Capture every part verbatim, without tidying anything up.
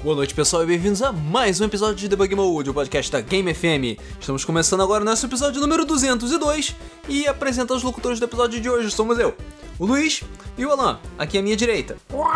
Boa noite, pessoal, e bem-vindos a mais um episódio de Debug Mode, o podcast da Game F M. Estamos começando agora o nosso episódio número duzentos e dois e apresentando os locutores do episódio de hoje somos eu, o Luiz e o Alan, aqui à minha direita.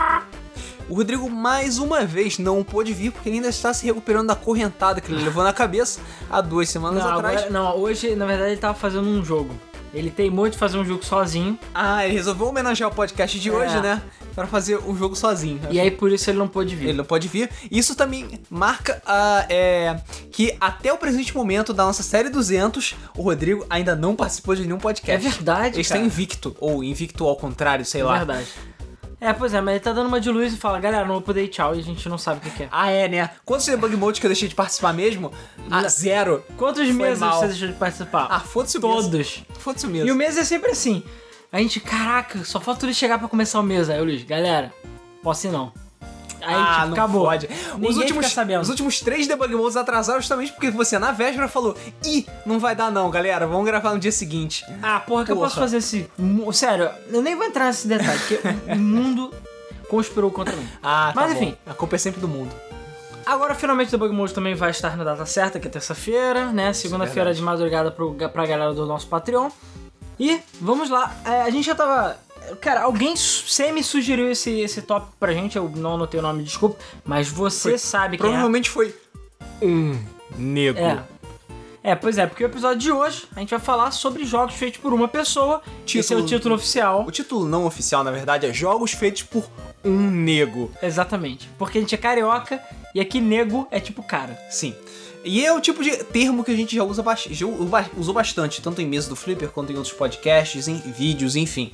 O Rodrigo mais uma vez não pôde vir porque ele ainda está se recuperando da correntada que ele levou na cabeça há duas semanas não, atrás. Agora, não, hoje na verdade ele tava fazendo um jogo. Ele teimou de fazer um jogo sozinho. Ah, ele resolveu homenagear o podcast de é. hoje, né? Pra fazer um jogo sozinho. E aí por isso ele não pôde vir. Ele não pode vir. Isso também marca uh, é, que até o presente momento da nossa série duzentos, o Rodrigo ainda não participou de nenhum podcast. É verdade, Ele está invicto, ou invicto ao contrário, sei é lá. É verdade. É, pois é, mas ele tá dando uma de luz e fala, galera, não vou poder ir, tchau, e a gente não sabe o que, que é. Ah, é, né? Quantos debug modes que eu deixei de participar mesmo? Ah, zero. Quantos meses mal. você deixou de participar? Ah, foda-se o Todos. mês. Foda-se o mês. E o mês é sempre assim. A gente, caraca, só falta ele chegar pra começar o mês. Aí o Luiz, galera, posso ir não. Aí, ah, tipo, não acabou. Pode. Os últimos, fica sabendo. Os últimos três debug modes atrasaram justamente porque você na véspera falou: ih, não vai dar não, galera, vamos gravar no dia seguinte. Ah, porra, que porra. eu posso fazer esse... Sério, eu nem vou entrar nesse detalhe, porque o mundo conspirou contra mim. Ah, tá. Mas bom. enfim. A culpa é sempre do mundo. Agora, finalmente, o Debug Mode também vai estar na data certa, que é terça-feira, né? Segunda-feira de madrugada pro, pra galera do nosso Patreon. E, vamos lá. É, a gente já tava... Cara, alguém semi-sugeriu esse, esse tópico pra gente, eu não anotei o nome, desculpa, mas você foi, sabe quem provavelmente é. foi um nego. É. é, pois é, porque o episódio de hoje a gente vai falar sobre jogos feitos por uma pessoa. Título, esse é o título oficial. O título não oficial, na verdade, é Jogos Feitos por um Nego. Exatamente, porque a gente é carioca e aqui nego é tipo cara. Sim. E é o tipo de termo que a gente já usa bastante, já usou bastante, tanto em mesa do Flipper quanto em outros podcasts, em vídeos, enfim.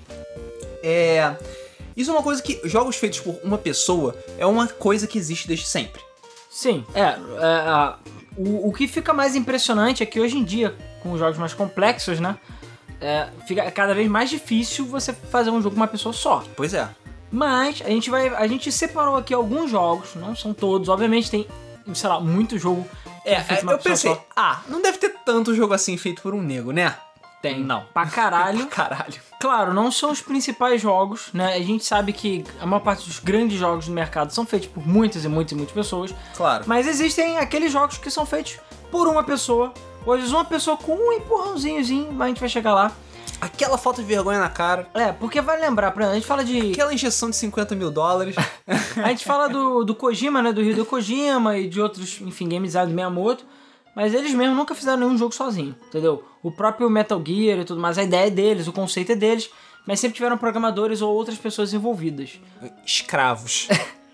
É... Isso é uma coisa que jogos feitos por uma pessoa é uma coisa que existe desde sempre. Sim, é. é, é o, o que fica mais impressionante é que hoje em dia, com os jogos mais complexos, né? É, fica cada vez mais difícil você fazer um jogo com uma pessoa só. Pois é. Mas a gente vai. A gente separou aqui alguns jogos, não são todos, obviamente tem, sei lá, muito jogo. É, é eu pensei, só. ah, não deve ter tanto jogo assim feito por um nego, né? Tem. Não. Pra caralho. pra caralho. Claro, não são os principais jogos, né? A gente sabe que a maior parte dos grandes jogos do mercado são feitos por muitas e muitas e muitas pessoas. Claro. Mas existem aqueles jogos que são feitos por uma pessoa. Ou às vezes uma pessoa com um empurrãozinhozinho, mas a gente vai chegar lá. Aquela falta de vergonha na cara. É, porque vai lembrar, pra a gente fala de... Aquela injeção de cinquenta mil dólares. A gente fala do, do Kojima, né? Do Hideo Kojima e de outros, enfim, game design do Miyamoto. Mas eles mesmos nunca fizeram nenhum jogo sozinho, entendeu? O próprio Metal Gear e tudo mais, a ideia é deles, o conceito é deles, mas sempre tiveram programadores ou outras pessoas envolvidas. Escravos.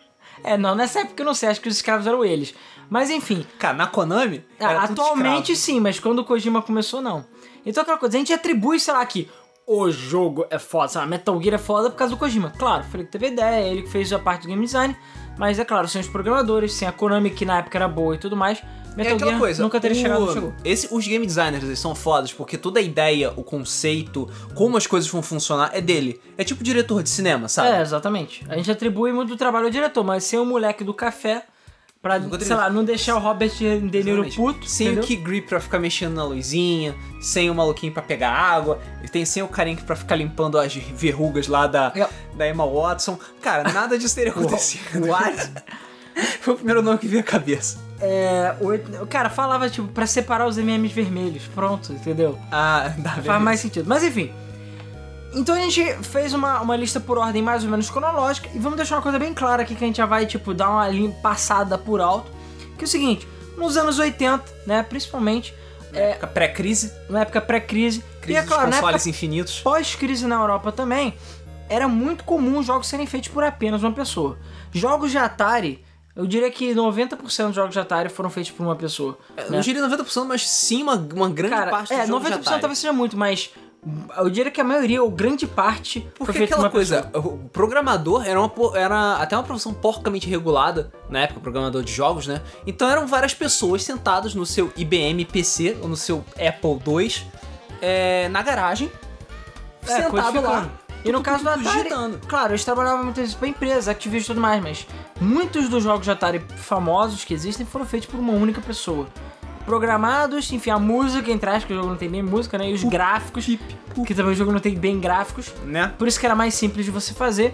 É, não, nessa época eu não sei, acho que os escravos eram eles. Mas enfim... Cara, na Konami, era atualmente sim, mas quando o Kojima começou, não. Então aquela coisa, a gente atribui, sei lá, que o jogo é foda, sei lá, Metal Gear é foda por causa do Kojima. Claro, foi ele que teve a ideia, ele que fez a parte do game design, mas é claro, sem os programadores, sem a Konami, que na época era boa e tudo mais... Metal é aquela Gear coisa, nunca teria o, chegado onde chegou. Esse, os game designers, eles são fodas, porque toda a ideia, o conceito, como as coisas vão funcionar, é dele. É tipo diretor de cinema, sabe? É, exatamente. A gente atribui muito do trabalho ao diretor, mas sem o moleque do café, pra, sei lá, não deixar o Robert De Niro puto. Sem entendeu? O key grip pra ficar mexendo na luzinha, sem o maluquinho pra pegar água, e tem sem o carinha pra ficar limpando as verrugas lá da, é. da Emma Watson. Cara, nada disso teria acontecido. What? Foi o primeiro nome que veio à cabeça. É, o cara falava, tipo, pra separar os M Ms vermelhos. Pronto, entendeu? Ah, dá Faz beleza. Mais sentido. Mas enfim. Então a gente fez uma, uma lista por ordem mais ou menos cronológica. E vamos deixar uma coisa bem clara aqui que a gente já vai, tipo, dar uma linha passada por alto. Que é o seguinte, nos anos oitenta, né, principalmente... Na é, época pré-crise. Na época pré-crise. Crise e é claro, dos consoles na época infinitos. Pós-crise na Europa também, era muito comum os jogos serem feitos por apenas uma pessoa. Jogos de Atari... Eu diria que noventa por cento dos jogos de Atari foram feitos por uma pessoa. Eu né? não diria noventa por cento, mas sim uma, uma grande Cara, parte dos é, jogos noventa por cento de Atari. Talvez seja muito, mas eu diria que a maioria, ou grande parte, porque foi feito por uma coisa, pessoa. O programador era, uma, era até uma profissão porcamente regulada, na época, programador de jogos, né? Então eram várias pessoas sentadas no seu I B M P C, ou no seu Apple dois, é, na garagem, é, sentado lá. E no caso do Atari, claro, eles trabalhavam muitas vezes pra empresa, Activision e tudo mais, mas muitos dos jogos de Atari famosos que existem foram feitos por uma única pessoa. Programados, enfim, a música, entre aspas, que o jogo não tem bem música, né? E os uh, gráficos, uh, uh. que também o jogo não tem bem gráficos, né? Por isso que era mais simples de você fazer.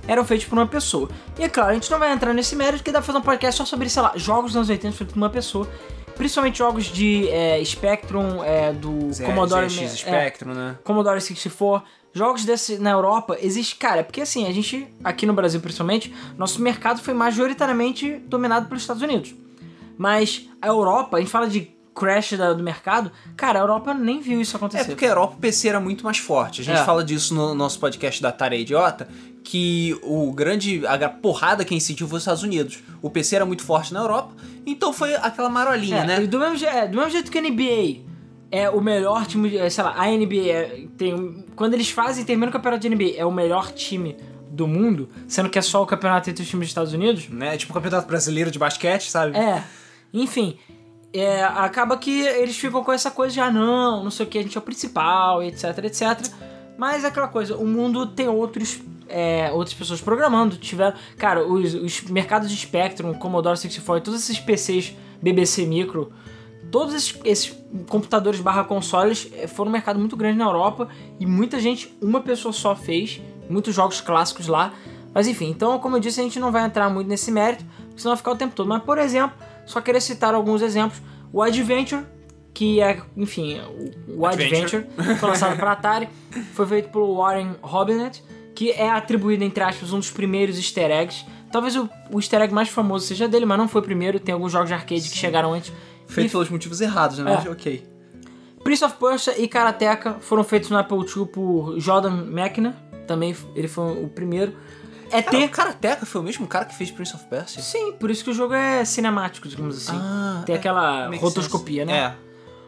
eram feitos por uma pessoa. E é claro, a gente não vai entrar nesse mérito, porque dá pra fazer um podcast só sobre, sei lá, jogos dos anos oitenta feitos por uma pessoa. Principalmente jogos de é, Spectrum, é, do Zé, Commodore... Z X é, Spectrum, né? Commodore sessenta e quatro. Jogos desse na Europa, existe... Cara, é porque assim, a gente, aqui no Brasil principalmente, nosso mercado foi majoritariamente dominado pelos Estados Unidos. Mas a Europa, a gente fala de crash da, do mercado, cara, a Europa nem viu isso acontecer. É porque a Europa o P C era muito mais forte. A gente É. fala disso no nosso podcast da Atari Idiota, que o grande, a porrada quem sentiu foi os Estados Unidos. O P C era muito forte na Europa, então foi aquela marolinha, É, né? e do mesmo, je- é, do mesmo jeito que a N B A é o melhor time, de- é, sei lá, a N B A é, tem, um- quando eles fazem, terminam o campeonato de N B A, é o melhor time do mundo, sendo que é só o campeonato entre os times dos Estados Unidos. né? Tipo o Campeonato Brasileiro de Basquete, sabe? É, enfim, é, acaba que eles ficam com essa coisa de, ah não, não sei o que, a gente é o principal, etc, etcétera. Mas é aquela coisa, o mundo tem outros, é, outras pessoas programando, tiveram, cara, os, os mercados de Spectrum, Commodore sessenta e quatro, todos esses P Cs B B C Micro, todos esses, esses computadores barra consoles eh, foram um mercado muito grande na Europa e muita gente, uma pessoa só fez, muitos jogos clássicos lá. Mas enfim, então como eu disse, a gente não vai entrar muito nesse mérito, porque senão vai ficar o tempo todo. Mas por exemplo, só queria citar alguns exemplos. O Adventure, que é, enfim, o, o Adventure, Adventure. foi lançado para Atari, foi feito pelo Warren Robinett, que é atribuído, entre aspas, um dos primeiros easter eggs. Talvez o, o easter egg mais famoso seja dele, mas não foi o primeiro, tem alguns jogos de arcade que chegaram antes. Feito E pelos motivos errados, né? É. Mas ok. Prince of Persia e Karateka foram feitos no Apple dois por Jordan Mechner, também ele foi o primeiro. E T... Cara, o Karateka foi o mesmo cara que fez Prince of Persia? Sim, por isso que o jogo é cinemático, digamos assim. Ah, Tem é, aquela makes rotoscopia, sense. né? É.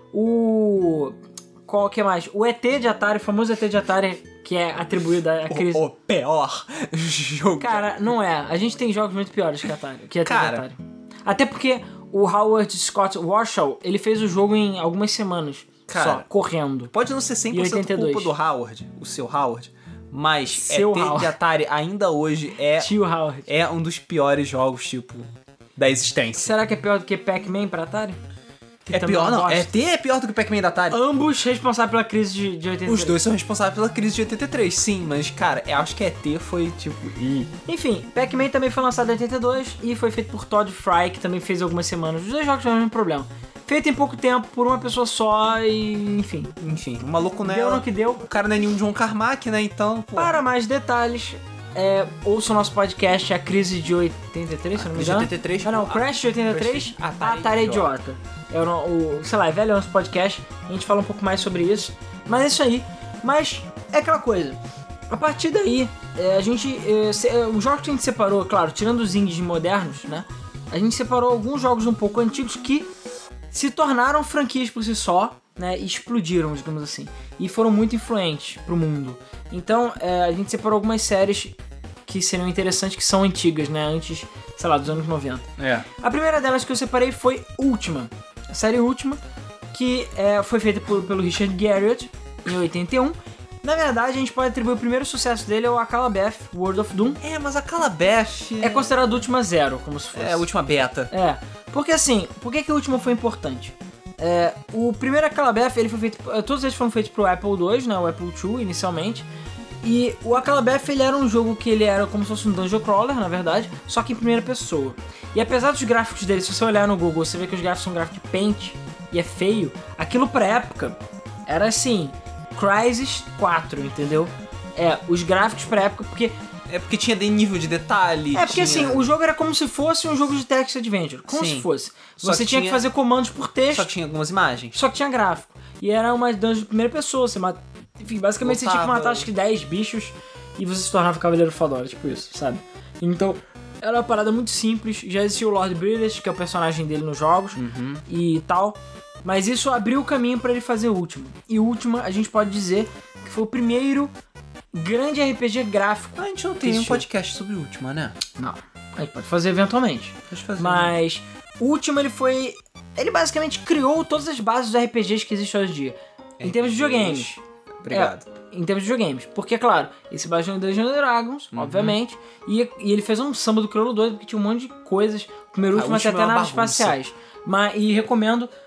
O... Qual que é mais? O E T de Atari, o famoso E T de Atari, que é atribuído à crise... O, o pior jogo. Cara, não é. A gente tem jogos muito piores que Atari, que E T Cara. de Atari. Até porque o Howard Scott Warshaw, ele fez o jogo em algumas semanas. Cara. Só, correndo. Pode não ser cem por E cento oitenta e dois. culpa do Howard, o seu Howard, mas Seu E T Howard. de Atari ainda hoje é, Tio Howard. é um dos piores jogos, tipo, da existência. Será que é pior do que Pac-Man pra Atari? Que É também pior, não. bosta. E T é pior do que o Pac-Man da Atari. Ambos responsáveis pela crise de, de oitenta e três. Os dois são responsáveis pela crise de oitenta e três, sim, mas, cara, eu acho que E T foi, tipo... Ih. Enfim, Pac-Man também foi lançado em oitenta e dois e foi feito por Todd Fry, que também fez algumas semanas. Os dois jogos tiveram o mesmo problema. Feito em pouco tempo, por uma pessoa só e... enfim. Enfim, o maluco não é... Deu no que deu. O cara não é nenhum John Carmack, né, então... Pô, Para mais detalhes, é, ouça o nosso podcast, A Crise de oitenta e três, se eu não me de engano. oitenta e três, Ah, não, pô, Crash de oitenta e três, Crash, Atari Atari Idiota. Idiota. É o, o, sei lá, é velho nosso podcast, a gente fala um pouco mais sobre isso. Mas é isso aí. Mas é aquela coisa. A partir daí, é, a gente... É, se, é, os jogos que a gente separou, claro, tirando os indies modernos, né? A gente separou alguns jogos um pouco antigos que se tornaram franquias por si só, né? E explodiram, digamos assim. E foram muito influentes pro mundo. Então, é, a gente separou algumas séries que seriam interessantes, que são antigas, né? Antes, sei lá, dos anos noventa. É. A primeira delas que eu separei foi Ultima. A série Ultima, que é, foi feita por, pelo Richard Garriott em oitenta e um. Na verdade, a gente pode atribuir o primeiro sucesso dele ao Akalabeth World of Doom. É, mas a Calabash... É considerado Ultima Zero, como se fosse. É a última beta. É, porque assim, por que, que o Ultima foi importante? É, o primeiro Akalabeth, ele foi feito, todos eles foram feitos pro Apple dois, né, o Apple dois inicialmente. E o Akalabeth, ele era um jogo que ele era como se fosse um dungeon crawler, na verdade, só que em primeira pessoa. E apesar dos gráficos dele, se você olhar no Google, você vê que os gráficos são gráficos de Paint e é feio, aquilo pra época era assim, Crysis quatro, entendeu? É, os gráficos pra época, porque... É porque tinha de nível de detalhe. É porque tinha... assim, o jogo era como se fosse um jogo de text adventure, como Sim. se fosse. Só Você que tinha tinha- que fazer comandos por texto, Só que tinha algumas imagens. só que tinha gráfico. E era uma dungeon de primeira pessoa, você mata... Enfim, basicamente você tinha que Voltava. matar acho que dez bichos e você se tornava Cavaleiro Fodora, tipo isso, sabe? Então, era uma parada muito simples, já existia o Lord Brilliant, que é o personagem dele nos jogos, Uhum. e tal. Mas isso abriu o caminho pra ele fazer o Ultima. E o Ultima, a gente pode dizer que foi o primeiro grande R P G gráfico. A gente não que tem um existiu. podcast sobre o Ultima, né? Não, a gente pode fazer eventualmente. Deixa eu fazer. Mas o Ultima, ele foi... Ele basicamente criou todas as bases dos R P Gs que existem hoje em dia. Em termos de videogames. Obrigado. É, em termos de videogames. Porque, claro, ele se baseou em Dungeons and Dragons, Uhum. obviamente. E, e ele fez um samba do crioulo doido, porque tinha um monte de coisas. O primeiro A Ultima até Ultima é até uma naves bagunça. espaciais. Mas, e recomendo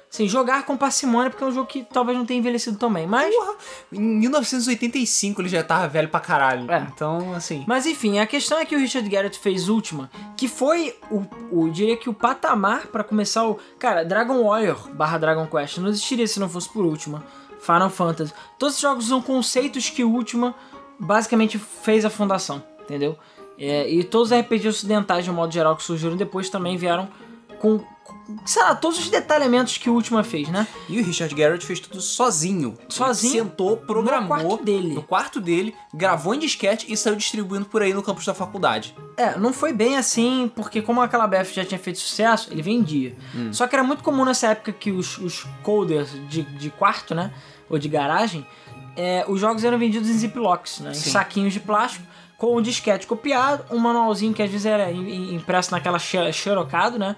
assim, jogar com parcimônia, porque é um jogo que talvez não tenha envelhecido tão bem, mas... Porra, em mil novecentos e oitenta e cinco ele já tava velho pra caralho. É. Então, assim... Mas enfim, a questão é que o Richard Garriott fez Ultima, que foi, o, o eu diria que o patamar pra começar o... Cara, Dragon Warrior barra Dragon Quest não existiria se não fosse por Ultima. Final Fantasy. Todos esses jogos são conceitos que o Ultima basicamente fez a fundação, entendeu? É, e todos os R P Gs ocidentais, de um modo geral, que surgiram depois também vieram com, com, sei lá, todos os detalhamentos que o Ultima fez, né? E o Richard Garriott fez tudo sozinho. Sozinho? Ele sentou, programou... No quarto dele. No quarto dele, gravou em disquete e saiu distribuindo por aí no campus da faculdade. É, não foi bem assim, porque como a Calabef já tinha feito sucesso, ele vendia. Hum. Só que era muito comum nessa época que os, os coders de, de quarto, né, ou de garagem, é, os jogos eram vendidos em ziplocks, né, em Sim. saquinhos de plástico, com um disquete copiado, um manualzinho que às vezes era impresso naquela xerocado, né?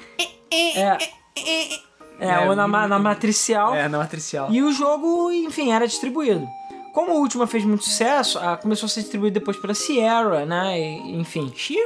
É, é, é ou na, na matricial. É, na matricial. E o jogo, enfim, era distribuído. Como o Ultima fez muito sucesso, a, começou a ser distribuído depois pela Sierra, né? E, enfim. Shoo!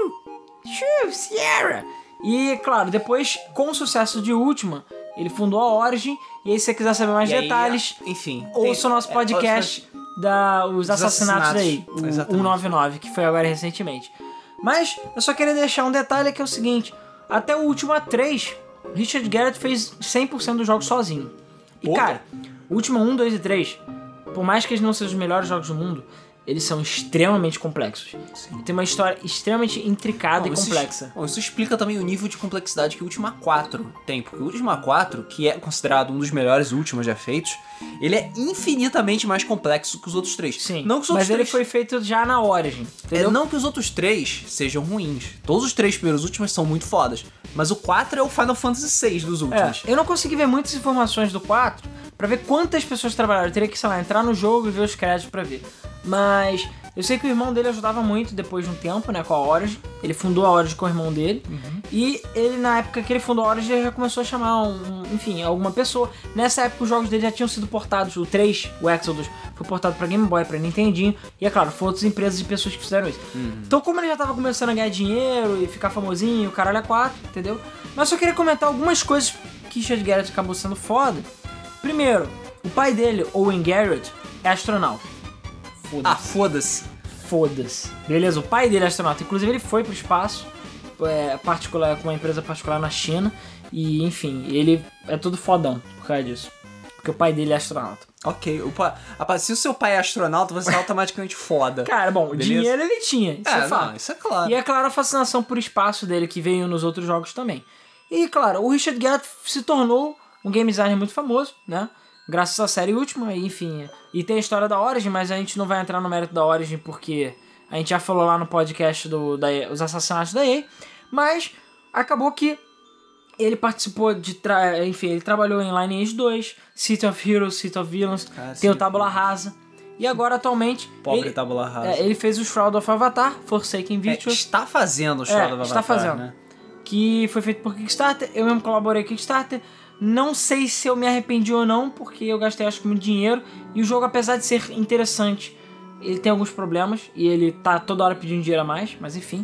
Shoo, Sierra! E, claro, depois, com o sucesso de Ultima, ele fundou a Origin. E aí, se você quiser saber mais e detalhes, aí, enfim, ouça o nosso podcast é, da Os Assassinatos, assassinatos. aí, o Exatamente. cento e noventa e nove, que foi agora recentemente. Mas, eu só queria deixar um detalhe que é o seguinte. Até o Ultima três, Richard Garriott fez cem por cento dos jogos sozinho. E, Pô. cara, o Ultima um, dois e três, por mais que eles não sejam os melhores jogos do mundo, eles são extremamente complexos. Sim. Tem uma história extremamente intricada Bom, e complexa. Isso, bom, isso explica também o nível de complexidade que o Ultima quatro tem. Porque o Ultima quatro, que é considerado um dos melhores Ultimas já feitos, ele é infinitamente mais complexo que os outros três. Sim, não que os mas outros ele três... foi feito já na Origin, entendeu? É, não que os outros três sejam ruins. Todos os três primeiros Ultimas são muito fodas. Mas o quatro é o Final Fantasy seis dos últimos. É, eu não consegui ver muitas informações do quatro pra ver quantas pessoas trabalharam. Eu teria que, sei lá, entrar no jogo e ver os créditos pra ver. Mas eu sei que o irmão dele ajudava muito depois de um tempo, né, com a Origin. Ele fundou a Origin com o irmão dele. Uhum. E ele, na época que ele fundou a Origin, ele já começou a chamar, um, enfim, alguma pessoa. Nessa época, os jogos dele já tinham sido portados. O três, o Exodus, foi portado pra Game Boy, pra Nintendinho. E, é claro, foram outras empresas e pessoas que fizeram isso. Uhum. Então, como ele já tava começando a ganhar dinheiro e ficar famosinho, o caralho é quatro, entendeu? Mas eu só queria comentar algumas coisas que Richard Garriott acabou sendo foda. Primeiro, o pai dele, Owen Garriott, é astronauta. Foda-se. Ah, foda-se. Foda-se. Beleza, o pai dele é astronauta. Inclusive, ele foi pro espaço, é, particular, com uma empresa particular na China. E, enfim, ele é todo fodão por causa disso. Porque o pai dele é astronauta. Ok, o pa... se o seu pai é astronauta, você é automaticamente foda. Cara, bom, beleza? Dinheiro ele tinha, isso é, é fato. Não, isso é claro. E é claro a fascinação por espaço dele que veio nos outros jogos também. E, claro, o Richard Garriott se tornou um game designer muito famoso, né? Graças à série Ultima, enfim. E tem a história da Origin, mas a gente não vai entrar no mérito da Origin porque a gente já falou lá no podcast do, da, Os Assassinatos da E A. Mas acabou que ele participou de... Tra... Enfim, ele trabalhou em Lineage dois, City of Heroes, City of Villains, ah, tem o Tabula Rasa. E agora, atualmente... Pobre ele, Tabula Rasa. É, ele fez o Shroud of Avatar, Forsaken Virtues. É, está fazendo o Shroud é, of Avatar, está fazendo. Né? Que foi feito por Kickstarter. Eu mesmo colaborei com Kickstarter. Não sei se eu me arrependi ou não, porque eu gastei acho que muito dinheiro. E o jogo, apesar de ser interessante, ele tem alguns problemas. E ele tá toda hora pedindo dinheiro a mais, mas enfim.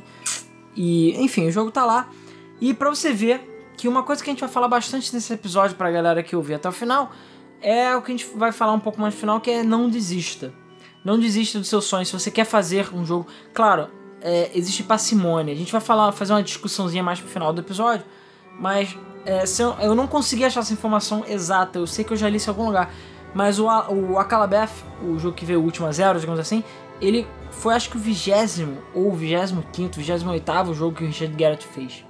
E, enfim, o jogo tá lá. E pra você ver que uma coisa que a gente vai falar bastante nesse episódio pra galera que ouvir até o final, é o que a gente vai falar um pouco mais no final, que é não desista. Não desista dos seus sonhos. Se você quer fazer um jogo... Claro, é, existe parcimônia. A gente vai falar, fazer uma discussãozinha mais pro final do episódio, mas... É, se eu, eu não consegui achar essa informação exata, eu sei que eu já li isso em algum lugar, mas o, o Akalabeth, o jogo que veio o Ultima Zero, digamos assim, ele foi acho que o vigésimo ou o vigésimo quinto, vigésimo oitavo jogo que o Richard Garriott fez.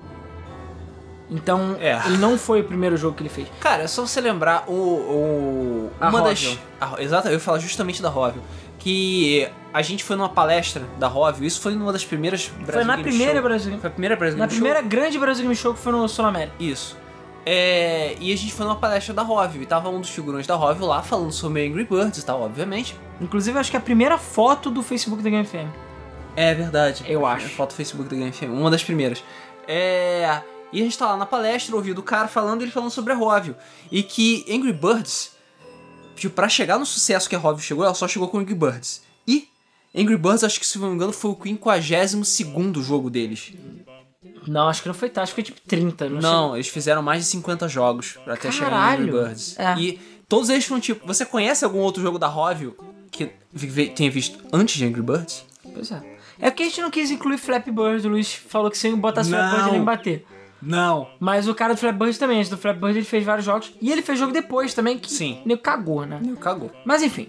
Então, é. ele não foi o primeiro jogo que ele fez. Cara, é só você lembrar o... o a uma Rovio. das... A, exato, eu ia falar justamente da Rovio. Que a gente foi numa palestra da Rovio, isso foi numa das primeiras Brasil Foi na Game primeira Show. Brasil Foi a primeira Brasil Na Game primeira Show. grande Brasil Game Show que foi no Sul América. Isso. É, e a gente foi numa palestra da Rovio e tava um dos figurões da Rovio lá falando sobre Angry Birds e tal, obviamente. Inclusive, acho que é a primeira foto do Facebook da Game F M. É verdade. Eu acho. É a foto do Facebook da Game F M, uma das primeiras. É... E a gente tá lá na palestra, ouvindo o cara falando, ele falando sobre a Rovio. E que Angry Birds, tipo, pra chegar no sucesso que a Rovio chegou, ela só chegou com Angry Birds. E Angry Birds, acho que se não me engano, foi o quinquagésimo segundo jogo deles. Não, acho que não foi tal, acho que foi tipo trinta. Não, Não, sei. eles fizeram mais de cinquenta jogos pra até chegar em Caralho. Angry Birds. É. E todos eles foram tipo... Você conhece algum outro jogo da Rovio que vi- tenha visto antes de Angry Birds? Pois é. É porque a gente não quis incluir Flappy Bird, o Luiz falou que se eu botasse Não. Flappy Bird ele ia me bater. Não. Mas o cara do Flappy Bird também, antes do Flappy Bird ele fez vários jogos. E ele fez jogo depois também, que Sim. meio cagou, né? Cagou. Mas enfim.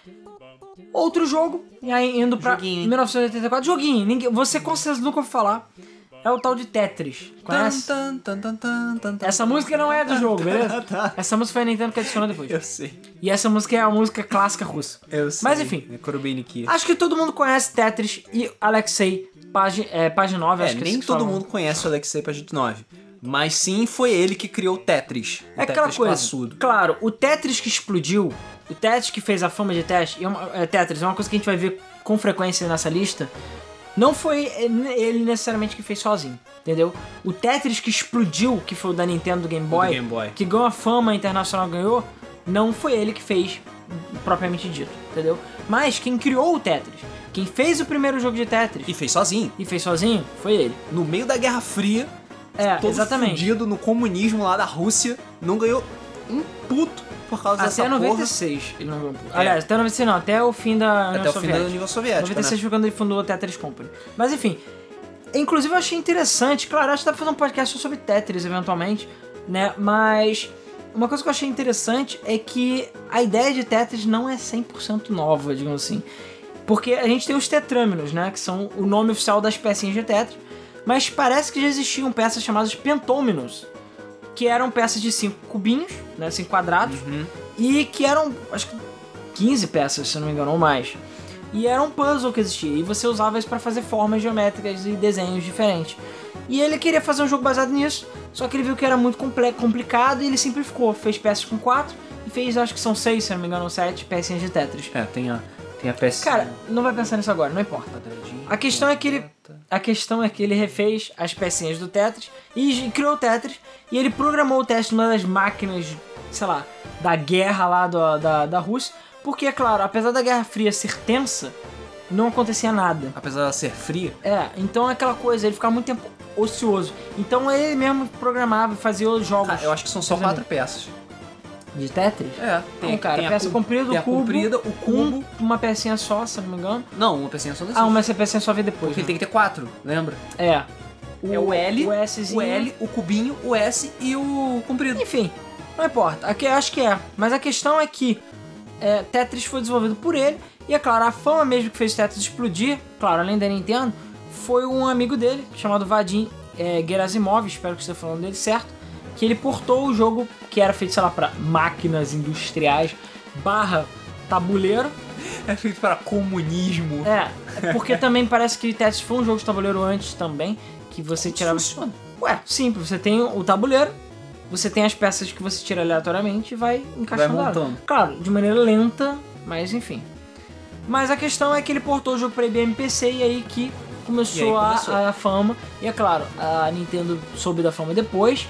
Outro jogo, e aí indo pra Joguinho, hein? mil novecentos e oitenta e quatro. Joguinho, ninguém, você com certeza nunca ouviu falar. É o tal de Tetris. Conhece? Tan, tan, tan, tan, tan, tan. Essa música não é do jogo, beleza? Tá. Essa música foi a Nintendo que adicionou depois. Eu sei. E essa música é a música clássica russa. Eu sei. Mas enfim. É Korobeiniki. Acho que todo mundo conhece Tetris e Alexei Pag- é, Paginov. É, acho que nem assim que todo fala. mundo conhece o Alexei Pajitnov. Mas sim, foi ele que criou o Tetris. O É aquela Tetris coisa. classudo. Claro, o Tetris que explodiu, o Tetris que fez a fama de Tetris, é uma, é, Tetris é uma coisa que a gente vai ver com frequência nessa lista. Não foi ele necessariamente que fez sozinho, entendeu? O Tetris que explodiu, que foi o da Nintendo do Game Boy, do Game Boy. que ganhou a fama internacional, ganhou, não foi ele que fez propriamente dito, entendeu? Mas quem criou o Tetris, quem fez o primeiro jogo de Tetris E fez sozinho. e fez sozinho, foi ele. No meio da Guerra Fria, É, todo exatamente. fudido no comunismo lá da Rússia, não ganhou um puto por causa dessa Até noventa e porra. seis ele não ganhou. Aliás, até noventa e seis não, até o fim da União Até o fim Soviética. da União Soviética, noventa e seis né? foi quando ele fundou a Tetris Company. Mas enfim, inclusive eu achei interessante, claro, acho que dá pra fazer um podcast só sobre Tetris eventualmente, né? Mas uma coisa que eu achei interessante é que a ideia de Tetris não é cem por cento nova, digamos assim. Porque a gente tem os tetrâminos, né? Que são o nome oficial das pecinhas de Tetris. Mas parece que já existiam peças chamadas pentôminos, que eram peças de cinco cubinhos, né? cinco quadrados. Uhum. E que eram, acho que quinze peças, se não me engano, ou mais. E era um puzzle que existia. E você usava isso pra fazer formas geométricas e desenhos diferentes. E ele queria fazer um jogo baseado nisso, só que ele viu que era muito comple- complicado e ele simplificou. Fez peças com quatro e fez, acho que são seis, se não me engano, ou sete pecinhas de Tetris. É, tem a, tem a peça. Cara, não vai pensar nisso agora, não importa. A questão é que ele, a questão é que ele refez as pecinhas do Tetris e criou o Tetris. E ele programou o Tetris numa das máquinas, sei lá, da guerra lá do, da, da Rússia. Porque, é claro, apesar da Guerra Fria ser tensa, não acontecia nada. Apesar de ser fria. É, então é aquela coisa, ele ficava muito tempo ocioso. Então ele mesmo programava e fazia os jogos. Ah, eu acho que são só Por exemplo, quatro peças. De Tetris? É, tem, Não, cara, tem a peça cu- comprida, tem o a cubo, comprida, o cubo. Um, uma pecinha só, se eu não me engano. Não, uma pecinha só não Ah, existe. uma pecinha só vem depois. Porque né? ele tem que ter quatro, lembra? É. É o L, o Szinho. o L, o cubinho, o S e o comprido. Enfim, não importa. Aqui, acho que é. Mas a questão é que é, Tetris foi desenvolvido por ele. E é claro, a fama mesmo que fez Tetris explodir, claro, além da Nintendo, foi um amigo dele, chamado Vadim é, Gerasimov, espero que esteja falando dele certo, que ele portou o jogo que era feito, sei lá, pra máquinas industriais barra tabuleiro. É feito para comunismo. É, porque também parece que Tetris foi um jogo de tabuleiro antes também, que você tirava... funciona? Ué, simples, você tem o tabuleiro, você tem as peças que você tira aleatoriamente e vai encaixando Vai elas. montando. Claro, de maneira lenta, mas enfim. Mas a questão é que ele portou o jogo pra I B M P C e aí que começou, E aí começou. A, a fama. E é claro, a Nintendo soube da fama depois.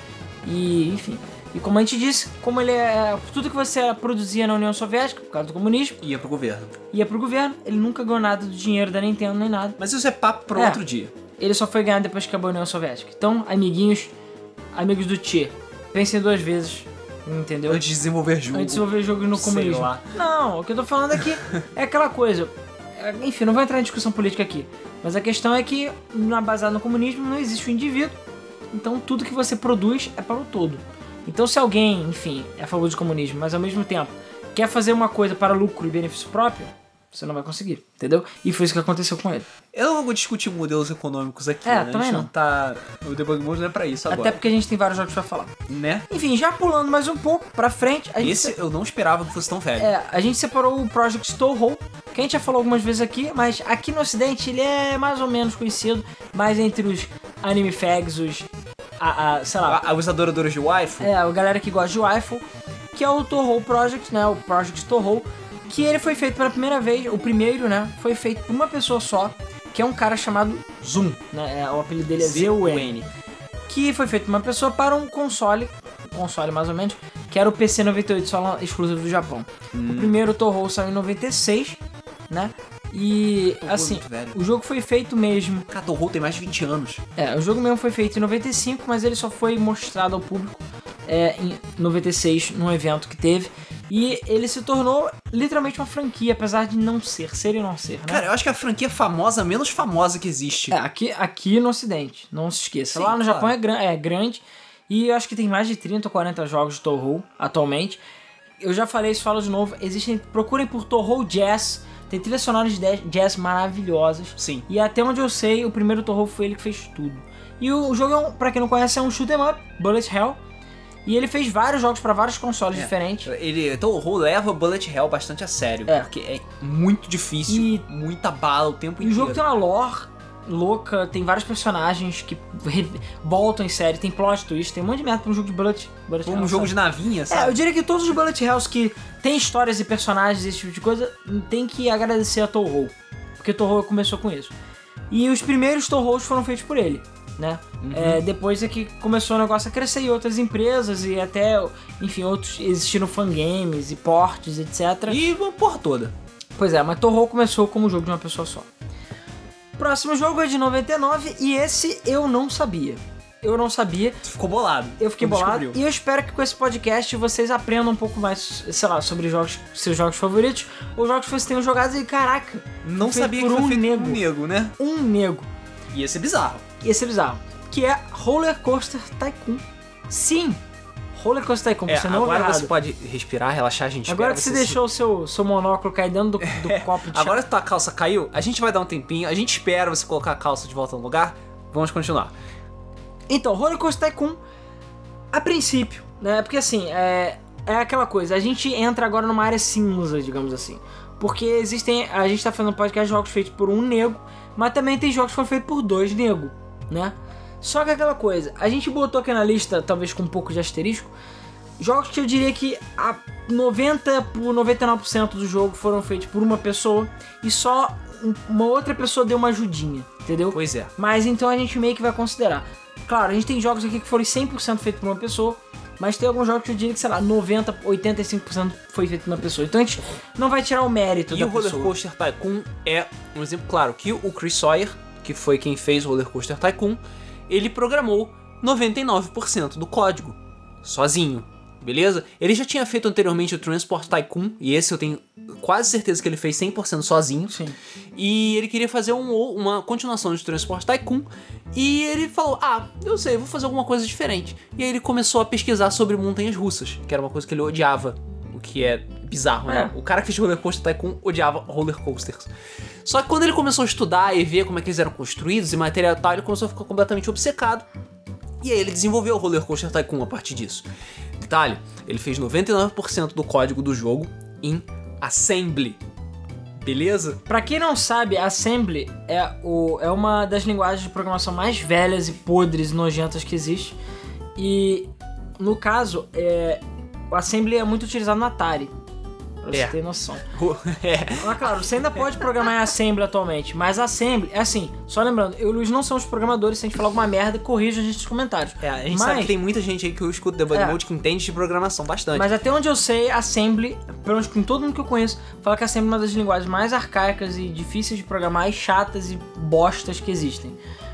E enfim. E como a gente disse, como ele é. Tudo que você produzia na União Soviética, por causa do comunismo, Ia pro governo. ia pro governo, ele nunca ganhou nada do dinheiro da Nintendo nem nada. Mas isso é papo para É. outro dia. Ele só foi ganhar depois que acabou a União Soviética. Então, amiguinhos, amigos do Tchê, pensem duas vezes, entendeu? Antes de desenvolver jogo. Antes de desenvolver jogo no Sei comunismo. lá. Não, o que eu tô falando aqui é aquela coisa. é, Enfim, não vou entrar em discussão política aqui. Mas a questão é que, na baseada no comunismo, não existe o indivíduo. Então, tudo que você produz é para o todo. Então, se alguém, enfim, é a favor do comunismo, mas ao mesmo tempo quer fazer uma coisa para lucro e benefício próprio, você não vai conseguir, entendeu? E foi isso que aconteceu com ele. Eu não vou discutir modelos econômicos aqui, É, né? A também gente não. tá... O Debug Mode não é pra isso agora. Até porque a gente tem vários jogos pra falar. Né? Enfim, já pulando mais um pouco pra frente, a gente, Esse eu não esperava que fosse tão velho. é, a gente separou o Project Touhou, que a gente já falou algumas vezes aqui, mas aqui no ocidente ele é mais ou menos conhecido, mais entre os anime fags, os, a, a, sei lá, A, os adoradores de waifu. é, a galera que gosta de waifu, que é o Touhou Project, né, o Project Touhou, que ele foi feito pela primeira vez, o primeiro, né, foi feito por uma pessoa só, que é um cara chamado Zoom, né, é, o apelido dele é Z U N, que foi feito por uma pessoa para um console, um console mais ou menos, que era o P C noventa e oito, só exclusivo do Japão. Hum. O primeiro Touhou saiu em noventa e seis, né, E, Toho é assim, muito velho. o jogo foi feito mesmo... Cara, Toho tem mais de vinte anos. É, o jogo mesmo foi feito em noventa e cinco, mas ele só foi mostrado ao público é, em noventa e seis, num evento que teve. E ele se tornou literalmente uma franquia, apesar de não ser, ser e não ser, né? Cara, eu acho que é a franquia famosa, menos famosa que existe. É, aqui, aqui no Ocidente, não se esqueça. Sim, Lá no claro. Japão é, gran é grande, e eu acho que tem mais de trinta ou quarenta jogos de Toho atualmente. Eu já falei isso, falo de novo, existem, procurem por Toho Jazz, tem trilhas sonoras de jazz maravilhosas. Sim. E até onde eu sei, o primeiro Toho foi ele que fez tudo. E o, o jogo, é um, pra quem não conhece, é um shoot 'em up, Bullet Hell. E ele fez vários jogos pra vários consoles É. diferentes. Ele, Toho leva Bullet Hell bastante a sério, É. porque é muito difícil, E- muita bala o tempo E o inteiro. jogo tem uma lore louca, tem vários personagens que re- voltam em série, tem plot twist, tem um monte de merda pra um jogo de Bullet, Bullet Como Hell, um jogo sabe? de navinha, É, eu sabe? diria que todos os Bullet Hells que tem histórias e personagens e esse tipo de coisa, tem que agradecer a Toho, porque Toho começou com isso. E os primeiros Tohos foram feitos por ele, né? Uhum. É, depois é que começou o negócio a crescer e outras empresas e até, enfim, outros existiram fangames e portes, etcétera. E uma porra toda. Pois é, mas Toho começou como jogo de uma pessoa só. Próximo jogo é de noventa e nove e esse eu não sabia. Eu não sabia. Tu ficou bolado. Eu fiquei quando bolado descobriu. e eu espero que com esse podcast vocês aprendam um pouco mais, sei lá, sobre jogos, seus jogos favoritos ou jogos que vocês tenham jogado e caraca, Não feito sabia por que foi um feito nego. por um nego, né? um nego. Ia ser bizarro. Esse é bizarro. Que é Roller Coaster Tycoon. Sim, Roller Coaster Tycoon, É, você não ouviu agora errado. você pode respirar, relaxar, a gente Agora espera que você se- deixou o seu, seu monóculo cair dentro do, do copo de chá. Agora que tua calça caiu, a gente vai dar um tempinho, a gente espera você colocar a calça de volta no lugar. Vamos continuar. Então, Roller Coaster Tycoon, a princípio, né? Porque assim, é, é aquela coisa, a gente entra agora numa área cinza, digamos assim. Porque existem, a gente tá fazendo um podcast de jogos feitos por um nego, mas também tem jogos que foram feitos por dois nego, né? Só que aquela coisa, a gente botou aqui na lista, talvez com um pouco de asterisco, jogos que eu diria que a noventa por noventa e nove por cento do jogo foram feitos por uma pessoa e só um- uma outra pessoa deu uma ajudinha, entendeu? Pois é. Mas então a gente meio que vai considerar. Claro, a gente tem jogos aqui que foram cem por cento feitos por uma pessoa, mas tem alguns jogos que eu diria que, sei lá, noventa, oitenta e cinco por cento foi feito por uma pessoa. Então a gente não vai tirar o mérito E da o Roller pessoa. Coaster Tycoon é um exemplo claro que o Chris Sawyer, que foi quem fez o Roller Coaster Tycoon, ele programou noventa e nove por cento do código, sozinho, beleza? Ele já tinha feito anteriormente o Transport Tycoon, e esse eu tenho quase certeza que ele fez cem por cento sozinho. Sim. E ele queria fazer um, uma continuação de Transport Tycoon, e ele falou, ah, eu sei, vou fazer alguma coisa diferente. E aí ele começou a pesquisar sobre montanhas russas, que era uma coisa que ele odiava, o que é bizarro, né? É. O cara que fez Roller Coaster Tycoon odiava roller coasters. Só que quando ele começou a estudar e ver como é que eles eram construídos e material e tal, ele começou a ficar completamente obcecado. E aí ele desenvolveu o Roller Coaster Tycoon a partir disso. Detalhe, ele fez noventa e nove por cento do código do jogo em Assembly. Beleza? Pra quem não sabe, Assembly é, o, é uma das linguagens de programação mais velhas e podres e nojentas que existe. E, no caso, é, o Assembly é muito utilizado no Atari. Pra você É. ter noção. é. Mas claro, você ainda pode programar em Assembly atualmente, mas Assembly, é assim, só lembrando, eu e o Luiz não somos programadores, se a gente falar alguma merda, corrija a gente nos comentários. É, a gente mas, sabe que tem muita gente aí que eu escuto Debug É. Mode que entende de programação bastante. Mas até onde eu sei, Assembly, pelo menos com todo mundo que eu conheço, fala que Assembly é uma das linguagens mais arcaicas e difíceis de programar e chatas e bostas que existem.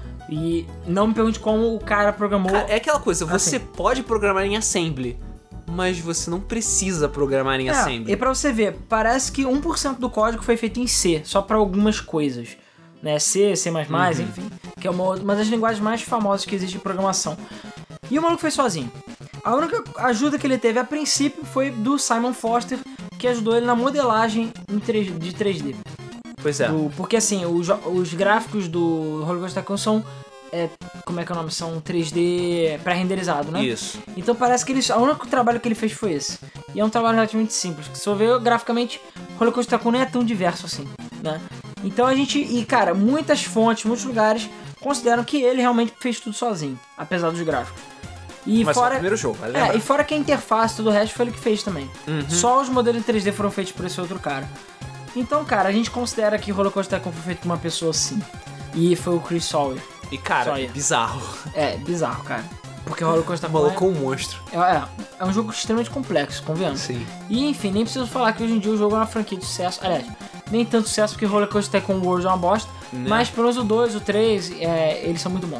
E não me pergunte como o cara programou. Cara, é aquela coisa, você Assim. pode programar em Assembly, mas você não precisa programar em É, Assembly. e pra você ver, parece que um por cento do código foi feito em C, só pra algumas coisas. Né? C, C++, Uhum. enfim. Que é uma, uma das linguagens mais famosas que existe em programação. E o maluco fez sozinho. A única ajuda que ele teve a princípio foi do Simon Foster, que ajudou ele na modelagem em três D de três D. Pois é. Do- porque assim, os, os gráficos do Roller Coaster Tycoon são... É, como é que é o nome? São três D pré-renderizado, né? Isso. Então parece que ele, o único trabalho que ele fez foi esse. E é um trabalho relativamente simples. Que se eu ver graficamente, Roller Coaster Tycoon não é tão diverso assim, né? Então a gente... E cara, muitas fontes, muitos lugares consideram que ele realmente fez tudo sozinho. Apesar dos gráficos. E Mas só o fora... primeiro jogo, vale É, lembrar. e fora que a interface e tudo o resto foi ele que fez também. Uhum. Só os modelos em três D foram feitos por esse outro cara. Então, cara, a gente considera que Roller Coaster Tycoon foi feito por uma pessoa sim. E foi o Chris Sawyer. E cara, Sawyer. bizarro. É, bizarro, cara. Porque Roller Coaster O Tycoon maluco é um monstro. é, é, é um jogo extremamente complexo, convenhamos. Sim. E, enfim, nem preciso falar que hoje em dia o jogo é uma franquia de sucesso. Aliás, nem tanto sucesso porque Roller Coaster Tycoon World é uma bosta, né? Mas pelo menos o dois, o três, é, eles são muito bons.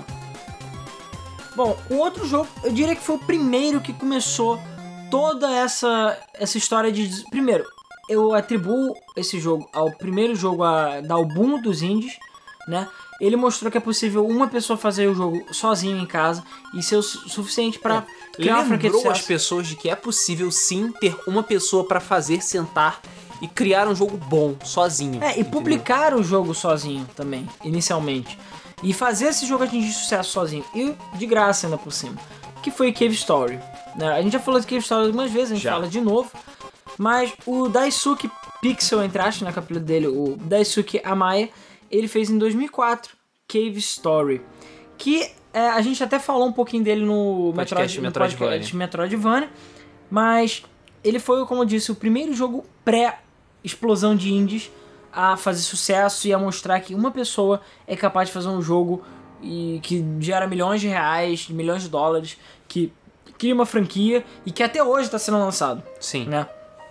Bom, o outro jogo, eu diria que foi o primeiro que começou toda essa, essa história de... Primeiro, eu atribuo esse jogo ao primeiro jogo a dar o boom dos indies, né? Ele mostrou que é possível uma pessoa fazer o jogo sozinho em casa e ser o suficiente pra é. criar uma franquia de lembrou sucesso. as pessoas de que é possível sim ter uma pessoa pra fazer, sentar e criar um jogo bom, sozinho. É, e entendeu? publicar o jogo sozinho também, inicialmente. E fazer esse jogo atingir sucesso sozinho. E de graça ainda por cima. Que foi Cave Story. Né? A gente já falou de Cave Story algumas vezes, a gente já. fala de novo. Mas o Daisuke Pixel, entre aspas, né, que é o apelido dele, o Daisuke Amaya, ele fez em dois mil e quatro Cave Story. Que é, a gente até falou um pouquinho dele no podcast Metroid, no podcast Metroidvania. Mas ele foi, como eu disse, o primeiro jogo pré-explosão de indies a fazer sucesso e a mostrar que uma pessoa é capaz de fazer um jogo e que gera milhões de reais, milhões de dólares, que cria uma franquia e que até hoje está sendo lançado. Sim. Né?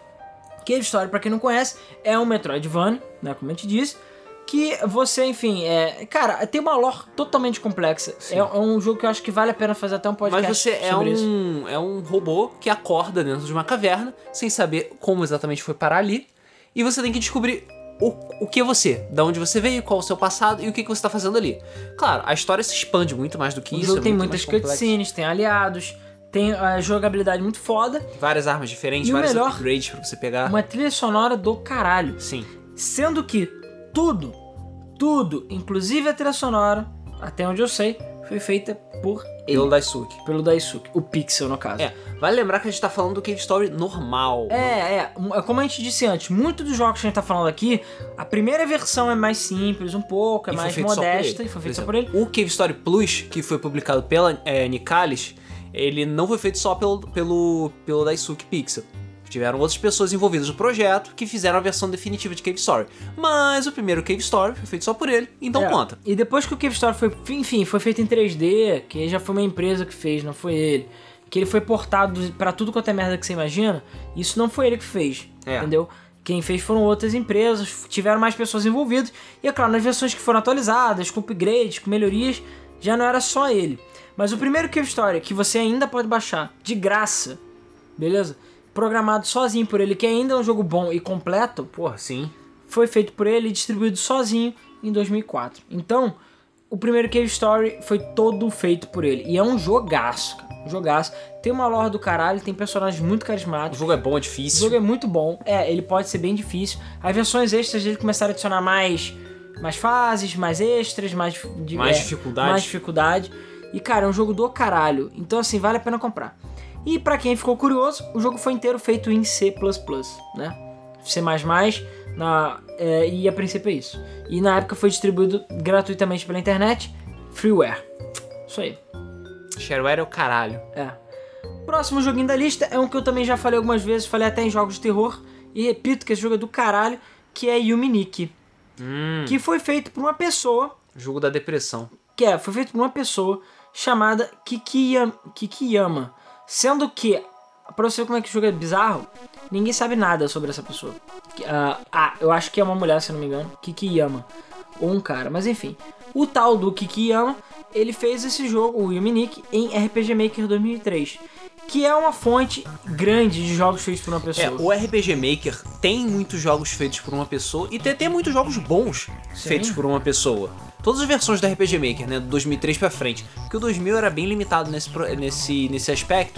Cave Story, pra quem não conhece, é um Metroidvania, né, como a gente disse, que você, enfim, é... Cara, tem uma lore totalmente complexa. É, é um jogo que eu acho que vale a pena fazer até um podcast Mas você é sobre um, isso. é um robô que acorda dentro de uma caverna, sem saber como exatamente foi parar ali, e você tem que descobrir o, o que é você, da onde você veio, qual é o seu passado e o que, que você está fazendo ali. Claro, a história se expande muito mais do que O isso. jogo é tem muito muitas mais complexo. cutscenes, tem aliados, tem a jogabilidade muito foda. Várias armas diferentes, E o vários melhor, upgrades pra você pegar. uma trilha sonora do caralho. Sim. Sendo que tudo, tudo, inclusive a trilha sonora, até onde eu sei, foi feita por ele. Pelo Daisuke. Pelo Daisuke, o Pixel no caso. É, vale lembrar que a gente tá falando do Cave Story normal. É, é, como a gente disse antes, muitos dos jogos que a gente tá falando aqui, a primeira versão é mais simples um pouco, é E foi mais feito só por modesta ele. e foi feito Por só por ele. O Cave Story Plus, que foi publicado pela é, Nicalis, ele não foi feito só pelo, pelo, pelo Daisuke Pixel. Tiveram outras pessoas envolvidas no projeto que fizeram a versão definitiva de Cave Story. Mas o primeiro Cave Story foi feito só por ele, então É, conta. E depois que o Cave Story foi, enfim, foi feito em três D, que já foi uma empresa que fez, não foi ele. Que ele foi portado pra tudo quanto é merda que você imagina, isso não foi ele que fez, É. entendeu? Quem fez foram outras empresas, tiveram mais pessoas envolvidas. E é claro, nas versões que foram atualizadas, com upgrades, com melhorias, já não era só ele. Mas o primeiro Cave Story, que você ainda pode baixar de graça, beleza? Programado sozinho por ele, que ainda é um jogo bom e completo, Porra, sim. foi feito por ele e distribuído sozinho em dois mil e quatro. Então, o primeiro Cave Story foi todo feito por ele. E é um jogaço, cara. Um jogaço. Tem uma lore do caralho, tem personagens muito O carismáticos. jogo é bom, é O difícil. jogo é muito bom. É, ele pode ser bem difícil. As versões extras dele começaram a adicionar mais, mais fases, mais extras, mais, de, Mais é, dificuldade. mais dificuldade. E, cara, é um jogo do caralho. Então, assim, vale a pena comprar. E pra quem ficou curioso, o jogo foi inteiro feito em C plus plus, né? C mais mais, na, é, e a princípio é isso. E na época foi distribuído gratuitamente pela internet, freeware. Isso aí. Shareware é o caralho. É. Próximo joguinho da lista é um que eu também já falei algumas vezes, falei até em jogos de terror, e repito que esse jogo é do caralho, que é Yuminiki. Hum, Que foi feito por uma pessoa, jogo da depressão. que é, foi feito por uma pessoa chamada Kikiyama. Kikiyama. Sendo que, pra você ver como é que o jogo é bizarro, ninguém sabe nada sobre essa pessoa. Uh, ah, eu acho que é uma mulher, se não me engano, Kikiyama. Ou um cara, mas enfim. O tal do Kikiyama, ele fez esse jogo, o Yuminiki, em R P G Maker dois mil e três. Que é uma fonte grande de jogos feitos por uma pessoa. É, o R P G Maker tem muitos jogos feitos por uma pessoa e tem até muitos jogos bons Sim. feitos por uma pessoa. Todas as versões do R P G Maker, né, do dois mil e três pra frente, porque o dois mil era bem limitado nesse, pro- nesse, nesse aspecto.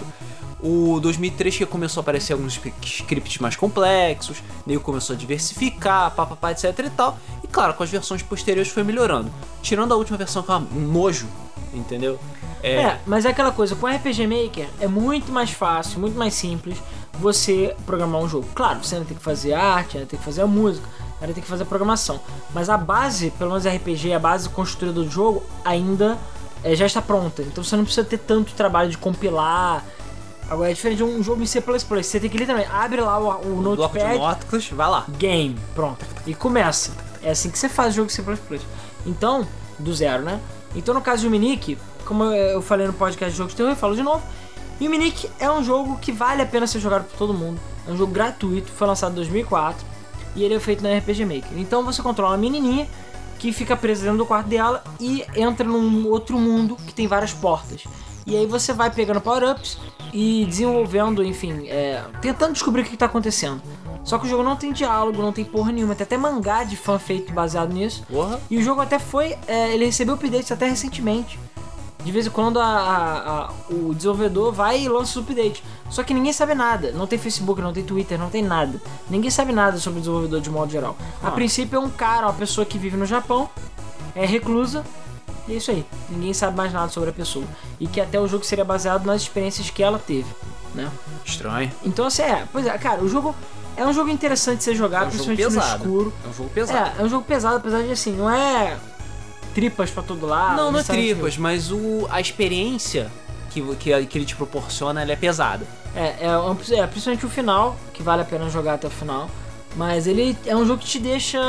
O dois mil e três que começou a aparecer alguns scripts mais complexos, meio começou a diversificar, papapá, etc e tal. E claro, com as versões posteriores foi melhorando. Tirando a última versão que é um nojo, entendeu? É, É, mas é aquela coisa, com R P G Maker é muito mais fácil, muito mais simples você programar um jogo. Claro, você ainda tem que fazer arte, ainda tem que fazer a música, ainda tem que fazer a programação. Mas a base, pelo menos R P G, a base construída do jogo, ainda é, já está pronta. Então você não precisa ter tanto trabalho de compilar. Agora é diferente de um jogo em C plus plus. Você tem que literalmente abre lá o, o bloco de notepad, notas, vai lá. game, pronto. E começa. É assim que você faz o jogo C plus plus. Então, do zero, né? Então no caso do Yuminiki, como eu falei no podcast de jogos de terror, eu falo de novo. Yuminiki é um jogo que vale a pena ser jogado por todo mundo. É um jogo gratuito, foi lançado em dois mil e quatro. e ele é feito no R P G Maker. Então você controla uma menininha que fica presa dentro do quarto dela e entra num outro mundo que tem várias portas. E aí você vai pegando power-ups e desenvolvendo, enfim, é, tentando descobrir o que está acontecendo. Só que o jogo não tem diálogo, não tem porra nenhuma, tem até mangá de fã feito baseado nisso. Porra. E o jogo até foi, é, ele recebeu updates até recentemente. De vez em quando a, a, a, o desenvolvedor vai e lança os updates. Só que ninguém sabe nada. Não tem Facebook, não tem Twitter, não tem nada. Ninguém sabe nada sobre o desenvolvedor de modo geral. Ah. A princípio é um cara, uma pessoa que vive no Japão, é reclusa, e é isso aí. Ninguém sabe mais nada sobre a pessoa. E que até o jogo seria baseado nas experiências que ela teve, né? Estranho. Então assim, é, pois é, cara, o jogo é um jogo interessante de ser jogado, é um principalmente jogo no pesado. escuro. É um jogo pesado. É, é um jogo pesado, apesar de assim, não é tripas pra todo lado. Não, não é tripas, mas o, a experiência que, que, que ele te proporciona, ela é pesada. É, é, um, é, principalmente o final, que vale a pena jogar até o final. Mas ele é um jogo que te deixa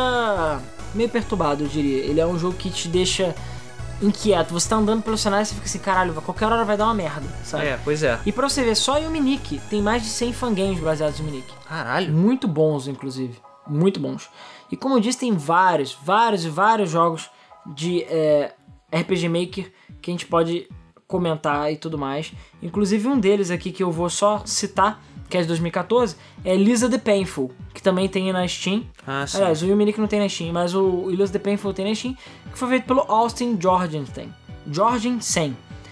meio perturbado, eu diria. Ele é um jogo que te deixa inquieto. Você tá andando pelo cenário e você fica assim, caralho, qualquer hora vai dar uma merda, sabe? É, pois é. E pra você ver, só em Yuminique tem mais de cem fangames baseados em Yuminique. Caralho. Muito bons, inclusive. Muito bons. E como eu disse, tem vários, vários e vários jogos de é, R P G Maker que a gente pode comentar e tudo mais. Inclusive um deles aqui que eu vou só citar, que é de dois mil e catorze, é Lisa the Painful, que também tem na Steam. Ah, sim. Aliás, o Yuminique não tem na Steam, mas o Lisa the Painful tem na Steam, que foi feito pelo Austin Jorgensen. Jorgensen.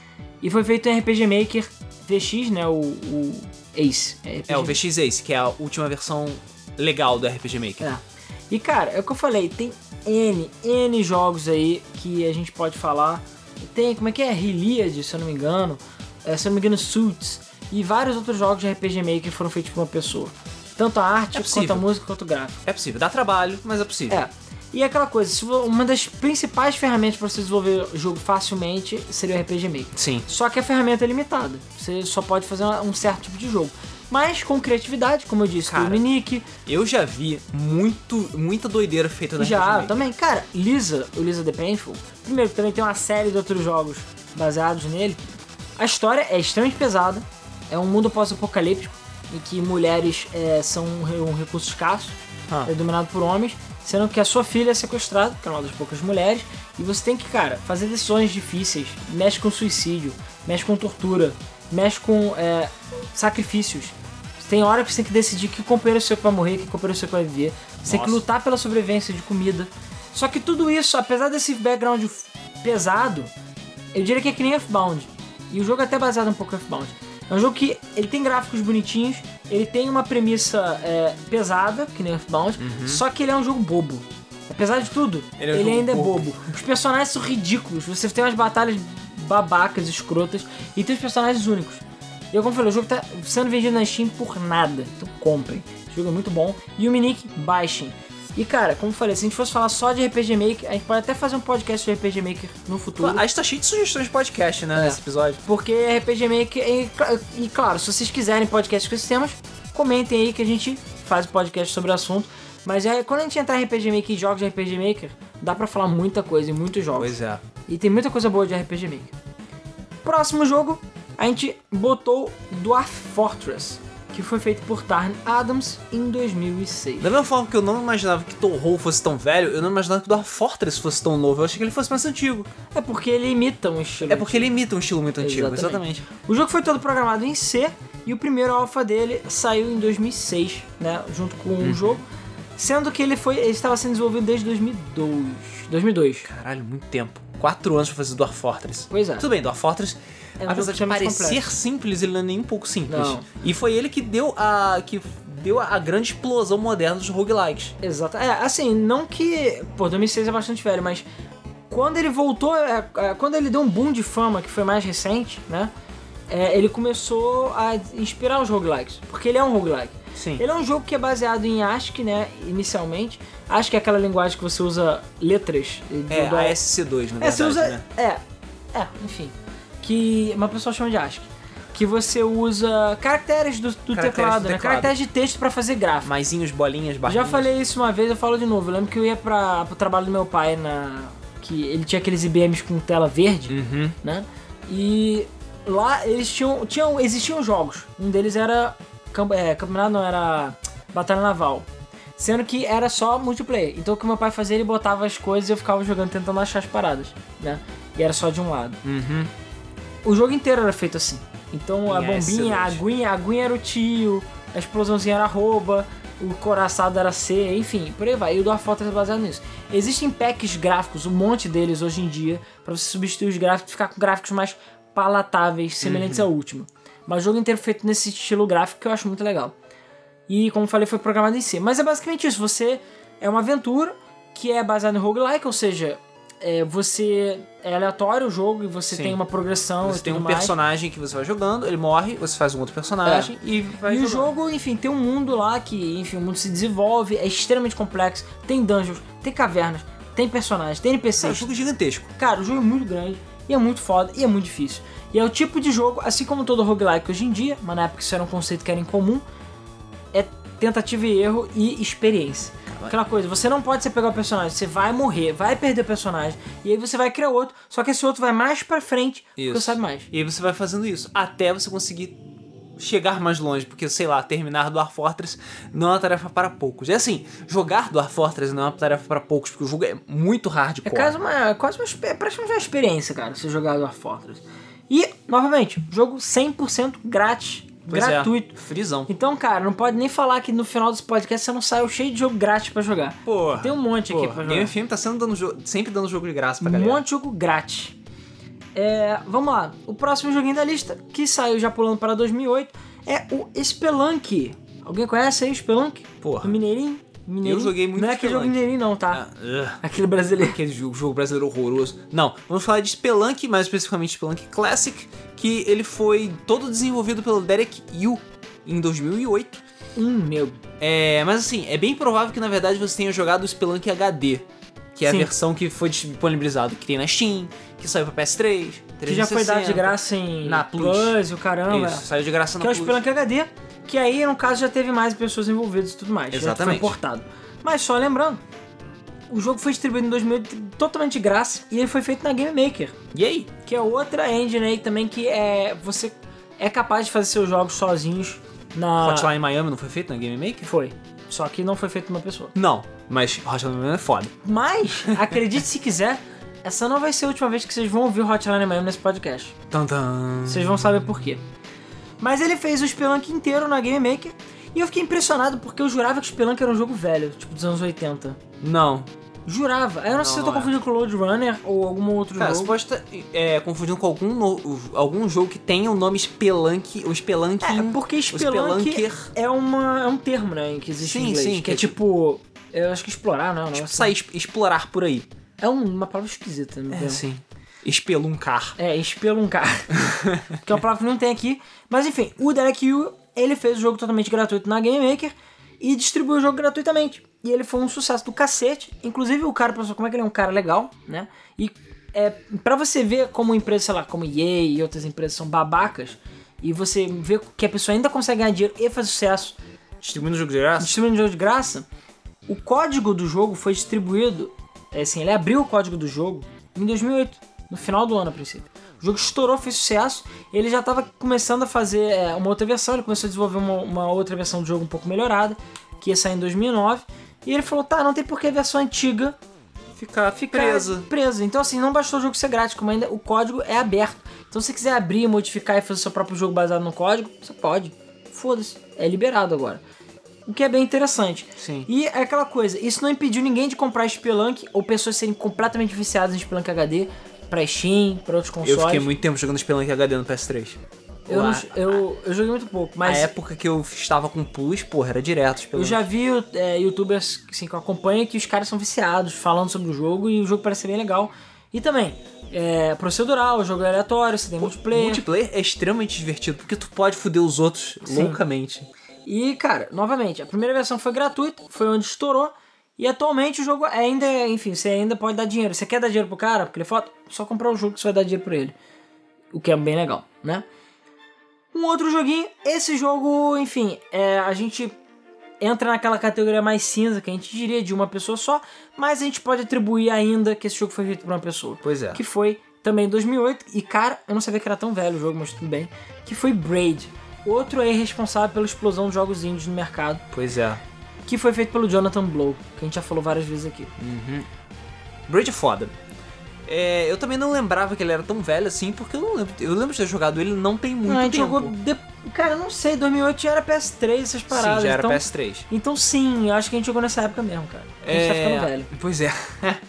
E foi feito em R P G Maker V X, né, o, o Ace. É, é, o V X Ace, que é a última versão legal do R P G Maker. É. E cara, é o que eu falei, tem N, N jogos aí que a gente pode falar. Tem, como é que é? Hyliad, se eu não me engano. É, se eu não me engano, Suits. E vários outros jogos de R P G Maker foram feitos por uma pessoa. Tanto a arte, é quanto a música, quanto o gráfico. É possível, dá trabalho, mas é possível. É. E aquela coisa, uma das principais ferramentas para você desenvolver o jogo facilmente seria o R P G Maker. Sim. Só que a ferramenta é limitada. Você só pode fazer um certo tipo de jogo. Mas com criatividade, como eu disse, cara, o Yuminique. Eu já vi muito, muita doideira feita na Já, R P G Maker. também. Cara, Lisa, o Lisa the Painful, primeiro também tem uma série de outros jogos baseados nele. A história é extremamente pesada. É um mundo pós-apocalíptico em que mulheres é, são um recurso escasso, ah. é dominado por homens, sendo que a sua filha é sequestrada, que é uma das poucas mulheres, e você tem que, cara, fazer decisões difíceis, mexe com suicídio, mexe com tortura, mexe com é, sacrifícios. Tem hora que você tem que decidir que companheiro seu que vai morrer, que companheiro seu que vai viver. Você Nossa. tem que lutar pela sobrevivência de comida. Só que tudo isso, apesar desse background pesado, eu diria que é que nem Earthbound. E o jogo é até baseado um pouco em Earthbound. É um jogo que ele tem gráficos bonitinhos, ele tem uma premissa é, pesada, que nem Earthbound, uhum. só que ele é um jogo bobo. Apesar de tudo, ele, é um ele ainda bobo. é bobo. Os personagens são ridículos, você tem umas batalhas babacas, escrotas, e tem os personagens únicos. E eu, como falei, o jogo tá sendo vendido na Steam por nada, então comprem. O jogo é muito bom. E o Yuminique, baixem. E cara, como eu falei, se a gente fosse falar só de R P G Maker, a gente pode até fazer um podcast de R P G Maker no futuro. A gente tá cheio de sugestões de podcast, né, é. nesse episódio. Porque R P G Maker, e, e claro, se vocês quiserem podcast com esses temas, comentem aí que a gente faz um podcast sobre o assunto. Mas é, quando a gente entrar em R P G Maker e jogos de R P G Maker, dá pra falar muita coisa em muitos jogos. Pois é. E tem muita coisa boa de R P G Maker. Próximo jogo, a gente botou Dwarf Fortress, que foi feito por Tarn Adams em dois mil e seis. Da mesma forma que eu não imaginava que Touhou fosse tão velho, eu não imaginava que Dwarf Fortress fosse tão novo. Eu achei que ele fosse mais antigo. É porque ele imita um estilo É porque antigo. ele imita um estilo muito antigo, exatamente. exatamente. O jogo foi todo programado em C e o primeiro alpha dele saiu em dois mil e seis, né, junto com o uhum. jogo. Sendo que ele foi, ele estava sendo desenvolvido desde dois mil e dois. dois mil e dois. Caralho, muito tempo. Quatro anos pra fazer Dwarf Fortress. Pois é. Tudo bem, Dwarf Fortress, é um apesar de parecer complexo. simples, ele não é nem um pouco simples. Não. E foi ele que deu a que deu a grande explosão moderna dos roguelikes. Exato. É, assim, não que... Pô, dois mil e seis é bastante velho, mas quando ele voltou, é, é, quando ele deu um boom de fama, que foi mais recente, né? É, ele começou a inspirar os roguelikes, porque ele é um roguelike. Sim. Ele é um jogo que é baseado em ASCII, né, inicialmente. ASCII é aquela linguagem que você usa letras. É, do... A S C dois, na é, verdade, você usa... né? É, é, enfim. Que uma pessoa chama de ASCII. Que você usa caracteres do, do caracteres teclado, do né? teclado. Caracteres de texto pra fazer gráfico. Maisinhos, bolinhas, barrinhas. Já falei isso uma vez, eu falo de novo. Eu lembro que eu ia pra, pro trabalho do meu pai, na que ele tinha aqueles I B Ms com tela verde, uhum. né? E lá eles tinham, tinham... Existiam jogos. Um deles era... É, campeonato não, era Batalha Naval. Sendo que era só multiplayer. Então o que meu pai fazia, ele botava as coisas e eu ficava jogando, tentando achar as paradas, né? E era só de um lado. Uhum. O jogo inteiro era feito assim. Então a É, bombinha, excelente. a aguinha, a aguinha era o tio, a explosãozinha era arroba, o coraçado era C, enfim, por aí vai. E o Dwarf Fortress é baseado nisso. Existem packs gráficos, um monte deles hoje em dia, pra você substituir os gráficos e ficar com gráficos mais palatáveis, semelhantes Uhum. ao último. Mas o jogo inteiro feito nesse estilo gráfico que eu acho muito legal. E como falei, foi programado em C. Mas é basicamente isso, você é uma aventura que é baseada em roguelike, ou seja, é, você é aleatório o jogo e você Sim. tem uma progressão Você e tem tudo um mais. personagem que você vai jogando, ele morre, você faz um outro personagem e vai E o jogando. jogo, enfim, tem um mundo lá que, enfim, o mundo se desenvolve, é extremamente complexo, tem dungeons, tem cavernas, tem personagens, tem N P É um Cs. jogo gigantesco. Cara, o jogo é muito grande, e é muito foda, e é muito difícil. E é o tipo de jogo, assim como todo roguelike hoje em dia, mas na época isso era um conceito que era incomum, é tentativa e erro e experiência. Aquela coisa, você não pode você pegar o personagem, você vai morrer, vai perder o personagem, e aí você vai criar outro, só que esse outro vai mais pra frente, porque você sabe mais. E aí você vai fazendo isso, até você conseguir chegar mais longe, porque, sei lá, terminar Dwarf Fortress não é uma tarefa para poucos. É assim, jogar Dwarf Fortress não é uma tarefa para poucos, porque o jogo é muito É hardcore. quase uma, quase uma, é praticamente uma experiência, cara, você jogar Dwarf Fortress. E, novamente, jogo cem por cento grátis, Pois gratuito. É, frisão. Então, cara, não pode nem falar que no final desse podcast você não saiu cheio de jogo grátis pra jogar. Pô, Tem um monte aqui pra jogar. Game F M tá sendo dando jo- sempre dando jogo de graça pra Um galera. monte de jogo grátis. É, vamos lá. O próximo joguinho da lista, que saiu já pulando para dois mil e oito, é o Spelunk. Alguém conhece aí o Spelunk? Porra. O Mineirinho? Mineirinho? Eu joguei muito Não é aquele jogo Spelunk. Mineirinho não, tá? Ah, ugh. Aquele brasileiro. Aquele jogo, jogo brasileiro horroroso. Não, vamos falar de Spelunk, mais especificamente Spelunk Classic, que ele foi todo desenvolvido pelo Derek Yu em dois mil e oito. Hum, meu. É, mas assim, é bem provável que na verdade você tenha jogado o Spelunk H D, que é Sim. a versão que foi disponibilizada, que tem na Steam, que saiu pra P S três, Que já foi dado de trezentos e sessenta. graça em Na Plus. Plus e o caramba. Isso, saiu de graça na Que é o Plus. Spelunk H D, que aí no caso já teve mais pessoas envolvidas e tudo mais. Já Exatamente. foi portado. Mas só lembrando, o jogo foi distribuído em dois mil e oito totalmente de graça e ele foi feito na Game Maker, E aí? que é outra engine aí também que é você é capaz de fazer seus jogos sozinhos na Hotline Miami não foi feito na Game Maker? Foi. Só que não foi feito por uma pessoa. Não, mas Hotline Miami é foda. Mas, acredite se quiser, essa não vai ser a última vez que vocês vão ouvir o Hotline Miami nesse podcast. Tum, tum. Vocês vão saber por quê. Mas ele fez o Spelunk inteiro na Game Maker e eu fiquei impressionado porque eu jurava que o Spelunk era um jogo velho, tipo dos anos oitenta. Não. Jurava. Aí eu não, sei se eu tô não é. confundindo com o Load Runner ou algum outro Cara, você jogo. pode estar é, confundindo com algum, no- algum jogo que tenha o nome Spelunk, ou Spelunking. É, porque o Spelunk Spelunker. é, uma, é um termo, né, que existe Sim, em inglês. sim, que, que é é tipo... Eu acho que explorar, não é? Um Tipo, negócio sair es- explorar por aí. assim. É um- uma palavra esquisita, né? É, sim. Espeluncar. É, espeluncar. Que é uma palavra que não tem aqui. Mas enfim, o Derek Yu, ele fez o jogo totalmente gratuito na Game Maker e distribuiu o jogo gratuitamente. E ele foi um sucesso do cacete. Inclusive o cara, pessoal, como é que ele é um cara legal, né? E é, pra você ver como empresas, sei lá, como E A e outras empresas são babacas, e você ver que a pessoa ainda consegue ganhar dinheiro e fazer sucesso Distribuindo o jogo de graça? distribuindo jogo de graça, o código do jogo foi distribuído, é assim, ele abriu o código do jogo em dois mil e oito, no final do ano a princípio. O jogo estourou, fez sucesso, ele já estava começando a fazer é, uma outra versão, ele começou a desenvolver uma, uma outra versão do jogo um pouco melhorada, que ia sair em dois mil e nove, e ele falou, tá, não tem por que a versão antiga Ficar, ficar presa. presa. Então assim, não bastou o jogo ser grátis, como ainda o código é aberto. Então se você quiser abrir, modificar e fazer seu próprio jogo baseado no código, você pode. Foda-se, é liberado agora. O que é bem interessante. Sim. E é aquela coisa, isso não impediu ninguém de comprar Spelunk ou pessoas serem completamente viciadas em Spelunk H D pra Steam, pra outros consoles. Eu fiquei muito tempo jogando Spelunk H D no P S três. Eu, Lá, não- eu, eu joguei muito pouco, mas A época que eu estava com Plus, porra, era direto Spelunk. eu já vi é, youtubers assim, que eu acompanho que os caras são viciados, falando sobre o jogo e o jogo parece ser bem legal. E também, é procedural, o jogo é aleatório, você tem multiplayer. Multiplayer é extremamente divertido, porque tu pode foder os outros Sim. loucamente. E, cara, novamente, a primeira versão foi gratuita, foi onde estourou. E atualmente o jogo ainda, é- enfim, você ainda pode dar dinheiro. Você quer dar dinheiro pro cara, porque ele fala, só comprar o jogo que você vai dar dinheiro pra ele. O que é bem legal, né? Um outro joguinho, esse jogo, enfim, é, a gente entra naquela categoria mais cinza, que a gente diria de uma pessoa só, mas a gente pode atribuir ainda que esse jogo foi feito por uma pessoa. Pois é. Que foi também em dois mil e oito, e cara, eu não sabia que era tão velho o jogo, mas tudo bem, que foi Braid. Outro aí responsável pela explosão de jogos indies no mercado. Pois é. que foi feito pelo Jonathan Blow, que a gente já falou várias vezes aqui. Uhum. Braid é foda. É, eu também não lembrava que ele era tão velho assim, porque eu não lembro. Eu lembro de ter jogado ele não tem muito não, a gente tempo. jogou de... Cara, eu não sei, dois mil e oito já era P S três, essas paradas. Sim, já era então... P S três. Então sim, eu acho que a gente jogou nessa época mesmo, cara. A gente é... tá ficando velho. Pois é.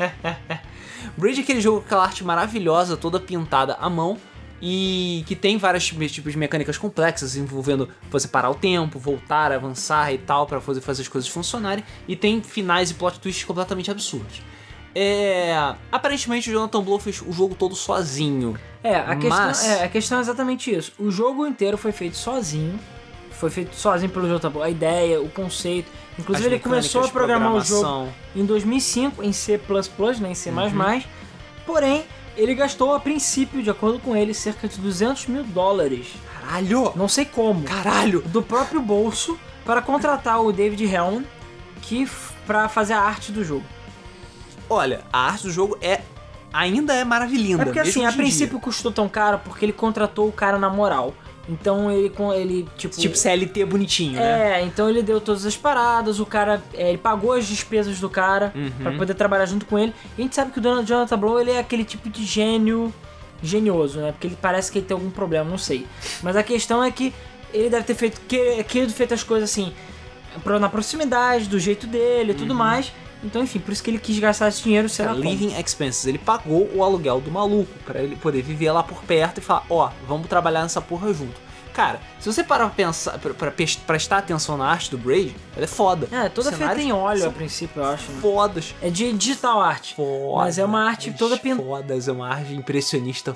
Braid é aquele jogo com aquela arte maravilhosa, toda pintada à mão, e que tem vários tipos de mecânicas complexas, envolvendo você parar o tempo, voltar, avançar e tal, pra fazer, fazer as coisas funcionarem, e tem finais e plot twists completamente absurdos. É... Aparentemente o Jonathan Blow fez o jogo todo sozinho. É a, mas... questão, é, a questão é exatamente isso. O jogo inteiro foi feito sozinho. Foi feito sozinho pelo Jonathan Blow. A ideia, o conceito. Inclusive As ele começou a programar o jogo em dois mil e cinco em C plus plus, né, em C mais mais. Uhum. Porém, ele gastou a princípio, de acordo com ele, cerca de duzentos mil dólares. Caralho! Não sei como. Caralho! Do próprio bolso para contratar o David Hellman que, pra fazer a arte do jogo. Olha, a arte do jogo é ainda é maravilhosa. É porque assim, a princípio custou tão caro porque ele contratou o cara na moral. Então ele, ele tipo... Tipo C L T bonitinho, é, né? É, então ele deu todas as paradas, o cara... É, ele pagou as despesas do cara uhum. pra poder trabalhar junto com ele. E a gente sabe que o Jonathan Blow, ele é aquele tipo de gênio genioso, né? Porque ele parece que ele tem algum problema, não sei. Mas a questão é que ele deve ter feito... Querido feito as coisas assim... Na proximidade, do jeito dele e tudo uhum. mais... Então, enfim, por isso que ele quis gastar esse dinheiro, sei lá como. Living expenses. Ele pagou o aluguel do maluco pra ele poder viver lá por perto e falar, ó, oh, vamos trabalhar nessa porra junto. Cara, se você parar pra pensar, pra, pra prestar atenção na arte do Braid, ela é foda. É, toda feita em óleo a princípio, eu acho. Né? Fodas. É de digital art. Foda. Mas é uma arte toda pintada. Fodas, é uma arte impressionista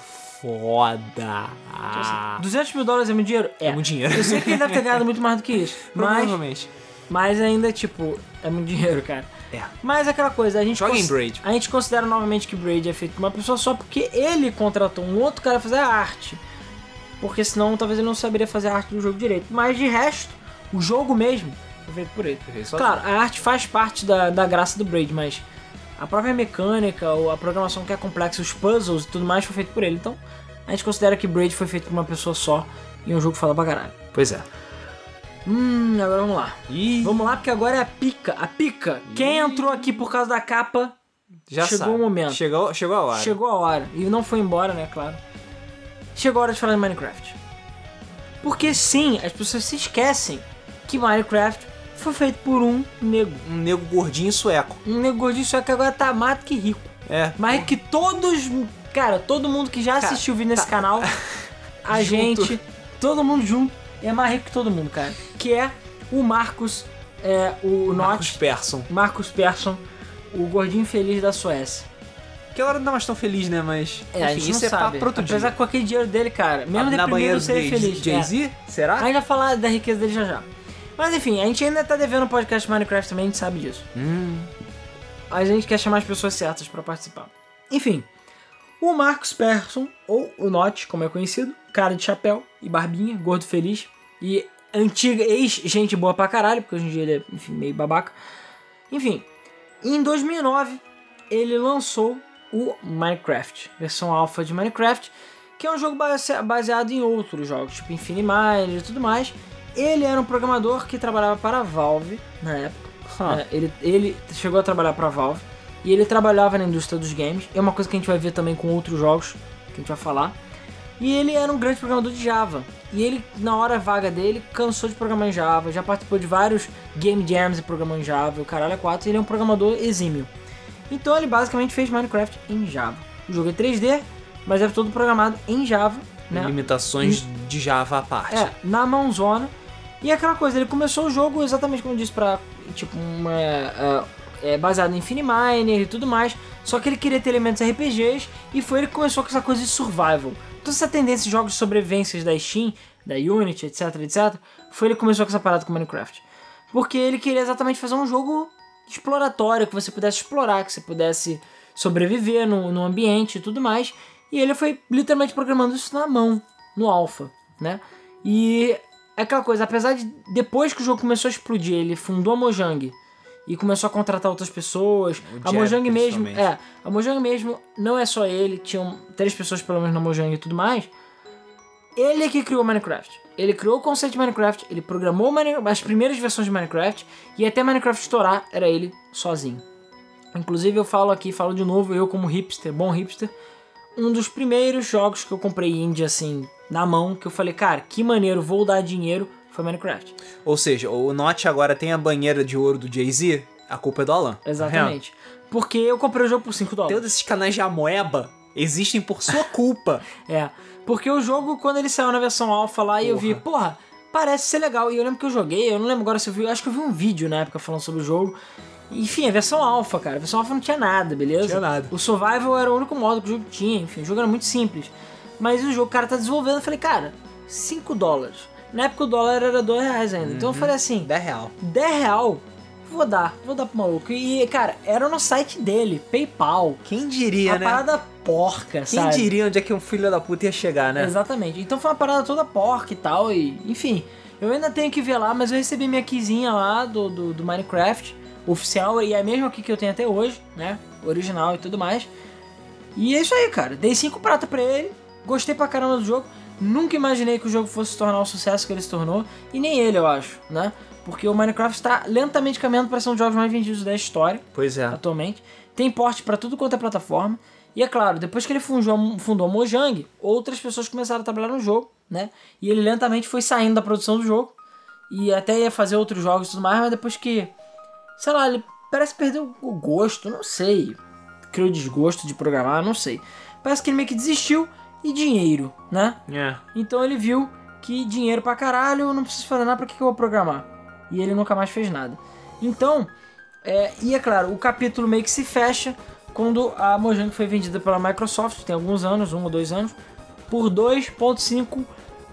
foda. Ah. duzentos mil dólares é muito dinheiro? É. É muito dinheiro. Eu sei que ele deve ter ganhado muito mais do que isso. Provavelmente. Mas, mas ainda, tipo, é muito dinheiro, cara. É. Mas aquela coisa, a gente, Joga em Braid. a gente considera novamente que Braid é feito por uma pessoa só porque ele contratou um outro cara pra fazer a arte. Porque senão talvez ele não saberia fazer a arte do jogo direito. Mas de resto, o jogo mesmo foi feito por ele. Claro, a arte faz parte da, da graça do Braid, mas a própria mecânica, ou a programação que é complexa, os puzzles e tudo mais foi feito por ele. Então a gente considera que Braid foi feito por uma pessoa só e é um jogo foda pra caralho. Pois é. Hum, agora vamos lá. Ih. Vamos lá, porque agora é a pica. A pica. Ih. Quem entrou aqui por causa da capa, já chegou sabe. o momento. Chegou, chegou a hora. Chegou a hora. E não foi embora, né, claro. Chegou a hora de falar de Minecraft. Porque sim, as pessoas se esquecem que Minecraft foi feito por um nego. Um nego gordinho sueco. Um nego gordinho sueco que agora tá mais do que rico. É. Mais que todos... Cara, todo mundo que já cara, assistiu o vídeo nesse tá. canal, a gente, todo mundo junto, é mais rico que todo mundo, cara. Que é o Marcos, é, o Marcos Notch, Persson. Marcus Persson, o gordinho feliz da Suécia. Que hora não tá mais tão feliz, né? Mas, é, enfim, a gente isso não é sabe. pra outro Apesar dia. que com aquele dinheiro dele, cara, mesmo Na deprimido, seria feliz. Jay-Z? É. Será? A gente vai falar da riqueza dele já já. Mas enfim, a gente ainda tá devendo um podcast Minecraft também, a gente sabe disso. Hum. Mas a gente quer chamar as pessoas certas pra participar. Enfim, o Marcus Persson, ou o Notch, como é conhecido, cara de chapéu e barbinha, gordo feliz, e antiga ex-gente boa pra caralho, porque hoje em dia ele é, enfim, meio babaca. Enfim, em dois mil e nove, ele lançou o Minecraft, versão alpha de Minecraft, que é um jogo base- baseado em outros jogos, tipo Infiniminer e tudo mais. Ele era um programador que trabalhava para a Valve na época. Huh. É, ele, ele chegou a trabalhar para a Valve e ele trabalhava na indústria dos games. É uma coisa que a gente vai ver também com outros jogos que a gente vai falar. E ele era um grande programador de Java. E ele, na hora vaga dele, cansou de programar em Java, já participou de vários game jams e programou em Java, o caralho é quatro, e ele é um programador exímio. Então ele basicamente fez Minecraft em Java. O jogo é três D, mas é todo programado em Java, né? Limitações e, de Java à parte. É, na mãozona. E aquela coisa, ele começou o jogo exatamente como eu disse, pra, tipo, uma, uh, é, baseado em Infiniminer e tudo mais, só que ele queria ter elementos R P Gs, e foi ele que começou com essa coisa de survival. Toda essa tendência de jogos de sobrevivências da Steam, da Unity, etc, etc, foi ele que começou com essa parada com Minecraft. Porque ele queria exatamente fazer um jogo exploratório, que você pudesse explorar, que você pudesse sobreviver no, no ambiente e tudo mais. E ele foi literalmente programando isso na mão, no alpha, né? E é aquela coisa, apesar de depois que o jogo começou a explodir, ele fundou a Mojang e começou a contratar outras pessoas. O a Jeff, Mojang mesmo, é, a Mojang mesmo não é só ele, tinham três pessoas pelo menos na Mojang e tudo mais. Ele é que criou Minecraft. Ele criou o conceito de Minecraft, ele programou as primeiras versões de Minecraft e até Minecraft estourar era ele sozinho. Inclusive eu falo aqui, falo de novo, eu como hipster, bom hipster, um dos primeiros jogos que eu comprei indie assim, na mão, que eu falei, cara, que maneiro, vou dar dinheiro, foi Minecraft. Ou seja, o Notch agora tem a banheira de ouro do Jay-Z, a culpa é do Alan. Exatamente. Porque eu comprei o jogo por cinco dólares. Todos esses canais de amoeba existem por sua culpa. É, porque o jogo, quando ele saiu na versão alpha lá, e eu vi, porra, parece ser legal. E eu lembro que eu joguei, eu não lembro agora se eu vi, acho que eu vi um vídeo na época falando sobre o jogo. Enfim, a versão alpha, cara, a versão alpha não tinha nada, beleza? Não tinha nada. O survival era o único modo que o jogo tinha, enfim, o jogo era muito simples. Mas o jogo, o cara tá desenvolvendo, eu falei, cara, cinco dólares. Na época o dólar era dois reais ainda, uhum. Então eu falei assim, dez real. dez real, vou dar, vou dar pro maluco. E, cara, era no site dele, PayPal. Quem diria, uma né? Uma parada porca, Quem sabe? Quem diria onde é que um filho da puta ia chegar, né? Exatamente. Então foi uma parada toda porca e tal, e enfim. Eu ainda tenho que ver lá, mas eu recebi minha keyzinha lá do, do, do Minecraft, oficial, e é a mesma aqui que eu tenho até hoje, né? Original e tudo mais. E é isso aí, cara. Dei cinco prata pra ele, gostei pra caramba do jogo. Nunca imaginei que o jogo fosse se tornar o sucesso que ele se tornou, e nem ele, eu acho, né? Porque o Minecraft está lentamente caminhando para ser um dos jogos mais vendidos da história. Pois é. Atualmente. Tem porte para tudo quanto é plataforma. E é claro, depois que ele fundou, fundou a Mojang, outras pessoas começaram a trabalhar no jogo, né? E ele lentamente foi saindo da produção do jogo. E até ia fazer outros jogos e tudo mais, mas depois que... Sei lá, ele parece que perdeu o gosto, não sei. Criou desgosto de programar, não sei. Parece que ele meio que desistiu. E dinheiro, né? É. Então ele viu que dinheiro pra caralho, eu não preciso fazer nada, pra que, que eu vou programar? E ele nunca mais fez nada. Então, é, e é claro, o capítulo meio que se fecha quando a Mojang foi vendida pela Microsoft, tem alguns anos, um ou dois anos, por dois vírgula cinco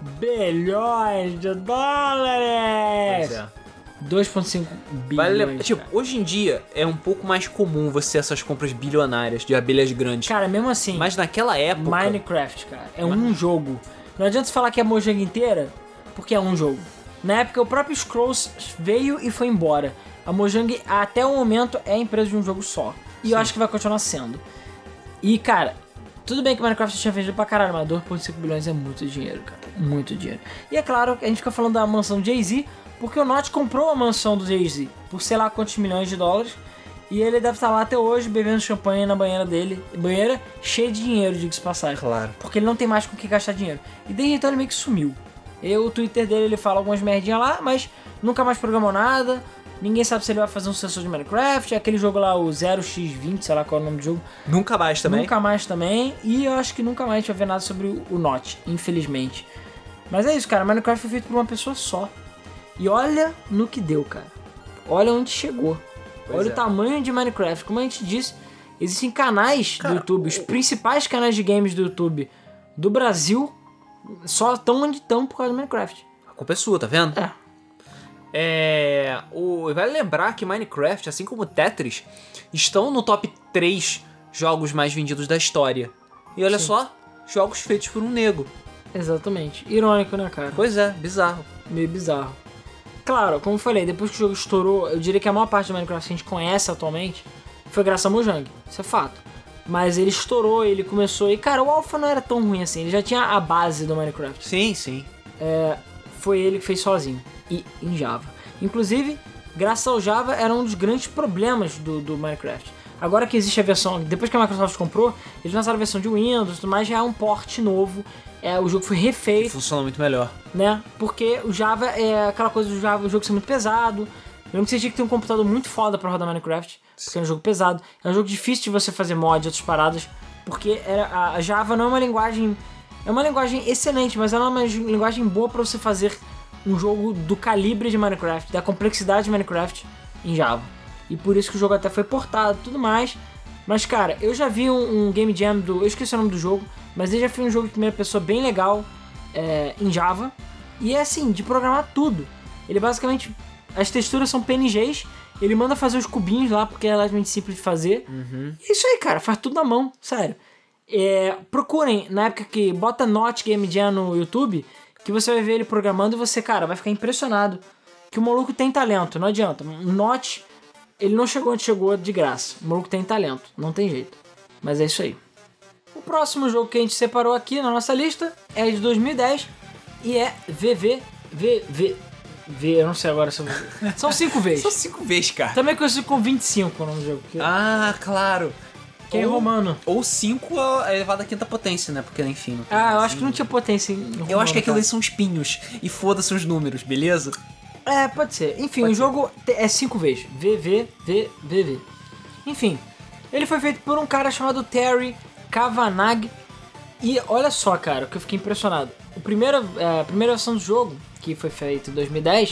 bilhões de dólares! Pois é. dois vírgula cinco bilhões. Vale, tipo, hoje em dia é um pouco mais comum você ter essas compras bilionárias de abelhas grandes. Cara, mesmo assim. Mas naquela época. Minecraft, cara, é um jogo. Não adianta você falar que é a Mojang inteira, porque é um jogo. Na época, o próprio Scrolls veio e foi embora. A Mojang, até o momento, é a empresa de um jogo só. E Sim. eu acho que vai continuar sendo. E, cara, tudo bem que Minecraft tinha vendido pra caralho, mas dois vírgula cinco bilhões é muito dinheiro, cara. Muito dinheiro. E é claro, a gente fica falando da mansão Jay-Z, porque o Notch comprou a mansão do Jay-Z por sei lá quantos milhões de dólares. E ele deve estar lá até hoje bebendo champanhe na banheira dele. Banheira cheia de dinheiro, diga-se passagem. Claro. Porque ele não tem mais com o que gastar dinheiro. E desde então ele meio que sumiu. E o Twitter dele, ele fala algumas merdinhas lá, mas nunca mais programou nada. Ninguém sabe se ele vai fazer um sucessor de Minecraft. Aquele jogo lá, o zero x vinte, sei lá qual é o nome do jogo. Nunca mais também. Nunca mais também. E eu acho que nunca mais a gente vai ver nada sobre o Notch, infelizmente. Mas é isso, cara. Minecraft foi feito por uma pessoa só. E olha no que deu, cara. Olha onde chegou. Pois olha é. O tamanho de Minecraft. Como a gente disse, existem canais cara, do YouTube. Os principais canais de games do YouTube do Brasil só estão onde estão por causa do Minecraft. A culpa é sua, tá vendo? É. É, o, vale lembrar que Minecraft, assim como Tetris, estão no top três jogos mais vendidos da história. E olha Sim. só, jogos feitos por um nego. Exatamente. Irônico, né, cara? Pois é, bizarro. Meio bizarro. Claro, como eu falei, depois que o jogo estourou, eu diria que a maior parte do Minecraft que a gente conhece atualmente foi graças a Mojang. Isso é fato. Mas ele estourou, ele começou... E, cara, o Alpha não era tão ruim assim. Ele já tinha a base do Minecraft. Sim, sim. É, foi ele que fez sozinho. E em Java. Inclusive, graças ao Java, era um dos grandes problemas do, do Minecraft. Agora que existe a versão... Depois que a Microsoft comprou, eles lançaram a versão de Windows e tudo mais, já é um port novo. É, o jogo foi refeito. E funciona muito melhor. Né? Porque o Java é aquela coisa do Java, o jogo ser muito pesado. Eu lembro que você tinha que ter um computador muito foda pra rodar Minecraft. Porque é um jogo pesado. É um jogo difícil de você fazer mod e outras paradas. Porque era, a Java não é uma linguagem... É uma linguagem excelente, mas ela é uma linguagem boa pra você fazer um jogo do calibre de Minecraft, da complexidade de Minecraft em Java. E por isso que o jogo até foi portado e tudo mais. Mas, cara, eu já vi um, um Game Jam do... Eu esqueci o nome do jogo, mas eu já vi um jogo de primeira pessoa bem legal é, em Java. E é assim, de programar tudo. Ele basicamente... As texturas são P N Gs. Ele manda fazer os cubinhos lá, porque é relativamente simples de fazer. Uhum. E isso aí, cara, faz tudo na mão, sério. É, procurem, na época que bota Notch Game Jam no YouTube, que você vai ver ele programando e você, cara, vai ficar impressionado. Que o maluco tem talento, não adianta. Notch, ele não chegou onde chegou de graça. O maluco tem talento, não tem jeito. Mas é isso aí. próximo jogo que a gente separou aqui na nossa lista é de dois mil e dez e é V V V V V, eu não sei agora se eu... São cinco vezes. São cinco vezes, cara. Também conhecido com vinte e cinco o nome do jogo. Que... Ah, claro. Que é em romano. Ou cinco é elevado à quinta potência, né? Porque, enfim... Não tem ah, eu assim, acho que não tinha potência em romano. Eu acho que aquilo cara. ali são espinhos. E foda-se os números, beleza? É, pode ser. Enfim, pode o ser. jogo é cinco vezes. V V V V V. Enfim, ele foi feito por um cara chamado Terry Kavanagh. E olha só, cara, o que eu fiquei impressionado. O primeiro, é, a primeira versão do jogo, que foi feita em dois mil e dez,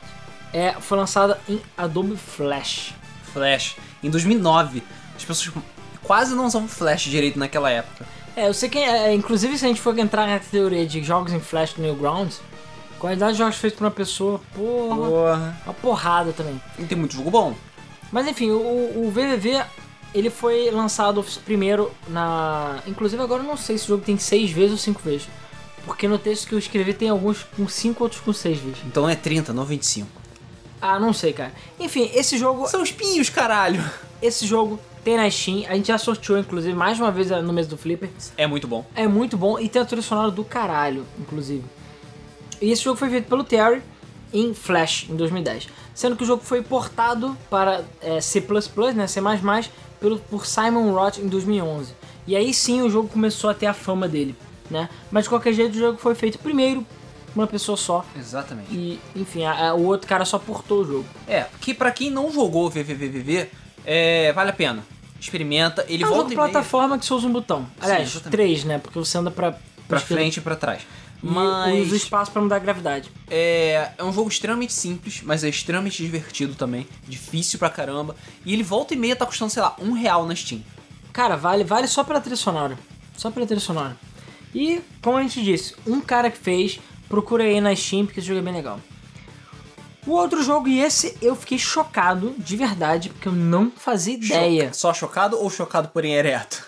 é, foi lançada em Adobe Flash. Flash. Em dois mil e nove, as pessoas quase não usavam Flash direito naquela época. É, eu sei que, é, inclusive, se a gente for entrar na teoria de jogos em Flash do Newgrounds, qualidade de jogos feitos por uma pessoa, porra, Porra. uma porrada também. E tem muito jogo bom. Mas enfim, o, o V V V, ele foi lançado primeiro na... Inclusive agora eu não sei se o jogo tem seis vezes ou cinco vezes. Porque no texto que eu escrevi tem alguns com cinco, outros com seis vezes. Então é trinta, não vinte e cinco. Ah, não sei, cara. Enfim, esse jogo... São espinhos, caralho. Esse jogo tem na Steam. A gente já sorteou, inclusive, mais uma vez no mês do Flipper. É muito bom. É muito bom e tem a trilha sonora do caralho, inclusive. E esse jogo foi feito pelo Terry em Flash, em dois mil e dez. Sendo que o jogo foi portado para é, C plus plus, né, C mais mais, pelo, por Simon Roth em dois mil e onze. E aí sim o jogo começou a ter a fama dele, né? Mas de qualquer jeito o jogo foi feito primeiro uma pessoa só. Exatamente. E, enfim, a, a, o outro cara só portou o jogo. É, que pra quem não jogou V V V V V, é, vale a pena. Experimenta, ele É um volta jogo de e meia plataforma que você usa um botão. Aliás, exatamente. três, né? Porque você anda pra... pra frente e pra trás. E Mas usa o espaço pra mudar a gravidade. é, é um jogo extremamente simples, mas é extremamente divertido também. Difícil pra caramba. E ele volta e meia tá custando, sei lá, um real na Steam. Cara, vale, vale só pela trilha sonora. Só pela trilha sonora. E, como a gente disse, um cara que fez, procura aí na Steam, porque esse jogo é bem legal. O outro jogo, e esse eu fiquei chocado, de verdade, porque eu não fazia ideia. Choca- Só chocado ou chocado porém ereto?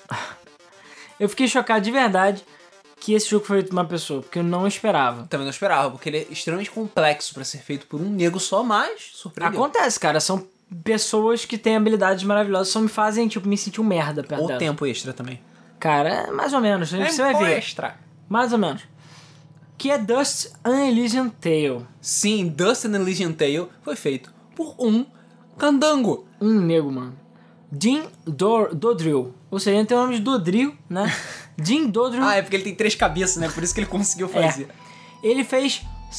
Eu fiquei chocado de verdade que esse jogo foi feito por uma pessoa, porque eu não esperava. Também não esperava, porque ele é extremamente complexo pra ser feito por um nego só, mas surpreendeu. Acontece, cara, são pessoas que têm habilidades maravilhosas, só me fazem, tipo, me sentir um merda perto Ou delas. tempo extra também. Cara, mais ou menos, você vai ver. Extra. Mais ou menos. Que é Dust An Elysian Tale. Sim, Dust and Elysian Tale foi feito por um candango. Um nego, mano. Jim Dor- Dodrill. Ou seja, ele tem o nome de Dodrill, né? Jim Dodrill. Ah, é porque ele tem três cabeças, né? Por isso que ele conseguiu fazer. É. Ele fez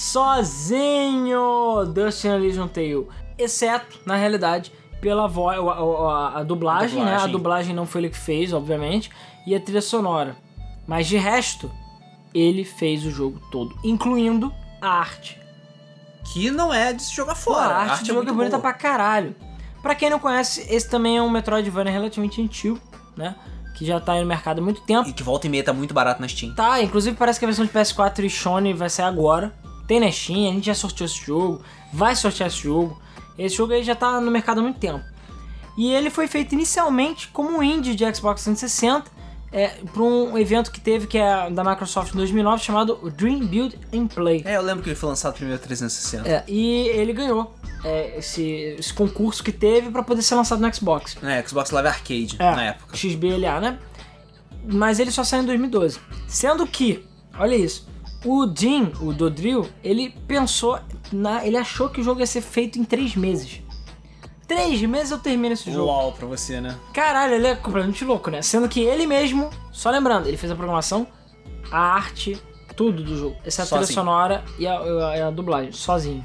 sozinho Dust An Elysian Tale. Exceto, na realidade, pela voz, a, a, a, dublagem, A né? A dublagem. dublagem não foi ele que fez, obviamente. E a trilha sonora. Mas de resto, ele fez o jogo todo. Incluindo a arte. Que não é de se jogar Pô, fora. a arte do é jogo é muito bonita boa. pra caralho. Pra quem não conhece, esse também é um Metroidvania relativamente antigo, né? Que já tá aí no mercado há muito tempo. E que volta e meia tá muito barato na Steam. Tá, inclusive parece que a versão de P S quatro e Sony vai sair agora. Tem na Steam, a gente já sorteou esse jogo, vai sortear esse jogo. Esse jogo aí já tá no mercado há muito tempo. E ele foi feito inicialmente como um indie de Xbox trezentos e sessenta, é, para um evento que teve, que é da Microsoft em dois mil e nove, chamado Dream Build and Play. É, eu lembro que ele foi lançado primeiro trezentos e sessenta. É, e ele ganhou é, esse, esse concurso que teve pra poder ser lançado no Xbox. É, Xbox Live Arcade, É, na época. X B L A, né? Mas ele só saiu em dois mil e doze. Sendo que, olha isso, o Jim, o Dodrill, ele pensou, na, ele achou que o jogo ia ser feito em três meses. Três meses eu termino esse jogo. Uau pra você, né? Caralho, ele é completamente louco, né? Sendo que ele mesmo, só lembrando, ele fez a programação, a arte, tudo do jogo. Exceto a trilha Sozinho. sonora e a, a- a dublagem, sozinho.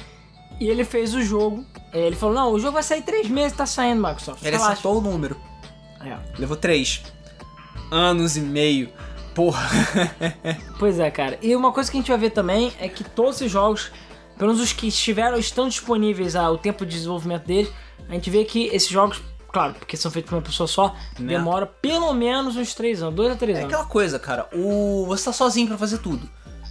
E ele fez o jogo, ele falou, não, o jogo vai sair três meses, tá saindo, Microsoft. Ele relaxa. acertou o número. É. Levou três anos e meio. Porra. Pois é, cara. E uma coisa que a gente vai ver também é que todos esses jogos, pelo menos os que estiveram, estão disponíveis ao tempo de desenvolvimento deles, a gente vê que esses jogos, claro, porque são feitos por uma pessoa só, Né? demora pelo menos uns três anos, dois a três É anos. aquela coisa, cara. O... Você tá sozinho pra fazer tudo.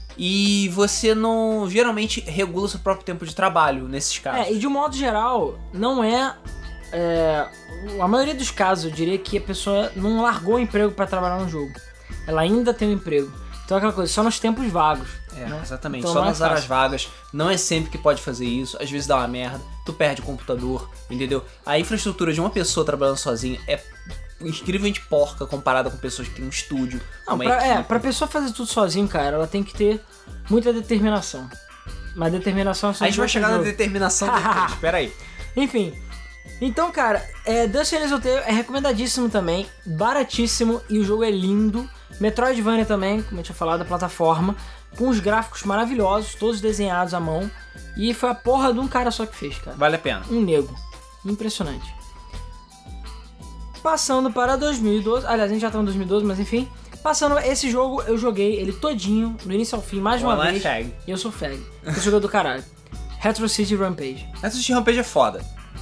E você não, geralmente, regula o seu próprio tempo de trabalho nesses casos. É, e de um modo geral, não é, é... A maioria dos casos, eu diria que a pessoa não largou o emprego pra trabalhar no jogo. Ela ainda tem um emprego. Então é aquela coisa, só nos tempos vagos. É, né? exatamente. Então Só não é nas horas fácil. vagas. Não é sempre que pode fazer isso. Às vezes dá uma merda. Tu perde o computador, entendeu? A infraestrutura de uma pessoa trabalhando sozinha é incrivelmente porca comparada com pessoas que têm um estúdio. Não, pra, é, pra pessoa fazer tudo sozinho, cara, ela tem que ter muita determinação. Mas determinação é só A gente vai chegar jogo. na determinação depois, espera aí. Enfim, então, cara, é, Dust and Laser Tale é recomendadíssimo também, baratíssimo e o jogo é lindo. Metroidvania também, como eu tinha falado, a plataforma, com os gráficos maravilhosos, todos desenhados à mão. E foi a porra de um cara só que fez, cara. Vale a pena. Um nego. Impressionante. Passando para dois mil e doze, aliás, a gente já tá em dois mil e doze, mas enfim. Passando, esse jogo eu joguei ele todinho, do início ao fim, mais de uma Olá, vez. é fag. E eu sou fag. Esse jogo é do caralho. Retro City Rampage. Retro City Rampage é foda.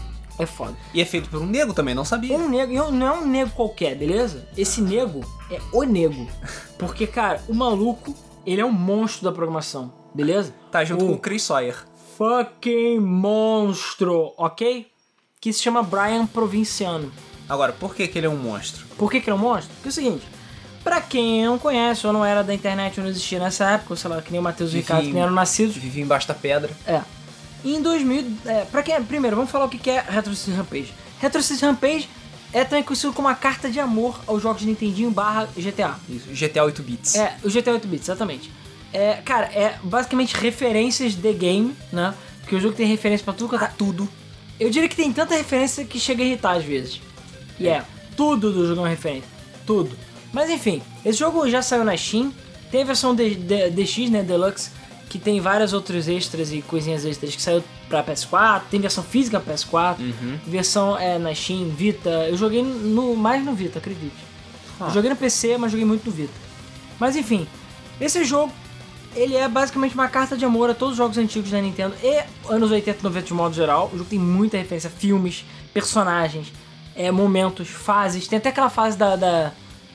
É foda. E é feito por um nego também, não sabia. Um nego, e não é um nego qualquer, beleza? Esse nego é o nego. Porque, cara, o maluco, ele é um monstro da programação, beleza? Tá junto o com o Chris Sawyer. Fucking monstro, ok? Que se chama Brian Provinciano. Agora, por que que ele é um monstro? Por que que ele é um monstro? Porque é o seguinte, pra quem não conhece ou não era da internet ou não existia nessa época, ou sei lá, que nem o Matheus e o Ricardo, que nem eram nascidos. Vivia embaixo da pedra. É. E em dois mil, é, pra quem, primeiro, vamos falar o que é Retro City Rampage. Retro City Rampage é também conhecido como uma carta de amor aos jogos de Nintendinho barra G T A. Isso, G T A oito bits. É, o G T A oito bits, exatamente. É, cara, é basicamente referências de game, né? Porque o jogo tem referência pra tudo que tá. Tudo. Eu diria que tem tanta referência que chega a irritar às vezes. E é, tudo do jogo é uma referência. Tudo. Mas enfim, esse jogo já saiu na Steam. Tem a versão D X, né, Deluxe, que tem vários outros extras e coisinhas extras que saiu pra P S quatro. Tem versão física P S quatro. Uhum. Versão é, na Steam, Vita. Eu joguei no, mais no Vita, acredite. Ah. Eu joguei no P C, mas joguei muito no Vita. Mas enfim, esse jogo, ele é basicamente uma carta de amor a todos os jogos antigos da Nintendo e anos oitenta e noventa de modo geral. O jogo tem muita referência a filmes, personagens, é, momentos, fases. Tem até aquela fase da... da,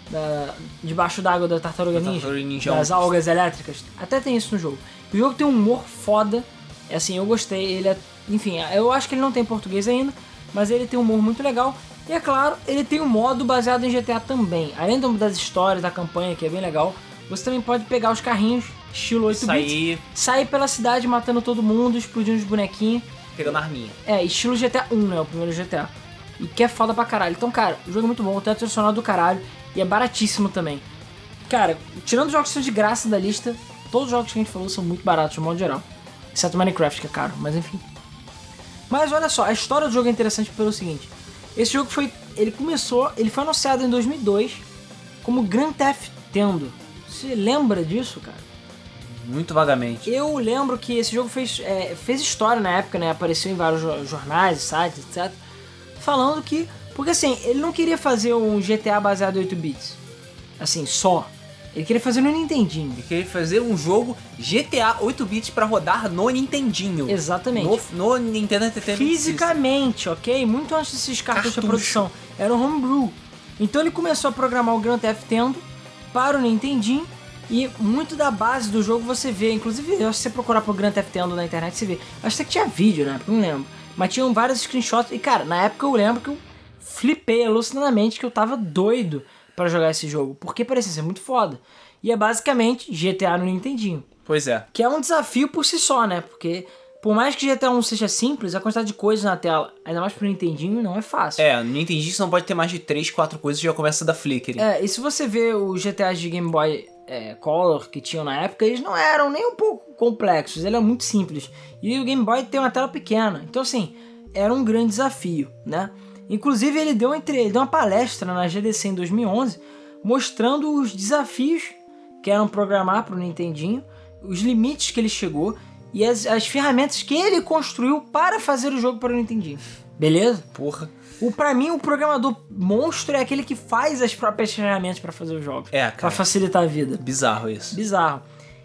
da debaixo d'água da Tartaruga Ninja, Tartaruga Ninja, das algas elétricas. Até tem isso no jogo. O jogo tem um humor foda. É assim, eu gostei. Ele é, enfim, eu acho que ele não tem português ainda, mas ele tem um humor muito legal. E é claro, ele tem um modo baseado em G T A também. Além das histórias, da campanha, que é bem legal, você também pode pegar os carrinhos, estilo oito bits, sair... sair pela cidade matando todo mundo, explodindo os bonequinhos. Pegando a arminha. É, estilo G T A um, né? O primeiro G T A. E que é foda pra caralho. Então, cara, o jogo é muito bom, tem tradicional do caralho e é baratíssimo também. Cara, tirando os jogos que são de graça da lista, todos os jogos que a gente falou são muito baratos, de modo geral. Exceto Minecraft, que é caro, mas enfim. Mas olha só, a história do jogo é interessante pelo seguinte. Esse jogo foi... Ele começou... Ele foi anunciado em dois mil e dois como Grand Theft Tendo. Você lembra disso, cara? Muito vagamente. Eu lembro que esse jogo fez, é, fez história na época, né? Apareceu em vários jornais, sites, etcétera. Falando que... Porque assim, ele não queria fazer um G T A baseado em oito bits. Assim, só. Ele queria fazer no Nintendinho. Ele queria fazer um jogo G T A oito bits pra rodar no Nintendinho. Exatamente. No, no Nintendo Entertainment Fisicamente, System. Ok? Muito antes desses cartuchos de produção. Era um homebrew. Então ele começou a programar o Grand Theft Tendo para o Nintendinho. E muito da base do jogo você vê. Inclusive, eu acho que você procurar por Grand Theft Tendo na internet, você vê. Acho até que tinha vídeo, né? Não lembro. Mas tinham vários screenshots. E cara, na época eu lembro que eu flipei alucinadamente, que eu tava doido pra jogar esse jogo, porque parecia ser muito foda. E é basicamente G T A no Nintendinho. Pois é. Que é um desafio por si só, né? Porque por mais que G T A um seja simples, a quantidade de coisas na tela, ainda mais pro Nintendinho, não é fácil. É, no Nintendinho você não pode ter mais de três, quatro coisas e já começa a dar flickering. É, e se você vê os G T As de Game Boy é, Color que tinham na época, eles não eram nem um pouco complexos, ele era muito simples. E o Game Boy tem uma tela pequena, então assim, era um grande desafio, né? Inclusive ele deu, entre, ele deu uma palestra na G D C em dois mil e onze, mostrando os desafios que eram programar para o Nintendinho, os limites que ele chegou e as, as ferramentas que ele construiu para fazer o jogo para o Nintendinho. Beleza? Porra. O, pra mim, o programador monstro é aquele que faz as próprias ferramentas para fazer os jogos. É, cara. Pra facilitar a vida. Bizarro isso. Bizarro.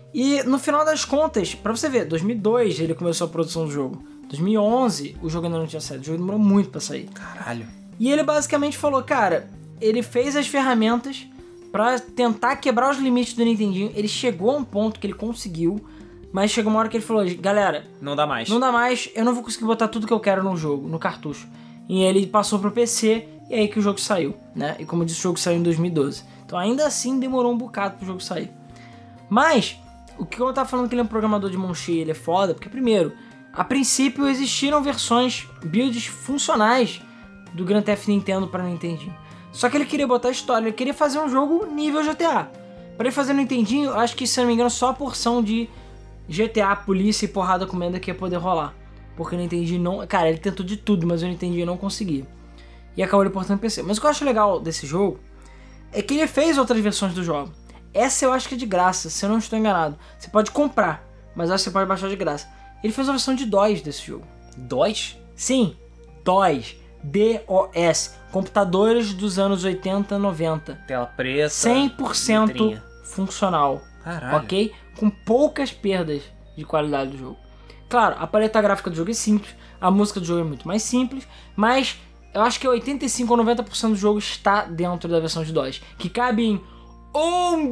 E no final das contas, pra você ver, dois mil e dois ele começou a produção do jogo. dois mil e onze, o jogo ainda não tinha saído. O jogo demorou muito pra sair. Caralho. E ele basicamente falou, cara, ele fez as ferramentas pra tentar quebrar os limites do Nintendinho. Ele chegou a um ponto que ele conseguiu, mas chegou uma hora que ele falou, galera... Não dá mais. Não dá mais, eu não vou conseguir botar tudo que eu quero no jogo, no cartucho. E ele passou pro P C, e aí que o jogo saiu, né? E como eu disse, o jogo saiu em dois mil e doze. Então ainda assim demorou um bocado pro jogo sair. Mas, o que eu tava falando que ele é um programador de mão cheia, ele é foda, porque primeiro... A princípio existiram versões, builds funcionais do Grand Theft Nintendo para Nintendinho. Só que ele queria botar história, ele queria fazer um jogo nível G T A. Pra ele fazer no Nintendinho, acho que, se eu não me engano, só a porção de G T A, polícia e porrada comendo que ia poder rolar. Porque o Nintendinho não... Cara, ele tentou de tudo, mas o Nintendinho não conseguia. E acabou ele portando no P C. Mas o que eu acho legal desse jogo é que ele fez outras versões do jogo. Essa eu acho que é de graça, se eu não estou enganado. Você pode comprar, mas acho que você pode baixar de graça. Ele fez uma versão de DOS desse jogo. DOS? Sim, DOS. D O S. Computadores dos anos oitenta, noventa. Tela preta. cem por cento letrinha. Funcional. Caralho. Ok? Com poucas perdas de qualidade do jogo. Claro, a paleta gráfica do jogo é simples, a música do jogo é muito mais simples, mas eu acho que oitenta e cinco ou noventa por cento do jogo está dentro da versão de DOS, que cabe em um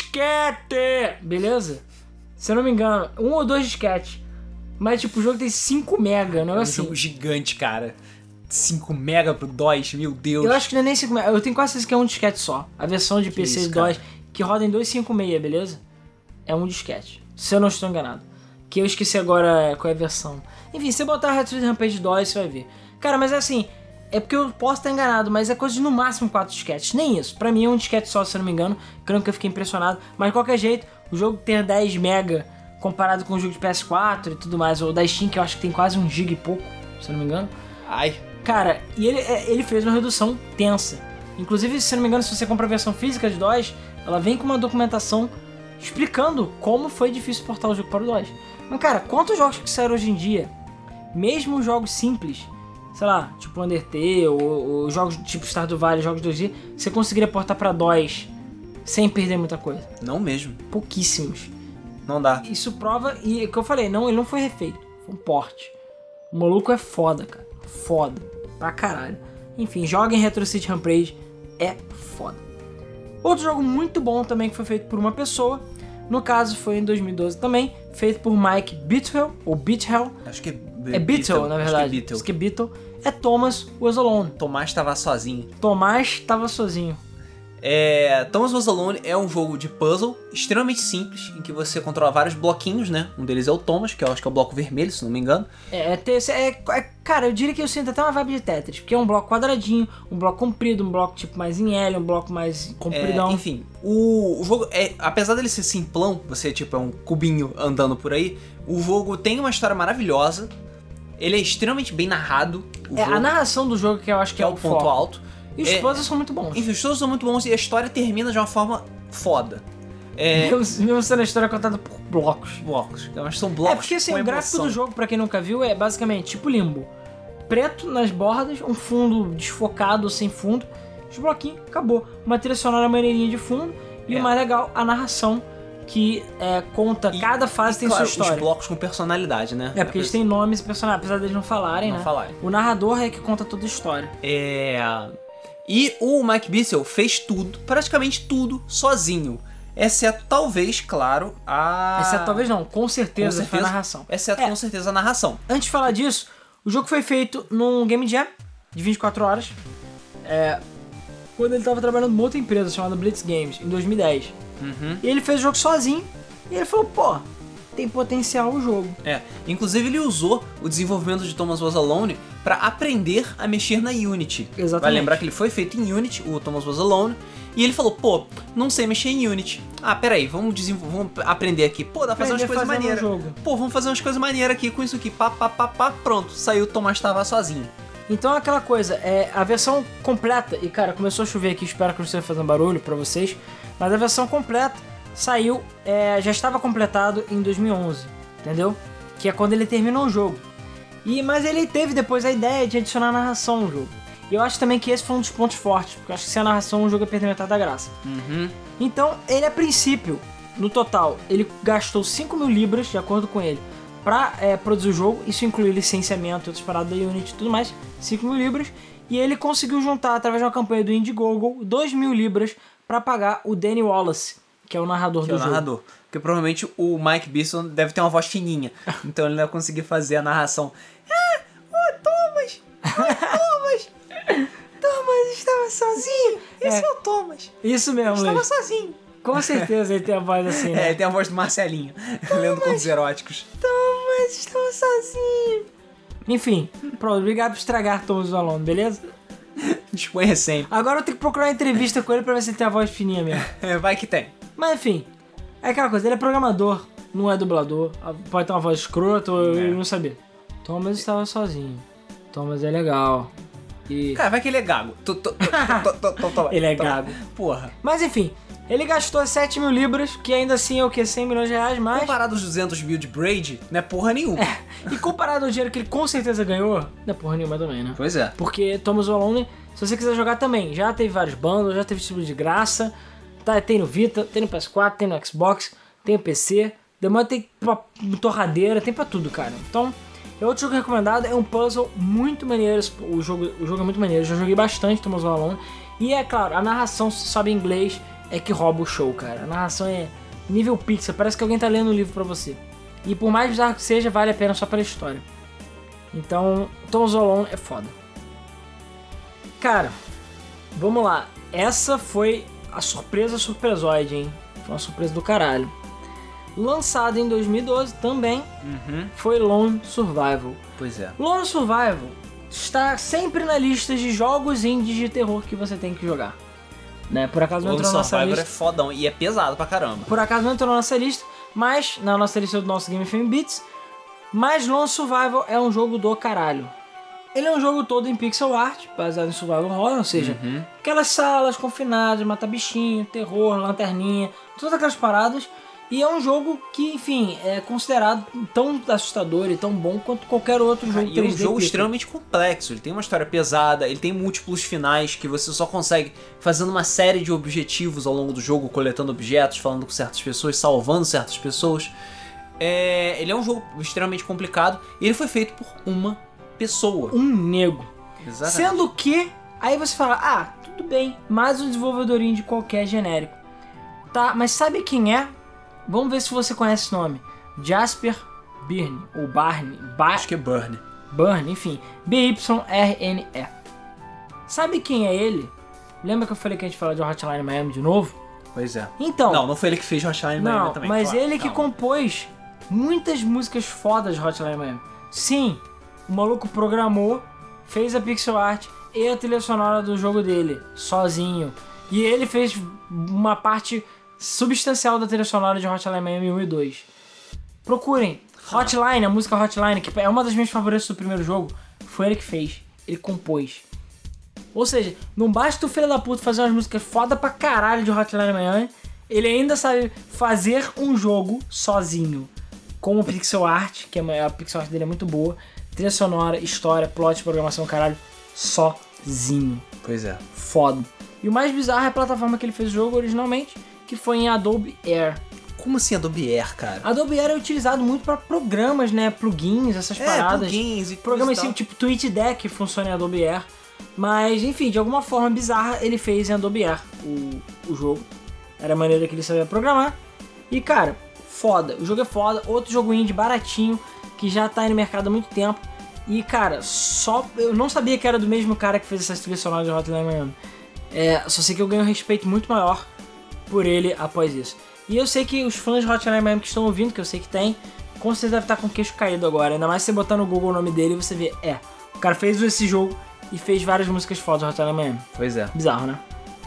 disquete, beleza? Se eu não me engano, um ou dois disquetes. Mas tipo, o jogo tem cinco mega, não é, é um assim? jogo gigante, cara. cinco mega pro DOS, meu Deus. Eu acho que não é nem cinco mega, eu tenho quase certeza que é um disquete só. A versão de que P C isso, de DOS, cara? Que roda em duzentos e cinquenta e seis, beleza? É um disquete, se eu não estou enganado. Que eu esqueci agora qual é a versão. Enfim, se você botar Red Street Rampage DOS, você vai ver. Cara, mas é assim, é porque eu posso estar enganado, mas é coisa de no máximo quatro disquetes. Nem isso, pra mim é um disquete só, se eu não me engano. Creio que eu fiquei impressionado. Mas de qualquer jeito, o jogo ter dez mega comparado com o jogo de P S quatro e tudo mais, ou da Steam, que eu acho que tem quase um giga e pouco, se eu não me engano. Ai. Cara, e ele, ele fez uma redução tensa. Inclusive, se eu não me engano, se você compra a versão física de DOS, ela vem com uma documentação explicando como foi difícil portar o jogo para o DOS. Mas cara, quantos jogos que saíram hoje em dia, mesmo jogos simples, sei lá, tipo Undertale, ou, ou jogos tipo Stardew Valley, jogos dois D, você conseguiria portar para DOS sem perder muita coisa? Não mesmo. Pouquíssimos. Não dá. Isso prova, e o que eu falei, não, ele não foi refeito, foi um porte. O maluco é foda, cara. Foda. Pra caralho. Enfim, joga em Retro City Rampage, é foda. Outro jogo muito bom também que foi feito por uma pessoa, no caso foi em dois mil e doze também, feito por Mike Bithell, ou Bithell. Acho que é... É Bithell, na verdade. Acho que é Bithell. Acho que é Bithell. É Thomas Was Alone. Tomás tava sozinho. Tomás tava sozinho. É, Thomas Was Alone é um jogo de puzzle extremamente simples, em que você controla vários bloquinhos, né? Um deles é o Thomas, que eu acho que é o bloco vermelho, se não me engano. É, é, é, é cara, eu diria que eu sinto até uma vibe de Tetris, porque é um bloco quadradinho, um bloco comprido, um bloco tipo mais em L, um bloco mais compridão. É, enfim, o, o jogo, é, apesar dele ser simplão, você tipo é um cubinho andando por aí, o jogo tem uma história maravilhosa, ele é extremamente bem narrado. O é, jogo, a narração do jogo que eu acho que, que é, é o o ponto foco. alto. E os é, puzzles são muito bons. Enfim, os puzzles são muito bons e a história termina de uma forma foda. É... Mesmo, mesmo sendo a história contada por blocos. Blocos. Mas são blocos. É porque assim, com o gráfico emoção. do jogo, pra quem nunca viu, é basicamente tipo Limbo. Preto nas bordas, um fundo desfocado, sem fundo, os bloquinhos, acabou. Uma trilha sonora maneirinha de fundo e É. o mais legal, a narração, que é, conta, E, cada fase e, tem claro, sua história. os blocos com personalidade, né? É, porque eles têm nomes e personagens, apesar deles não falarem, Não né? falarem. O narrador é que conta toda a história. É... E o Mike Bithell fez tudo, praticamente tudo, sozinho. Exceto, talvez, claro, a... Exceto talvez não, com certeza, Com certeza. foi a narração. Exceto, É. com certeza, a narração. Antes de falar disso, o jogo foi feito num Game Jam de vinte e quatro horas. É, quando ele estava trabalhando numa outra empresa chamada Blitz Games, em dois mil e dez. Uhum. E ele fez o jogo sozinho e ele falou, pô, tem potencial o jogo. É, inclusive ele usou o desenvolvimento de Thomas Was Alone para aprender a mexer na Unity. Exatamente. Vai lembrar que ele foi feito em Unity, o Thomas Was Alone, e ele falou, pô, não sei mexer em Unity. Ah, peraí, vamos, desenvol- vamos aprender aqui. Pô, dá pra fazer umas Aprender coisas fazendo maneiras. um jogo. Pô, vamos fazer umas coisas maneiras aqui com isso aqui. Pá, pá, pá, pá, pronto. Saiu, o Thomas tava sozinho. Então é aquela coisa, é, a versão completa, e cara, começou a chover aqui, espero que não esteja fazendo barulho pra vocês, mas a versão completa saiu, é, já estava completado em dois mil e onze, entendeu? Que é quando ele terminou o jogo. E, mas ele teve depois a ideia de adicionar narração no jogo. E eu acho também que esse foi um dos pontos fortes, porque eu acho que sem a narração o jogo ia perder metade da graça. Uhum. Então, ele a princípio, no total, ele gastou cinco mil libras, de acordo com ele, pra é, produzir o jogo. Isso inclui licenciamento, outras paradas da Unity e tudo mais, cinco mil libras. E ele conseguiu juntar, através de uma campanha do Indiegogo, dois mil libras pra pagar o Danny Wallace, que é o narrador Que do é o jogo. narrador. Porque provavelmente o Mike Bithell deve ter uma voz fininha. Então ele não vai conseguir fazer a narração. Ah, ô Thomas! Ô Thomas! Thomas estava sozinho! Esse é, É. o Thomas! Isso mesmo, Estava Luiz. sozinho! Com certeza ele tem a voz assim, É, né? ele tem a voz do Marcelinho, lendo contos eróticos. Thomas estava sozinho. Enfim, pronto, obrigado por estragar Thomas Alone, beleza? Disponha sempre. Agora eu tenho que procurar uma entrevista com ele pra ver se ele tem a voz fininha mesmo. É, vai que tem. Mas enfim, é aquela coisa, ele é programador, não é dublador, pode ter uma voz escrota ou ele não saber. Thomas estava sozinho. Thomas é legal. E... Cara, vai que ele é gago. Tô, tô, tô, tô, tô, tô, tô, ele é tô. gago. Porra. Mas enfim, ele gastou sete mil libras, que ainda assim é o que? cem milhões de reais, mas... Comparado aos duzentos mil de Braid, não é porra nenhuma. É, e comparado ao dinheiro que ele com certeza ganhou, não é porra nenhuma também, né? Pois é. Porque Thomas Alone, se você quiser jogar também, já teve vários bundles, já teve tipo de graça, tá, tem no Vita, tem no P S quatro, tem no Xbox, tem no P C, demora tem pra torradeira, tem pra tudo, cara. Então, é outro jogo recomendado, é um puzzle muito maneiro, o jogo, o jogo é muito maneiro, eu já joguei bastante Thomas Alone, e é claro, a narração, se sabe inglês, é que rouba o show, cara. A narração é nível pixel, parece que alguém tá lendo um livro pra você. E por mais bizarro que seja, vale a pena só pela história. Então, Thomas Alone é foda. Cara, vamos lá. Essa foi a surpresa surpresoide, hein? Foi uma surpresa do caralho. Lançado em dois mil e doze também, Uhum. foi Lone Survival. Pois é. Lone Survival está sempre na lista de jogos indies de terror que você tem que jogar. Né? Por acaso não Lone entrou na nossa Survivor lista. é fodão e é pesado pra caramba. Por acaso não entrou na nossa lista, mas na nossa lista do nosso Game F M Beats. Mas Lone Survival é um jogo do caralho. Ele é um jogo todo em pixel art, baseado em survival horror, ou seja, Uhum. aquelas salas confinadas, matar bichinho, terror, lanterninha, todas aquelas paradas. E é um jogo que, enfim, é considerado tão assustador e tão bom quanto qualquer outro jogo E é um três D jogo que- extremamente complexo, ele tem uma história pesada, ele tem múltiplos finais que você só consegue fazendo uma série de objetivos ao longo do jogo, coletando objetos, falando com certas pessoas, salvando certas pessoas. É, ele é um jogo extremamente complicado e ele foi feito por uma pessoa. Um nego. Exatamente. Sendo que, aí você fala, ah, tudo bem, mais um desenvolvedorinho de qualquer genérico. Tá, mas sabe quem é? Vamos ver se você conhece esse nome. Jasper Byrne, ou Barney, Bar Acho que é Burn. Burn, enfim, B Y R N E. Sabe quem é ele? Lembra que eu falei que a gente fala de Hotline Miami de novo? Pois é. Então, Não, não foi ele que fez Hotline Miami não, também. mas claro, ele que calma. compôs muitas músicas fodas de Hotline Miami. Sim, o maluco programou, fez a pixel art e a trilha sonora do jogo dele, sozinho. E ele fez uma parte substancial da trilha sonora de Hotline Miami um e dois. Procurem. Hotline, a música Hotline, que é uma das minhas favoritas do primeiro jogo, foi ele que fez. Ele compôs. Ou seja, não basta o filho da puta fazer umas músicas foda pra caralho de Hotline Miami, ele ainda sabe fazer um jogo sozinho. Com o pixel art, que a pixel art dele é muito boa, trilha sonora, história, plot, programação, caralho, sozinho. Pois é. Foda. E o mais bizarro é a plataforma que ele fez o jogo originalmente, que foi em Adobe Air. Como assim Adobe Air, cara? Adobe Air é utilizado muito para programas, né? Plugins, essas É, paradas. plugins e Programas coisa e assim, tipo TweetDeck funciona em Adobe Air. Mas, enfim, de alguma forma bizarra, ele fez em Adobe Air o, o jogo. Era a maneira que ele sabia programar. E, cara, foda. O jogo é foda. Outro jogo indie baratinho, que já tá aí no mercado há muito tempo. E, cara, só... Eu não sabia que era do mesmo cara que fez essas trilhas sonoras de Hotline Miami. É, só sei que eu ganho um respeito muito maior por ele após isso. E eu sei que os fãs de Hotline Miami que estão ouvindo, que eu sei que tem, com certeza deve estar com o queixo caído agora. Ainda mais se você botar no Google o nome dele e você vê, é, o cara fez esse jogo e fez várias músicas fodas de Hotline Miami. Pois é. Bizarro, né?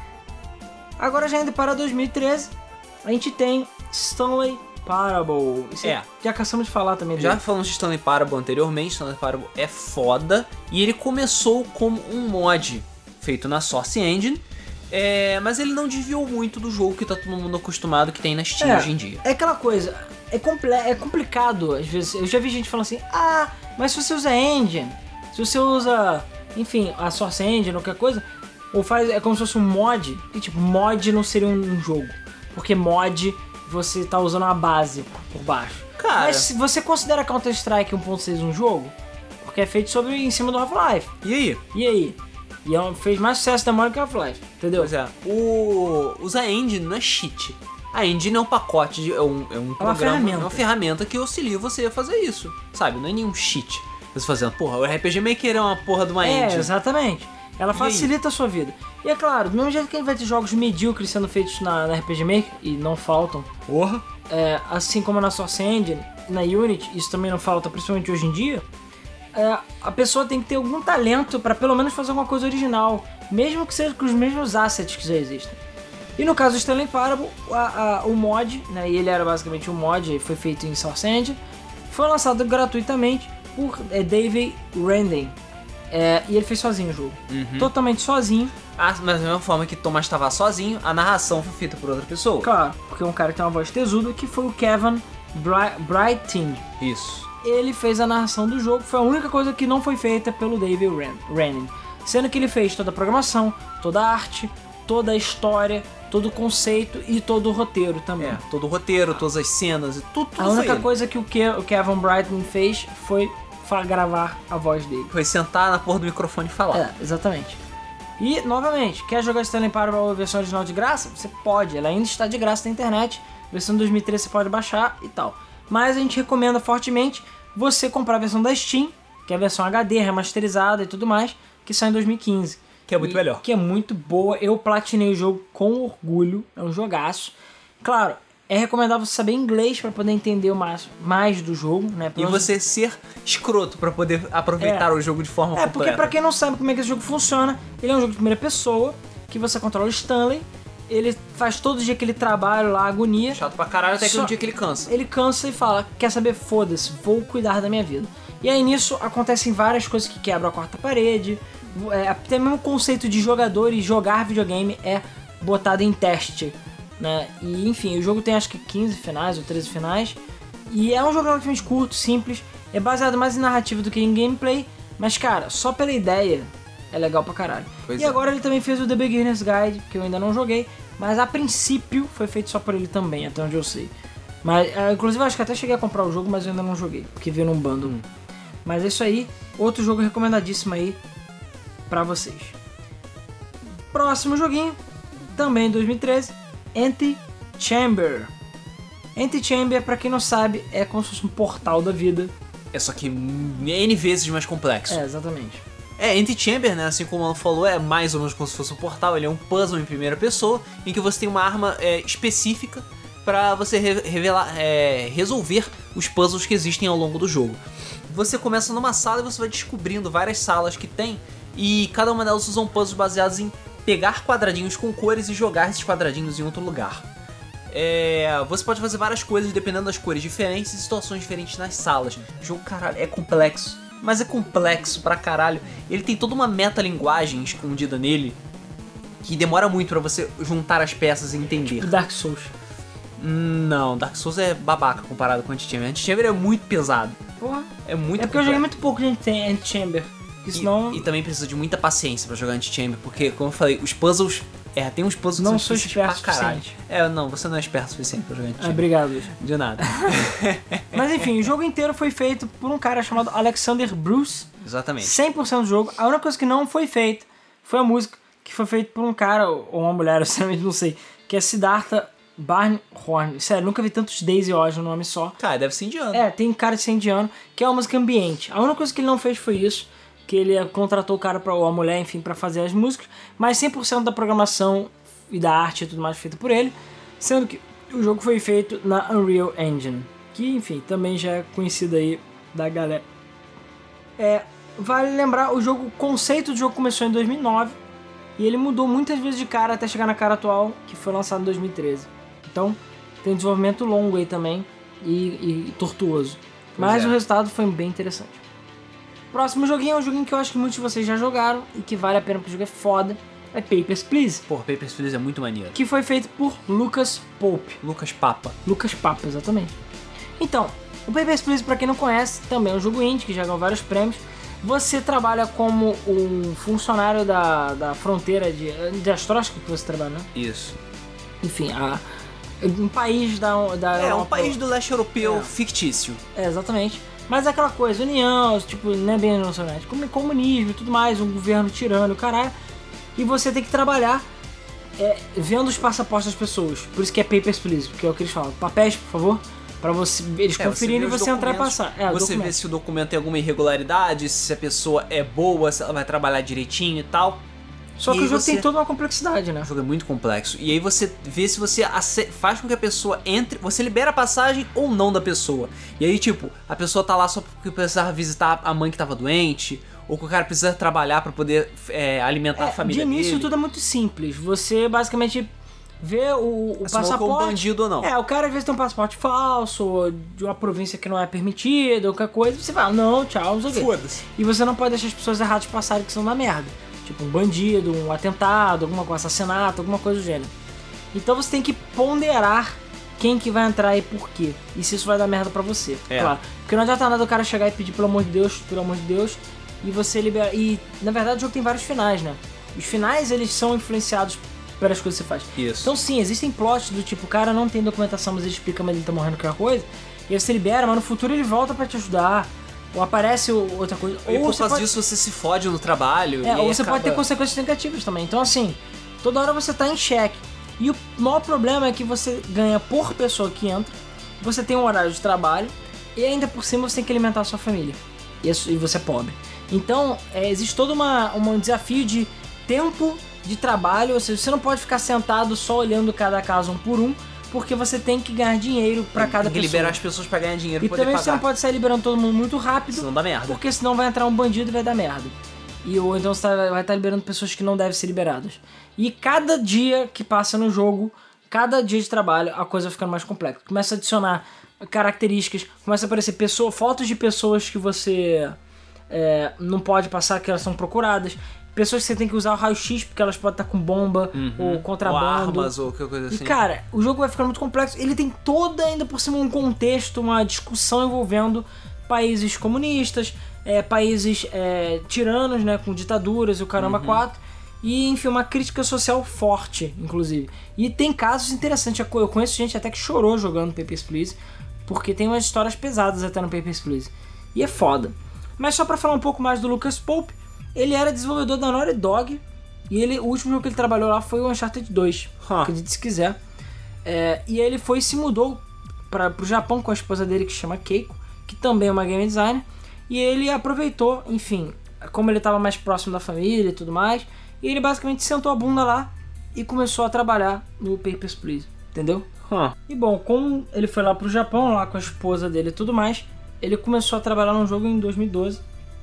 Agora já indo para dois mil e treze, a gente tem Stanley Parable. Isso É. Já cansamos de falar também Já dele. falamos de Stanley Parable anteriormente, Stanley Parable é foda, e ele começou como um mod feito na Source Engine, é, mas ele não desviou muito do jogo que tá todo mundo acostumado que tem na Steam É. hoje em dia. É aquela coisa, é, comple é complicado às vezes. Eu já vi gente falando assim, ah, mas se você usa engine, se você usa, enfim, a Source Engine ou qualquer coisa, ou faz, é como se fosse um mod, e tipo, mod não seria um jogo, porque mod você tá usando uma base por baixo. Cara. Mas se você considera Counter-Strike um ponto seis um jogo, porque é feito sobre, em cima do Half-Life, E aí? e aí? E é um- fez mais sucesso da Mario que Half-Life, entendeu? Pois é, o usar engine não é cheat. A engine é um pacote, de, é um, é um programa, ferramenta. é uma ferramenta que auxilia você a fazer isso, sabe? Não é nenhum cheat. Você fazendo, porra, o R P G Maker é uma porra de uma É, engine. exatamente. Ela aí? facilita a sua vida. E é claro, do mesmo jeito que a gente vai ter jogos medíocres sendo feitos na, na R P G Maker, e não faltam, Porra. é, assim como na Source Engine, na Unity, isso também não falta, principalmente hoje em dia, é, a pessoa tem que ter algum talento pra pelo menos fazer alguma coisa original. mesmo que seja com os mesmos assets que já existem. E no caso do Stanley Parable, a, a, o mod, né, e ele era basicamente um mod, foi feito em Source Engine, foi lançado gratuitamente por é, David Randin. É, e ele fez sozinho o jogo. Uhum. Totalmente sozinho. Ah, mas da mesma forma que Thomas estava sozinho, a narração foi feita por outra pessoa. Claro, porque é um cara que tem uma voz tesuda, que foi o Kevin Bri- Brighting. Isso. Ele fez a narração do jogo, foi a única coisa que não foi feita pelo David Randin. Sendo que ele fez toda a programação, toda a arte, toda a história, todo o conceito e todo o roteiro também. É, todo o roteiro, todas as cenas e tudo, tudo A única foi coisa que o, Ke- o Kevin Brighton fez foi fa- gravar a voz dele. Foi sentar na porra do microfone e falar. É, exatamente. E, novamente, quer jogar Stanley Parable a versão original de graça? Você pode, ela ainda está de graça na internet. Versão de dois mil e treze você pode baixar e tal. Mas a gente recomenda fortemente você comprar a versão da Steam, que é a versão H D, remasterizada e tudo mais, que sai em dois mil e quinze. Que é muito E, melhor. Que é muito boa. Eu platinei o jogo com orgulho. É um jogaço. Claro, é recomendável você saber inglês para poder entender mais, mais do jogo, né? E você ser escroto pra poder aproveitar É. o jogo de forma É, completa. porque pra quem não sabe como é que esse jogo funciona, ele é um jogo de primeira pessoa, que você controla o Stanley, ele faz todo dia aquele trabalho lá, agonia. Chato pra caralho até que Só- um dia que ele cansa. Ele cansa e fala, quer saber, foda-se, vou cuidar da minha vida. E aí nisso acontecem várias coisas que quebram a quarta parede, é, até mesmo o conceito de jogador e jogar videogame é botado em teste, né? E enfim, o jogo tem acho que quinze finais ou treze finais, e é um jogo relativamente curto, simples, é baseado mais em narrativa do que em gameplay, mas cara, só pela ideia é legal pra caralho. Pois e é. agora ele também fez o The Beginner's Guide, que eu ainda não joguei, mas a princípio foi feito só por ele também, até onde eu sei. Mas, é, inclusive, eu acho que até cheguei a comprar o jogo, mas eu ainda não joguei, porque veio num bundle. Hum. Mas é isso aí, outro jogo recomendadíssimo aí pra vocês. Próximo joguinho, também em dois mil e treze, Antichamber. Antichamber, pra quem não sabe, é como se fosse um portal da vida. É só que N vezes mais complexo. É, exatamente. É, Antichamber, né, assim como o Alan falou, é mais ou menos como se fosse um portal. Ele é um puzzle em primeira pessoa, em que você tem uma arma é, específica pra você re- revelar, é, resolver os puzzles que existem ao longo do jogo. Você começa numa sala e você vai descobrindo várias salas que tem, e cada uma delas usam puzzles baseados em pegar quadradinhos com cores e jogar esses quadradinhos em outro lugar. É, você pode fazer várias coisas dependendo das cores diferentes e situações diferentes nas salas. O jogo, caralho, é complexo. Mas é complexo pra caralho. Ele tem toda uma metalinguagem escondida nele que demora muito pra você juntar as peças e entender. Tipo Dark Souls. Não, Dark Souls é babaca comparado com Antichamber. Antichamber é muito pesado. Porra. É muito É porque eu joguei complexo. muito pouco de Anti- Antichamber. Porque senão E, e também precisa de muita paciência pra jogar Antichamber, porque, como eu falei, os puzzles... É, tem uns puzzles Não que sou são difíceis esperto pra caralho. o suficiente. É, não, você não é esperto o suficiente pra jogar Ah, Antichamber. obrigado, Luiz. De nada. Mas enfim, o jogo inteiro foi feito por um cara chamado Alexander Bruce. Exatamente. cem por cento do jogo. A única coisa que não foi feita foi a música, que foi feita por um cara, ou uma mulher, eu sinceramente não sei, que é Siddhartha Barnhorn. Sério, nunca vi tantos Daisy Oz no nome só. Cara, deve ser indiano. É, tem cara de ser indiano, que é uma música ambiente. A única coisa que ele não fez foi isso, que ele contratou o cara, pra, ou a mulher, enfim, pra fazer as músicas, mas cem por cento da programação e da arte e tudo mais feito por ele, sendo que o jogo foi feito na Unreal Engine, que, enfim, também já é conhecido aí da galera. É, vale lembrar, o jogo, o conceito do jogo começou em dois mil e nove e ele mudou muitas vezes de cara até chegar na cara atual, que foi lançado em dois mil e treze. Então, tem um desenvolvimento longo aí também e, e tortuoso. Mas é. o resultado foi bem interessante. Próximo joguinho é um joguinho que eu acho que muitos de vocês já jogaram e que vale a pena porque o jogo é foda. É Papers, Please. Porra, Papers, Please é muito maneiro. Que foi feito por Lucas Pope. Lucas Papa. Lucas Papa, exatamente. Então, o Papers, Please, pra quem não conhece, também é um jogo indie que já ganhou vários prêmios. Você trabalha como um funcionário da, da fronteira de, de Astróstica que você trabalha, né? Isso. Enfim, a, um país da, da É, um Europa- país do leste europeu É. fictício. É, exatamente. Mas é aquela coisa, União, tipo, não é bem União Soviética, como comunismo e tudo mais, um governo tirano, caralho. E você tem que trabalhar é, vendo os passaportes das pessoas. Por isso que é Papers, Please, porque é o que eles falam. Papéis, por favor, pra você, eles É, conferirem vê e os você entrar e documentos, passar. É, o você vê documento. se o documento tem alguma irregularidade, se a pessoa é boa, se ela vai trabalhar direitinho e tal. Só E que aí o jogo você- tem toda uma complexidade, né? O jogo é muito complexo. E aí você vê se você ace- faz com que a pessoa entre. Você libera a passagem ou não da pessoa. E aí, tipo, a pessoa tá lá só porque precisava visitar a mãe que tava doente. ou que o cara precisa trabalhar pra poder é, alimentar É, a família de início dele. tudo é muito simples. Você basicamente vê o, o Se não passaporte. for um bandido ou não. É, o cara às vezes tem um passaporte falso, ou de uma província que não é permitida, ou qualquer coisa. Você fala, não, tchau, não sei o quê. Foda-se. E você não pode deixar as pessoas erradas passarem que são da merda. Tipo um bandido, um atentado, alguma coisa, assassinato, alguma coisa do gênero. Então você tem que ponderar quem que vai entrar e por quê. E se isso vai dar merda pra você, É. claro. Porque não adianta nada o cara chegar e pedir pelo amor de Deus, pelo amor de Deus, e você libera... E, na verdade, o jogo tem vários finais, né? Os finais, eles são influenciados pelas coisas que você faz. Isso. Então, sim, existem plots do tipo, o cara não tem documentação, mas ele explica, mas ele tá morrendo qualquer coisa. E aí você libera, mas no futuro ele volta pra te ajudar. Ou aparece outra coisa. E ou por você causa pode... disso você se fode no trabalho. É, e ou você acaba... pode ter consequências negativas também. Então, assim, toda hora você tá em xeque. E o maior problema é que você ganha por pessoa que entra, você tem um horário de trabalho, e ainda por cima você tem que alimentar a sua família. E você é pobre. Então, é, existe todo uma, uma, um desafio de tempo de trabalho, ou seja, você não pode ficar sentado só olhando cada caso um por um, porque você tem que ganhar dinheiro pra cada Tem que pessoa. liberar as pessoas pra ganhar dinheiro E pra poder também pagar. você não pode sair liberando todo mundo muito rápido, Senão dá merda. porque senão vai entrar um bandido e vai dar merda. E, ou então você tá, vai estar liberando pessoas que não devem ser liberadas. E cada dia que passa no jogo, cada dia de trabalho, a coisa vai ficando mais complexa. Começa a adicionar características, começa a aparecer pessoa, fotos de pessoas que você é, não pode passar, que elas são procuradas. Pessoas que você tem que usar o raio-x, porque elas podem estar com bomba, Uhum. ou contrabando. Ou armas, ou qualquer coisa assim. E cara, o jogo vai ficando muito complexo. Ele tem toda, ainda por cima, um contexto, uma discussão envolvendo países comunistas, é, países é, tiranos, né, com ditaduras e o caramba Uhum. quatro. E, enfim, uma crítica social forte, inclusive. E tem casos interessantes. Eu conheço gente até que chorou jogando Papers, Please, porque tem umas histórias pesadas até no Papers, Please. E é foda. Mas só pra falar um pouco mais do Lucas Pope, ele era desenvolvedor da Naughty Dog, e ele, o último jogo que ele trabalhou lá foi o Uncharted dois, Huh. acredite se quiser. É, e ele foi e se mudou para pro Japão com a esposa dele, que se chama Keiko, que também é uma game designer, e ele aproveitou, enfim, como ele estava mais próximo da família e tudo mais, e ele basicamente sentou a bunda lá e começou a trabalhar no Papers, Please, entendeu? Huh. E bom, como ele foi lá pro Japão, lá com a esposa dele e tudo mais, ele começou a trabalhar num jogo em dois mil e doze,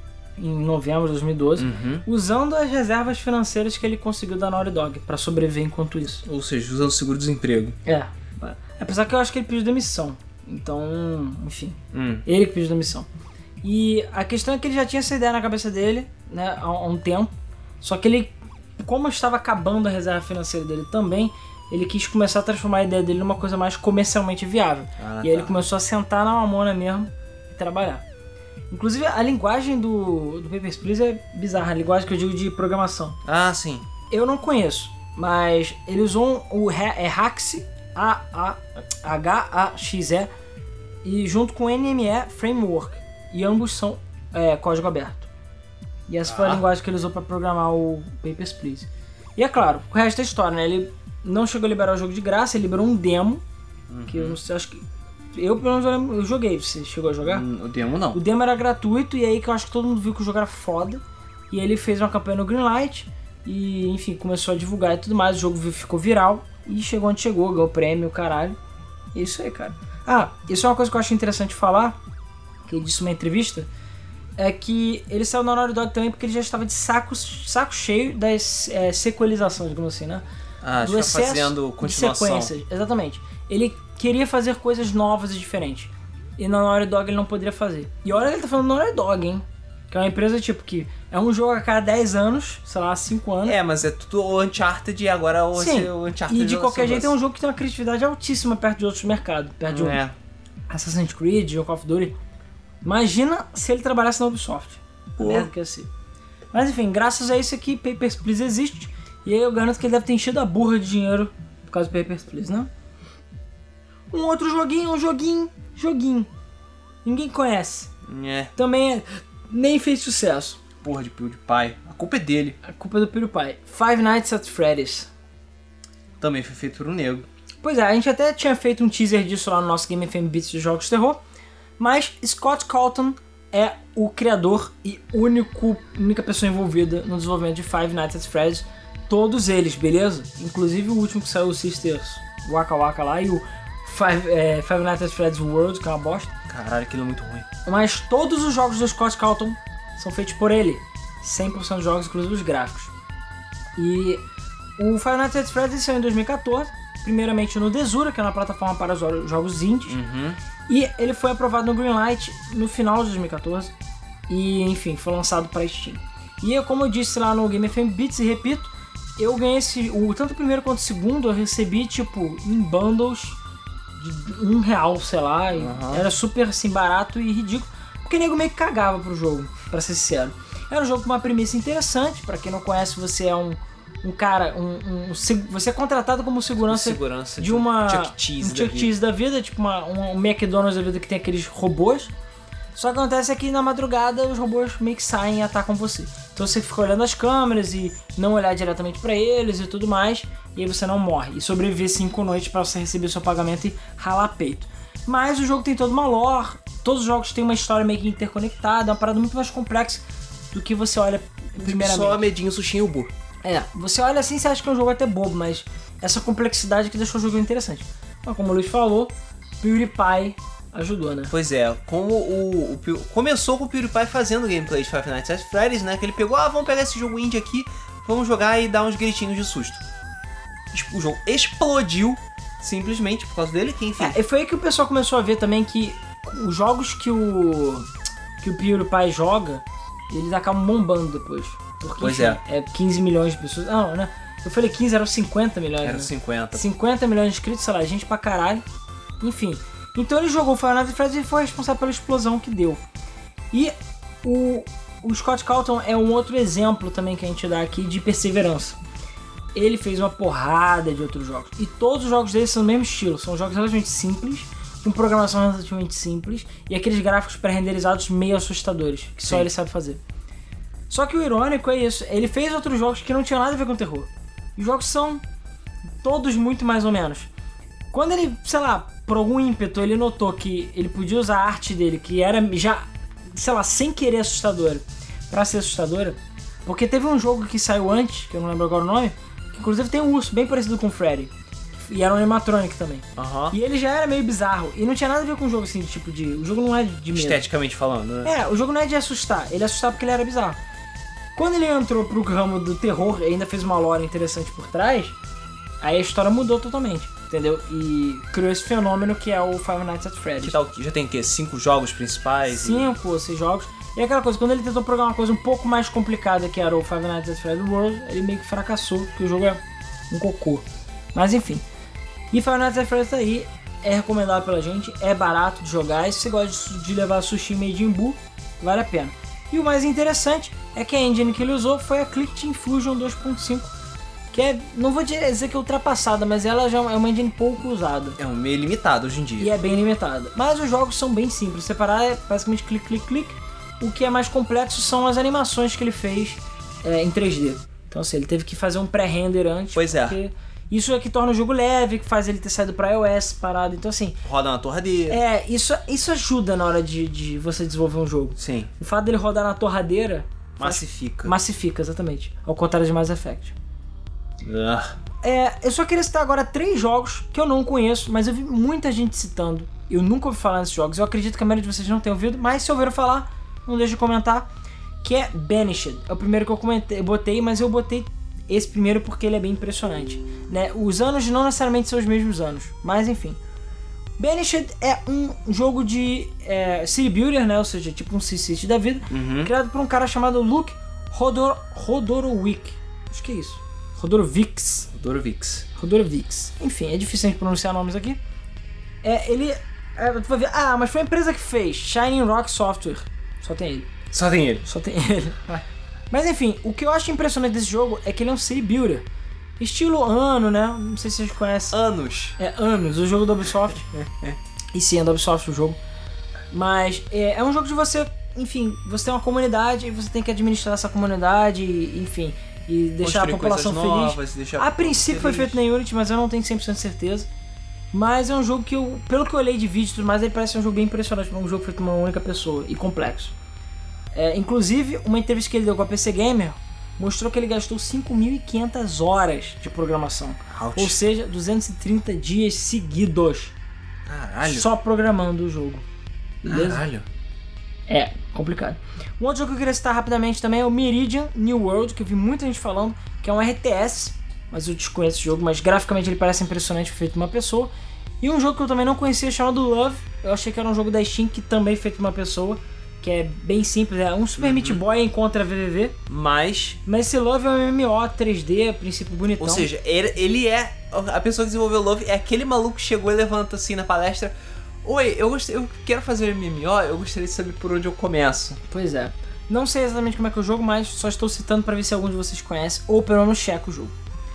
em novembro de dois mil e doze, Uhum. usando as reservas financeiras que ele conseguiu da Naughty Dog pra sobreviver enquanto isso. Ou seja, usando seguro-desemprego. É, apesar que eu acho que ele pediu demissão, então, enfim, Hum. ele que pediu demissão. E a questão é que ele já tinha essa ideia na cabeça dele, né, há há um tempo, só que ele, como estava acabando a reserva financeira dele também, ele quis começar a transformar a ideia dele numa coisa mais comercialmente viável. Ah, e aí tá. ele começou a sentar na mamona mesmo e trabalhar. Inclusive, a linguagem do, do Papers, Please é bizarra, a linguagem que eu digo de programação. Ah, sim. Eu não conheço, mas ele usou o ha- é Haxe, A H A X E, e junto com o N M E Framework, e ambos são é, código aberto. E essa foi a Ah. linguagem que ele usou para programar o Papers, Please. E é claro, o resto é história, né? Ele não chegou a liberar o jogo de graça, ele liberou um demo, que eu não sei, acho que... Eu, pelo menos, eu lembro- eu joguei, você chegou a jogar? Hum, o demo não. O demo era gratuito e aí que eu acho que todo mundo viu que o jogo era foda. E aí ele fez uma campanha no Greenlight e, enfim, começou a divulgar e tudo mais. O jogo ficou viral e chegou onde chegou, ganhou prêmio, caralho. E é isso aí, cara. Ah, isso é uma coisa que eu acho interessante falar, que ele disse numa entrevista, é que ele saiu na Naughty Dog também porque ele já estava de saco, saco cheio das é, sequelizações, digamos assim, né? Ah, Do fica excesso fazendo de continuação. sequências, exatamente. Ele queria fazer coisas novas e diferentes. E na Naughty Dog ele não poderia fazer. E olha que ele tá falando Naughty Dog, hein? Que é uma empresa tipo que é um jogo a cada dez anos, sei lá, cinco anos. É, mas é tudo o Uncharted e agora o, Sim, o Uncharted e de qualquer jeito é um jogo jogo que tem uma criatividade altíssima perto de outros mercados. Perto de um É. Assassin's Creed, de Call of Duty. Imagina se ele trabalhasse na Ubisoft. A Pô. merda que ia ser. Mas enfim, graças a isso aqui, Papers, Please existe. E aí eu garanto que ele deve ter enchido a burra de dinheiro por causa do Papers, Please, né? Um outro joguinho, um joguinho, joguinho. Ninguém conhece. É. Também é- nem fez sucesso. Porra de PewDiePie. A culpa é dele. A culpa é do PewDiePie. Five Nights at Freddy's. Também foi feito por um negro. Pois é, a gente até tinha feito um teaser disso lá no nosso Game F M Beats de Jogos de Terror. Mas Scott Calton é o criador e único, única pessoa envolvida no desenvolvimento de Five Nights at Freddy's. Todos eles, beleza? Inclusive o último que saiu, o Sisters Waka Waka lá, e o Five, é, Five Nights at Freddy's World, que é uma bosta. Caralho, aquilo é muito ruim. Mas todos os jogos do Scott Calton são feitos por ele. cem por cento dos jogos, inclusive os gráficos. E o Five Nights at Freddy's saiu em dois mil e catorze, primeiramente no Desura, que é uma plataforma para os jogos indies, Uhum. e ele foi aprovado no Greenlight no final de dois mil e catorze, e enfim, foi lançado para Steam. E como eu disse lá no Game F M Beats, e repito, eu ganhei esse, o, tanto o primeiro quanto o segundo, eu recebi tipo em bundles de um real, sei lá, e Uhum. era super assim, barato e ridículo, porque o nego meio que cagava pro jogo, pra ser sincero. Era um jogo com uma premissa interessante, pra quem não conhece, você é um, um cara, um, um, você é contratado como segurança, Segurança de uma Chuck E. Cheese, um da, Chuck E. Cheese da vida, tipo uma, um McDonald's da vida que tem aqueles robôs. Só que acontece é que na madrugada os robôs meio que saem e atacam você. Então você fica olhando as câmeras e não olhar diretamente pra eles e tudo mais, e aí você não morre. E sobreviver cinco noites pra você receber o seu pagamento e ralar peito. Mas o jogo tem toda uma lore, todos os jogos têm uma história meio que interconectada, é uma parada muito mais complexa do que você olha primeiramente. Só Medinho, Sushi e Ubu. É, você olha assim e você acha que é um jogo até bobo, mas essa complexidade que deixou o jogo interessante. Mas como o Luiz falou, PewDiePie ajudou, né? Pois é, como o, o Pew- começou com o PewDiePie fazendo gameplay de Five Nights at Freddy's, né? Que ele pegou, ah, vamos pegar esse jogo indie aqui, vamos jogar e dar uns gritinhos de susto. O jogo explodiu simplesmente por causa dele, que enfim. É, e foi aí que o pessoal começou a ver também que os jogos que o que o PewDiePie joga, eles acabam bombando depois. Porque, Pois enfim, é. é quinze milhões de pessoas. Não, né? Eu falei quinze, eram cinquenta milhões. Era né? cinquenta. cinquenta milhões de inscritos, sei lá, gente pra caralho. Enfim. Então ele jogou Five Nights at Freddy's e foi responsável pela explosão que deu. E o, o Scott Calton é um outro exemplo também que a gente dá aqui de perseverança. Ele fez uma porrada de outros jogos. E todos os jogos dele são do mesmo estilo. São jogos relativamente simples, com programação relativamente simples, e aqueles gráficos pré-renderizados meio assustadores, que só Sim. ele sabe fazer. Só que o irônico é isso, ele fez outros jogos que não tinham nada a ver com terror. E os jogos são todos muito mais ou menos. Quando ele, sei lá, por algum ímpeto, ele notou que ele podia usar a arte dele, que era já, sei lá, sem querer assustadora, pra ser assustadora, porque teve um jogo que saiu antes, que eu não lembro agora o nome, que inclusive tem um urso bem parecido com o Freddy, e era um animatronic também. Aham. E ele já era meio bizarro, e não tinha nada a ver com o jogo assim, de tipo de... O jogo não é de medo. Esteticamente falando, né? É, o jogo não é de assustar, ele assustava porque ele era bizarro. Quando ele entrou pro ramo do terror e ainda fez uma lore interessante por trás, aí a história mudou totalmente, entendeu? E criou esse fenômeno que é o Five Nights at Freddy's. Que tal, já tem o quê? Cinco jogos principais? Cinco ou seis jogos. E aquela coisa, quando ele tentou programar uma coisa um pouco mais complicada, que era o Five Nights at Freddy's World, ele meio que fracassou, porque o jogo é um cocô. Mas enfim. E Five Nights at Freddy's tá aí, é recomendado pela gente, é barato de jogar, e se você gosta de levar sushi made in Buu, vale a pena. E o mais interessante é que a engine que ele usou foi a Click Team Fusion dois ponto cinco, que é, não vou dizer que é ultrapassada, mas ela já é uma engine pouco usada. É um meio limitado hoje em dia. E é bem limitada. Mas os jogos são bem simples. Separar é basicamente clique, clique, clique. O que é mais complexo são as animações que ele fez é, em três D. Então assim, ele teve que fazer um pré-render antes. Pois é. Porque isso é que torna o jogo leve, que faz ele ter saído pra iOS, parado. Então assim... Roda na torradeira. É, isso, isso ajuda na hora de, de você desenvolver um jogo. Sim. O fato dele rodar na torradeira... Massifica. Massifica, exatamente. Ao contrário de Mass Effect. Ah. É, eu só queria citar agora três jogos que eu não conheço, mas eu vi muita gente citando. Eu nunca ouvi falar nesses jogos. Eu acredito que a maioria de vocês não tenha ouvido, mas se ouviram falar, não deixe de comentar. Que é Banished. É o primeiro que eu, comentei, eu botei, mas eu botei esse primeiro porque ele é bem impressionante. Né? Os anos não necessariamente são os mesmos anos, mas enfim. Banished é um jogo de é, City Builder, né? Ou seja, tipo um SimCity da vida, Uhum. criado por um cara chamado Luke Rodor, Rodorowick. Acho que é isso. Rodorovics. Dorovix. Rodorovics. Enfim, é difícil a gente pronunciar nomes aqui. É, ele... É, tu vai ver, ah, mas foi a empresa que fez. Shining Rock Software. Só tem ele. Só tem ele. Só tem ele. Mas enfim, o que eu acho impressionante desse jogo é que ele é um City Builder. Estilo Anno, né? Não sei se vocês conhecem. Anos. É Anos, o jogo da Ubisoft. E sim, é da Ubisoft o jogo. Mas é, é um jogo de você... Enfim, você tem uma comunidade e você tem que administrar essa comunidade, e, enfim... E deixar Construir a população coisas feliz. novas, deixar A a princípio foi feliz. feito na Unity, mas eu não tenho cem por cento de certeza. Mas é um jogo que eu, pelo que eu olhei de vídeo e tudo mais, ele parece um jogo bem impressionante, um jogo feito por uma única pessoa e complexo. É, inclusive, uma entrevista que ele deu com a P C Gamer mostrou que ele gastou cinco mil e quinhentas horas de programação. Ouch. Ou seja, duzentos e trinta dias seguidos. Caralho. Só programando o jogo. Beleza? Caralho. É complicado. Um outro jogo que eu queria citar rapidamente também é o Meridian New World, que eu vi muita gente falando, que é um R T S, mas eu desconheço esse jogo, mas graficamente ele parece impressionante, feito por uma pessoa. E um jogo que eu também não conhecia, chamado Love, eu achei que era um jogo da Steam, que também é feito por uma pessoa, que é bem simples, é um Super uhum. Meat Boy encontra V V V. Mas... Mas esse Love é um M M O três D, a princípio bonitão. Ou seja, ele é... A pessoa que desenvolveu Love é aquele maluco que chegou e levanta assim na palestra: oi, eu, gost... eu quero fazer M M O, eu gostaria de saber por onde eu começo. Pois é. Não sei exatamente como é que é o jogo, mas só estou citando pra ver se algum de vocês conhece, ou pelo menos checa o jogo.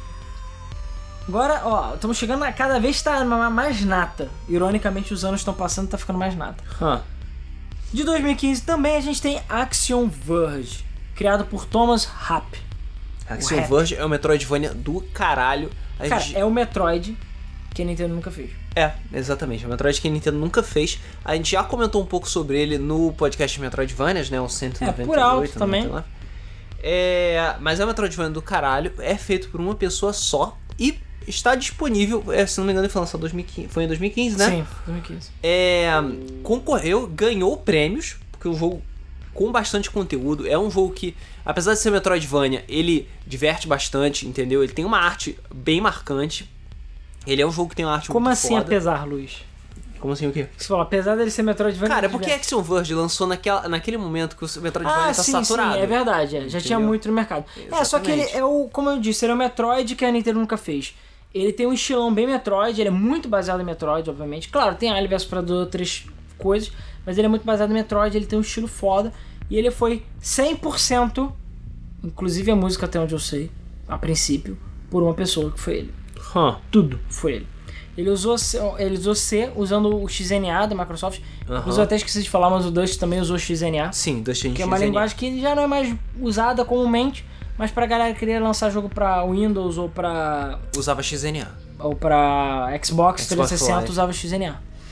Agora, ó, estamos chegando a cada vez tá mais nata. Ironicamente, os anos estão passando e tá ficando mais nata. Huh. De dois mil e quinze também a gente tem Axiom Verge, criado por Thomas Rapp. Axiom Verge é o Metroidvania do caralho. A Cara, gente... é o Metroid que a Nintendo nunca fez. É, exatamente. É o Metroid que a Nintendo nunca fez. A gente já comentou um pouco sobre ele no podcast Metroidvanias, né? O cento e noventa e oito. É, por alto também. noventa e nove. É, mas é o Metroidvania do caralho. É feito por uma pessoa só e está disponível, é, se não me engano, foi lançado em dois mil e quinze, foi em dois mil e quinze, né? Sim, dois mil e quinze. É, concorreu, ganhou prêmios, porque é um jogo com bastante conteúdo. É um jogo que, apesar de ser Metroidvania, ele diverte bastante, entendeu? Ele tem uma arte bem marcante. Ele é um jogo que tem uma arte Como muito assim, foda. apesar, Luiz? Como assim o quê? Você falou, apesar dele ser Metroidvania... Cara, é porque Axiom Verge lançou naquela, naquele momento que o Metroidvania ah, tá sim, saturado. Sim, é verdade. É. Já tinha muito no mercado. Exatamente. É, só que ele é o, como eu disse, ele é o Metroid que a Nintendo nunca fez. Ele tem um estilão bem Metroid, ele é muito baseado em Metroid, obviamente. Claro, tem Alien versus Predador, outras coisas, mas ele é muito baseado em Metroid, ele tem um estilo foda. E ele foi cem por cento, inclusive a música até onde eu sei, a princípio, por uma pessoa, que foi ele. Huh. Tudo foi ele. Ele usou, C, ele usou C usando o X N A da Microsoft. Uh-huh. Eu até esqueci de falar, mas o Dust também usou X N A. Sim, Dust que é uma linguagem que já não é mais usada comumente, mas pra galera que queria lançar jogo pra Windows ou pra... Usava X N A. Ou pra Xbox, Xbox trezentos e sessenta, usava X N A.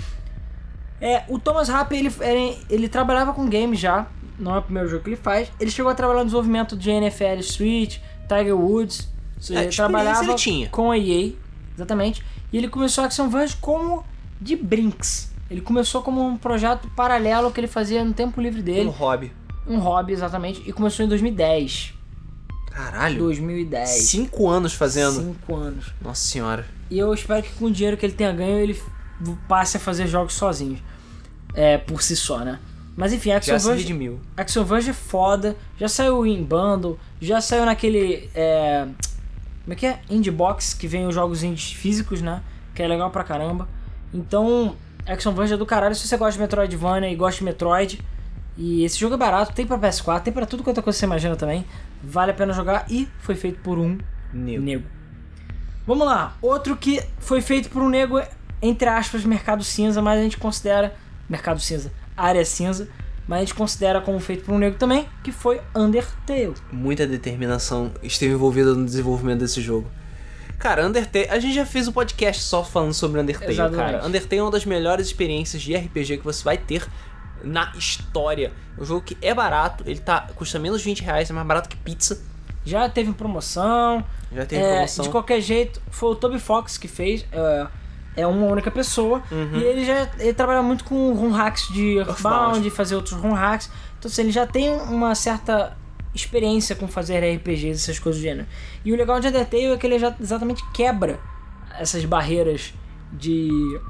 É, o Thomas Rapp, ele, ele, ele trabalhava com games já, não é o primeiro jogo que ele faz. Ele chegou a trabalhar no desenvolvimento de N F L Street, Tiger Woods. Seja, é, ele trabalhava ele tinha. com a E A, exatamente. E ele começou a Axiom Verge como de brinks. Ele começou como um projeto paralelo que ele fazia no tempo livre dele. Um hobby. Um hobby, exatamente. E começou em dois mil e dez. Caralho. dois mil e dez. Cinco anos fazendo. Cinco anos. Nossa senhora. E eu espero que com o dinheiro que ele tenha ganho, ele passe a fazer jogos sozinho. É, por si só, né? Mas enfim, Axiom Verge, Axiom Verge é foda. Já saiu em bundle. Já saiu naquele... É, como é que é? Indie Box, que vem os jogos indies físicos, né? Que é legal pra caramba. Então, Axiom Verge é do caralho. Se você gosta de Metroidvania e gosta de Metroid... E esse jogo é barato, tem pra P S quatro, tem pra tudo quanto coisa você imagina também. Vale a pena jogar e foi feito por um nego. nego. Vamos lá, outro que foi feito por um nego, entre aspas, mercado cinza, mas a gente considera... Mercado cinza, área cinza, mas a gente considera como feito por um nego também, que foi Undertale. Muita determinação esteve envolvida no desenvolvimento desse jogo. Cara, Undertale, a gente já fez um podcast só falando sobre Undertale, Exatamente. cara. Undertale é uma das melhores experiências de R P G que você vai ter na história. É um jogo que é barato, ele tá, custa menos de vinte reais, é mais barato que pizza. Já teve promoção. Já teve é, promoção. De qualquer jeito, foi o Toby Fox que fez. É, é uma única pessoa. Uhum. E ele já ele trabalha muito com ROM hacks de Earthbound, fazer outros ROM hacks. Então assim, ele já tem uma certa experiência com fazer R P Gs, essas coisas do gênero. E o legal de Undertale é que ele já exatamente quebra essas barreiras de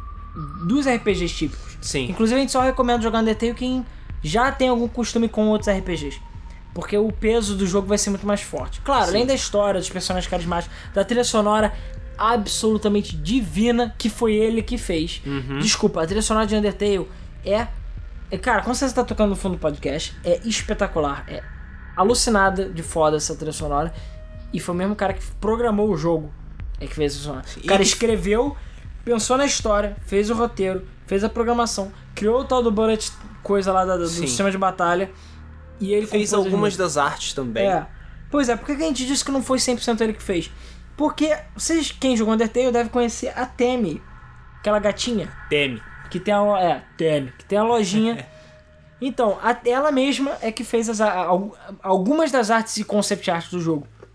dos R P Gs típicos. Sim. Inclusive a gente só recomenda jogar Undertale quem já tem algum costume com outros R P Gs. Porque o peso do jogo vai ser muito mais forte. Claro, Sim. além da história, dos personagens carismáticos, da trilha sonora absolutamente divina que foi ele que fez. Uhum. Desculpa, a trilha sonora de Undertale é... é cara, quando você está tocando no fundo do podcast, é espetacular. É alucinada de foda essa trilha sonora. E foi o mesmo cara que programou o jogo é que fez a trilha sonora. O cara escreveu, pensou na história, fez o roteiro, fez a programação, criou o tal do bullet coisa lá da, do Sim. sistema de batalha. E ele fez algumas das artes também. É. Pois é, por que a gente disse que não foi cem por cento ele que fez? Porque vocês, quem jogou Undertale, deve conhecer a Temi, aquela gatinha. Temi. Que tem a, é, Temi, que tem a lojinha. Então, a, ela mesma é que fez as, a, algumas das artes e concept art do jogo.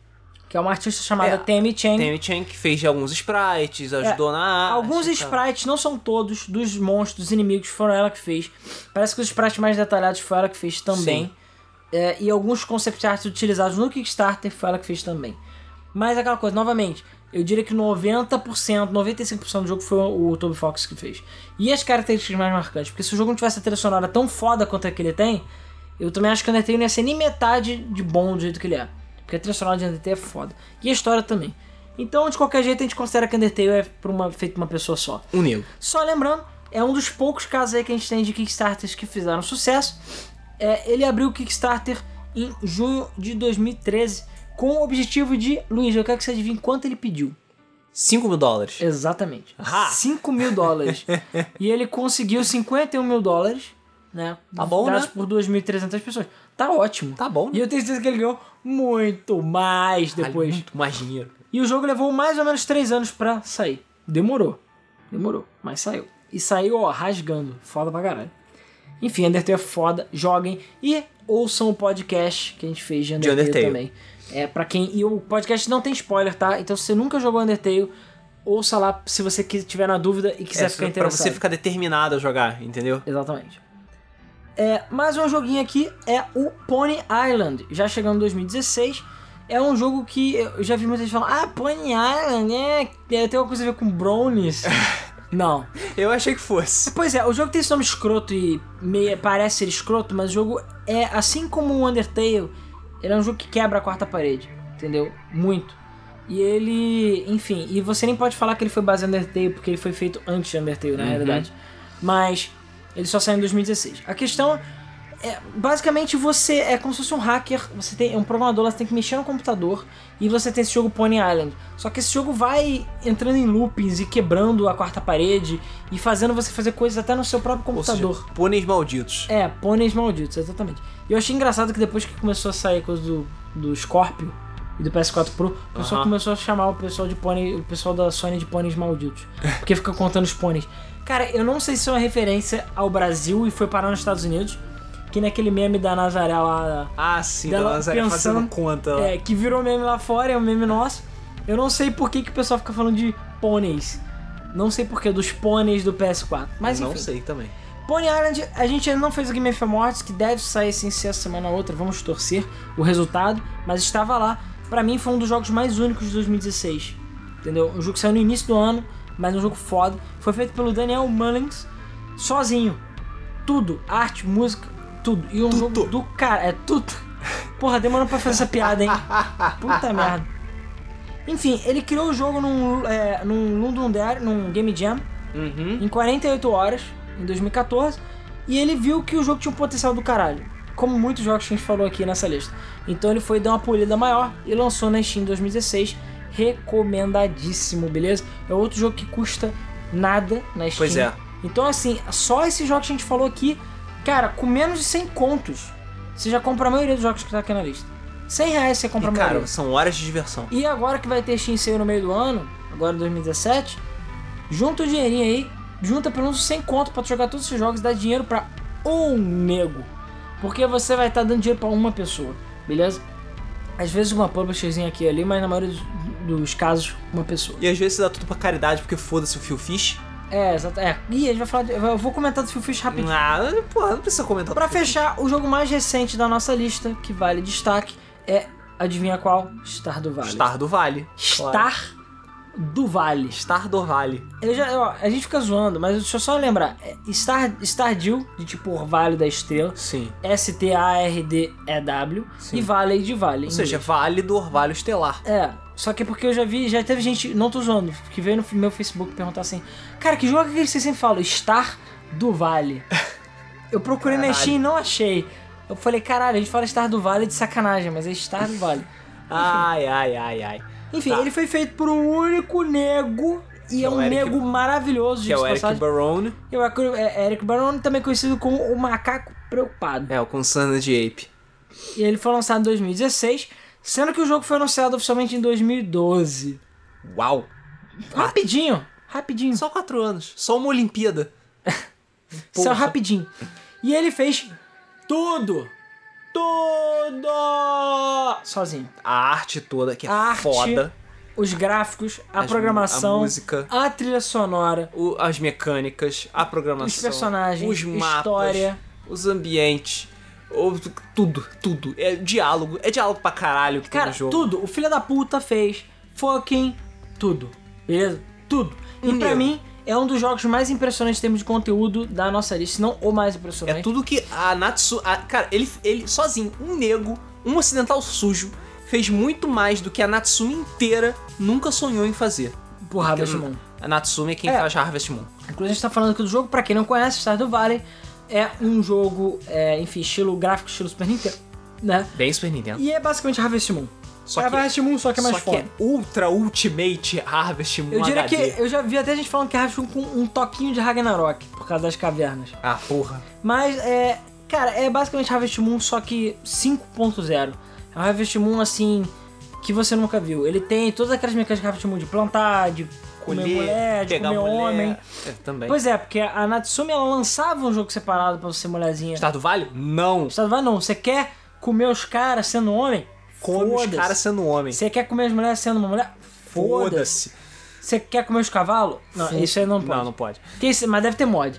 que é uma artista chamada É, Tammy Chang. Tammy Chang, que fez alguns sprites, ajudou É, na arte. Alguns e tal. sprites, não são todos, dos monstros, dos inimigos, foram ela que fez. Parece que os sprites mais detalhados foi ela que fez também. É, e alguns concept arts utilizados no Kickstarter foi ela que fez também. Mas aquela coisa, novamente, eu diria que noventa por cento, noventa e cinco por cento do jogo foi o Toby Fox que fez. E as características mais marcantes, porque se o jogo não tivesse a trilha sonora tão foda quanto a que ele tem, eu também acho que o Undertale não ia ser nem metade de bom do jeito que ele é. Porque a trilha sonora de Undertale é foda. E a história também. Então, de qualquer jeito, a gente considera que Undertale é por uma, feito por uma pessoa só. Um nego. Só lembrando, é um dos poucos casos aí que a gente tem de Kickstarters que fizeram sucesso. É, ele abriu o Kickstarter em junho de dois mil e treze com o objetivo de... Luiz, eu quero que você adivinhe quanto ele pediu. cinco mil dólares. Exatamente. Ah. cinco mil dólares. E ele conseguiu cinquenta e um mil dólares, né? Tá bom, dados né? por duas mil e trezentas pessoas. Tá ótimo. Tá bom, né? E eu tenho certeza que ele ganhou muito mais depois. Muito mais dinheiro. E o jogo levou mais ou menos três anos pra sair. Demorou. Demorou, mas saiu. E saiu, ó, rasgando. Foda pra caralho. Enfim, Undertale é foda. Joguem e ouçam o podcast que a gente fez de Undertale, de Undertale. também. É, pra quem... E o podcast não tem spoiler, tá? Então se você nunca jogou Undertale, ouça lá se você tiver na dúvida e quiser É, ficar pra interessado. você ficar determinado a jogar, entendeu? Exatamente. É, mais um joguinho aqui é o Pony Island. Já chegando em dois mil e dezesseis. É um jogo que eu já vi muita gente falando: ah, Pony Island, é, tem alguma coisa a ver com brownies. Não. Eu achei que fosse. Pois é, o jogo tem esse nome escroto e meio, parece ser escroto, mas o jogo é, assim como o Undertale, ele é um jogo que quebra a quarta parede, entendeu? Muito. E ele, enfim, e você nem pode falar que ele foi baseado em Undertale, porque ele foi feito antes de Undertale, na Uhum. realidade. Mas ele só saiu em dois mil e dezesseis. A questão é, basicamente você é como se fosse um hacker, você tem um programador, você tem que mexer no computador e você tem esse jogo Pony Island. Só que esse jogo vai entrando em loopings e quebrando a quarta parede e fazendo você fazer coisas até no seu próprio computador. Ou seja, pôneis malditos. É, pôneis malditos, exatamente. E eu achei engraçado que depois que começou a sair coisa do, do Scorpio e do P S quatro Pro, o pessoal Aham. começou a chamar o pessoal de pônei, o pessoal da Sony de pôneis malditos. Porque fica contando os pôneis. Cara, eu não sei se é uma referência ao Brasil e foi parar nos Estados Unidos, que naquele meme da Nazaré lá... Ah, sim, Dela da Nazaré pensando- fazendo conta. lá. É, que virou meme lá fora, é um meme nosso. Eu não sei por que, que o pessoal fica falando de pôneis. Não sei por que, dos pôneis do P S quatro. Mas não enfim. sei também. Pony Island, a gente ainda não fez o Game of Awards, que deve sair sem ser essa semana ou outra, vamos torcer o resultado, mas estava lá. Pra mim foi um dos jogos mais únicos de dois mil e dezesseis, entendeu? Um jogo que saiu no início do ano, mas um jogo foda. Foi feito pelo Daniel Mullins, sozinho. Tudo, arte, música, tudo. E um Tudo. jogo do cara, é tudo. Porra, demorou pra fazer essa piada, hein? Puta merda. Enfim, ele criou o jogo num, é, num London Dare, num Game Jam, Uhum. em quarenta e oito horas, em dois mil e quatorze, e ele viu que o jogo tinha um potencial do caralho, como muitos jogos que a gente falou aqui nessa lista. Então ele foi dar uma polida maior e lançou na Steam em dois mil e dezesseis, recomendadíssimo, beleza? É outro jogo que custa nada na Steam. Pois é. Então assim, só esses jogos que a gente falou aqui, cara, com menos de cem contos, você já compra a maioria dos jogos que tá aqui na lista. cem reais você compra E, a maioria. cara, são horas de diversão. E agora que vai ter Steam Sale no meio do ano, agora em dois mil e dezessete, junta o dinheirinho aí, junta pelo menos cem conto pra tu jogar todos esses jogos e dar dinheiro pra um nego. Porque você vai estar dando dinheiro pra uma pessoa, beleza? Às vezes uma publisherzinha aqui e ali, mas na maioria dos, dos casos, uma pessoa. E às vezes você dá tudo pra caridade, porque foda-se o Phil Fish. É, exato. É. E a gente vai falar. De, eu vou comentar do Phil Fish rapidinho. Ah, porra, não precisa comentar. Pra do Phil Fish. fechar, o jogo mais recente da nossa lista, que vale destaque, é, adivinha qual? Star do Vale. Star do Vale. Claro. Star do Vale. Star do Vale. Eu já, ó, a gente fica zoando, mas deixa eu só lembrar. É Star, Stardew, de tipo Orvalho da Estrela, Sim. S T A R D E W, Sim. e Valley de Vale. Ou seja, Vale do Orvalho Estelar. É, só que é porque eu já vi, já teve gente, não tô zoando, que veio no meu Facebook perguntar assim: cara, que jogo é que vocês sempre falam? Star do Vale. Eu procurei na Caralho. Steam e não achei. Eu falei, caralho, a gente fala Star do Vale de sacanagem, mas é Star do Vale. Ai, ai, ai, ai. Enfim, Tá. ele foi feito por um único nego, e Que é é o um Eric- nego maravilhoso, Que é o diga-se de Eric passagem. Barone. E o Eric- é Eric Barone, também conhecido como o Macaco Preocupado. É, o Concerned Ape. E ele foi lançado em dois mil e dezesseis, sendo que o jogo foi anunciado oficialmente em dois mil e doze. Uau. Rapidinho, rapidinho. Só quatro anos. Só uma Olimpíada. Só Porra. rapidinho. E ele fez tudo. Tudo! sozinho. A arte toda, que é a arte, foda. Os gráficos, a As, programação, a música, a trilha sonora, o, as mecânicas, a programação, os personagens, os mapas, história, os ambientes, o, tudo, tudo. É diálogo, é diálogo pra caralho que cara, tem no jogo. tudo. O filho da puta fez fucking tudo, beleza? Tudo. E Um pra nego. mim, é um dos jogos mais impressionantes em termos de conteúdo da nossa lista, se não o mais impressionante. É tudo que a Natsu... A, cara, ele, ele sozinho, um nego, um ocidental sujo, fez muito mais do que a Natsumi inteira nunca sonhou em fazer. Por Harvest Moon. A Natsumi é quem É. faz Harvest Moon. Inclusive, a gente tá falando aqui do jogo, pra quem não conhece, Stardew Valley é um jogo, é, enfim, estilo gráfico, estilo Super Nintendo, né? Bem Super Nintendo. E é basicamente Harvest Moon. Só é que- Harvest Moon, só que é mais Só foda. que é Ultra Ultimate Harvest Moon Eu diria H D. que eu já vi até gente falando que é Harvest Moon com um toquinho de Ragnarok, por causa das cavernas. Ah, porra. Mas, é, cara, é basicamente Harvest Moon, só que cinco ponto zero. É um Harvest Moon, assim, que você nunca viu. Ele tem todas aquelas mecânicas de Harvest Moon de plantar, de comer Colher, mulher, de pegar comer mulher. homem. É, também. Pois é, porque a Natsumi, ela lançava um jogo separado pra você ser mulherzinha. Estado Vale? Não. Estado vai não, você quer comer os caras sendo homem? Come os Foda-se. caras sendo homem. Você quer comer as mulheres sendo uma mulher? Foda-se. Foda-se. Você quer comer os cavalos? Não, Foda- isso aí não pode. Não, não pode. Que isso- mas deve ter mod.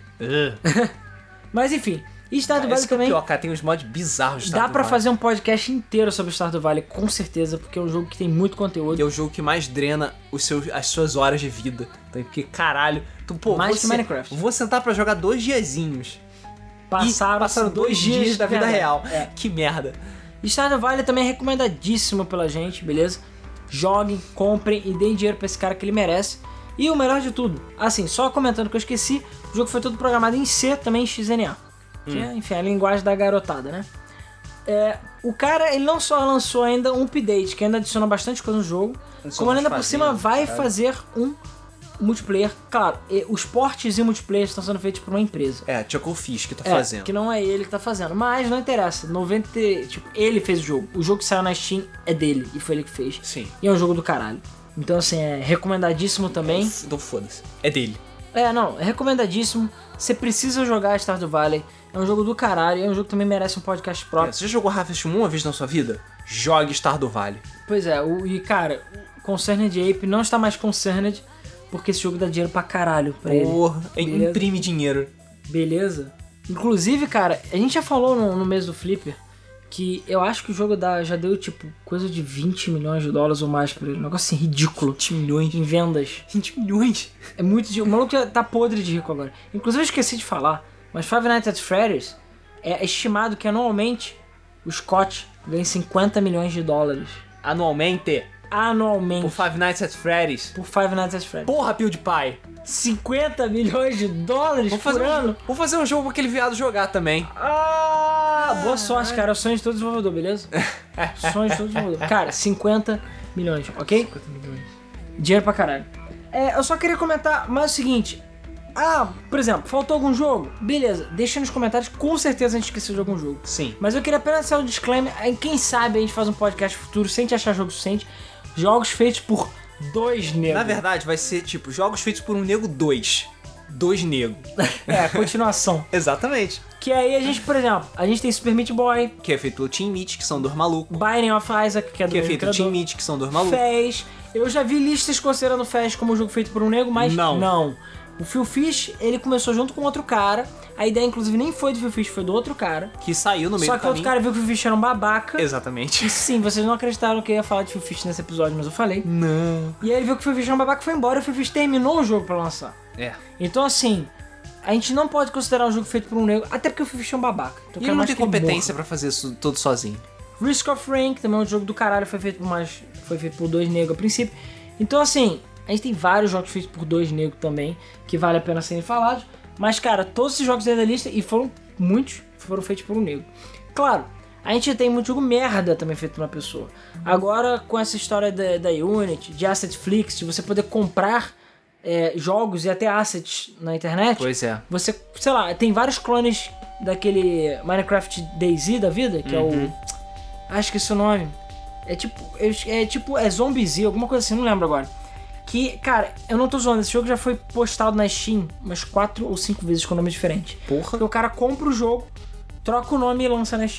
Mas enfim, e Stardew Valley Esse que é o também pior, cara, tem uns mods bizarros de dá Stardew pra Valley. fazer um podcast inteiro sobre Stardew Valley, com certeza, porque é um jogo que tem muito conteúdo. Que é o jogo que mais drena os seus, as suas horas de vida. Então, porque, caralho, tu, pô, Mais vou que se- Minecraft. Vou sentar pra jogar dois diazinhos. Passaram, e passaram dois dias, da vida verdade. real. É. Que merda. Stardew Valley também é recomendadíssimo pela gente, beleza? Joguem, comprem e deem dinheiro pra esse cara que ele merece. E o melhor de tudo, assim, só comentando que eu esqueci, o jogo foi todo programado em C, também em X N A. Que é, enfim, a linguagem da garotada, né? É, o cara, ele não só lançou ainda um update, que ainda adiciona bastante coisa no jogo, Adiciona como ele ainda umas por cima fazendas, vai sabe? fazer um multiplayer. Claro, e os portes e multiplayer estão sendo feitos por uma empresa. É, Chucklefish que tá É, fazendo. que não é ele que tá fazendo, mas não interessa. noventa, tipo, ele fez o jogo. O jogo que saiu na Steam é dele e foi ele que fez. Sim. E é um jogo do caralho. Então, assim, é recomendadíssimo também. Então foda-se. É dele. É, não, é recomendadíssimo. Você precisa jogar Stardew Valley. É um jogo do caralho. É um jogo que também merece um podcast É, próprio. você já jogou Harvest Moon uma vez na sua vida? Jogue Stardew Valley. Pois é, o, e cara, o Concerned Ape não está mais Concerned porque esse jogo dá dinheiro pra caralho pra ele. Porra, Beleza? imprime dinheiro. Beleza? Inclusive, cara, a gente já falou no, no mês do Flipper que eu acho que o jogo dá, já deu, tipo, coisa de vinte milhões de dólares ou mais pra ele. Um negócio assim, ridículo. vinte milhões. Em vendas. vinte milhões? É muito... De... O maluco já tá podre de rico agora. Inclusive, eu esqueci de falar, mas Five Nights at Freddy's é estimado que anualmente o Scott ganha cinquenta milhões de dólares. Anualmente, Anualmente. por Five Nights at Freddy's. Por Five Nights at Freddy's. Porra, PewDiePie. cinquenta milhões de dólares Vou por fazer, um, ano? vou fazer um jogo pra aquele viado jogar também. Ah, boa sorte, cara. É o sonho de todo desenvolvedor, beleza? Sonho de todo desenvolvedor. Cara, cinquenta milhões, ok? cinquenta milhões. Dinheiro pra caralho. É, eu só queria comentar mais o seguinte. Ah, por exemplo, faltou algum jogo? Beleza, deixa nos comentários. Com certeza a gente esqueceu de algum jogo. Sim. Mas eu queria apenas dar um disclaimer. Aí, quem sabe a gente faz um podcast futuro sem te achar jogo suficiente. Jogos feitos por dois negros. Na verdade, vai ser tipo jogos feitos por um nego dois. Dois nego. É, a continuação. Exatamente. Que aí a gente, por exemplo, a gente tem Super Meat Boy, Que é feito pelo Team Meat, que são dois malucos. Binding of Isaac, que é do Que é mesmo feito pelo criador. Team Meat, que são dois malucos. Fez. Eu já vi listas considerando Fez como um jogo feito por um nego, mas Não. não. O Phil Fish, ele começou junto com outro cara. A ideia, inclusive, nem foi do Phil Fish, foi do outro cara. Que saiu no meio Só do que o outro caminho. cara viu que o Phil Fish era um babaca. Exatamente. E sim, vocês não acreditaram que eu ia falar de Phil Fish nesse episódio, mas eu falei. Não. E aí ele viu que o Phil Fish era um babaca e foi embora. E o Phil Fish terminou o jogo pra lançar. É. Então, assim, a gente não pode considerar um jogo feito por um nego, até porque o Phil Fish é um babaca. Então, eu E quero ele não mais tem que ele competência pra fazer isso tudo sozinho. morra. Risk of Rain, que também é um jogo do caralho, foi feito por mais. Foi feito por dois negros a princípio. Então, assim, a gente tem vários jogos feitos por dois negros também, que vale a pena serem falados. Mas, cara, todos esses jogos dentro da lista, e foram muitos, foram feitos por um negro. Claro, a gente tem muito jogo merda também feito por uma pessoa. Agora, com essa história da, da Unity, de Asset Flix, de você poder comprar é, jogos e até assets na internet, Pois é. você, sei lá, tem vários clones daquele Minecraft DayZ da vida, que Uhum. é o... Ah, esqueci o nome. É tipo, é, é tipo, é ZombieZ, alguma coisa assim, não lembro agora. Que, cara, eu não tô zoando, esse jogo já foi postado na Steam umas quatro ou cinco vezes com nome diferente. Porra. Porque o cara compra o jogo, troca o nome e lança na Steam.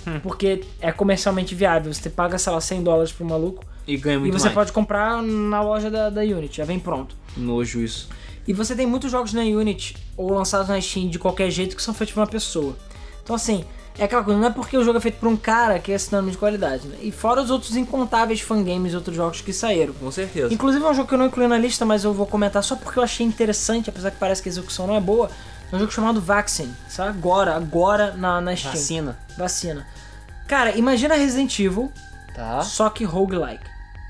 Hum. Porque é comercialmente viável. Você paga, sei lá, cem dólares pro maluco. E ganha muito E você mais. pode comprar na loja da, da Unity, já vem pronto. Nojo isso. E você tem muitos jogos na Unity ou lançados na Steam de qualquer jeito que são feitos por uma pessoa. Então assim, é aquela coisa, não é porque o jogo é feito por um cara que é sinônimo de qualidade, né? E fora os outros incontáveis fangames e outros jogos que saíram. Com certeza. Inclusive é um jogo que eu não incluí na lista, mas eu vou comentar só porque eu achei interessante, apesar que parece que a execução não é boa. É um jogo chamado Vaccine, sabe? Agora, agora na, na Steam. Vacina. Vacina. Cara, imagina Resident Evil, Tá. só que roguelike.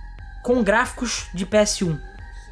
Com gráficos de P S um.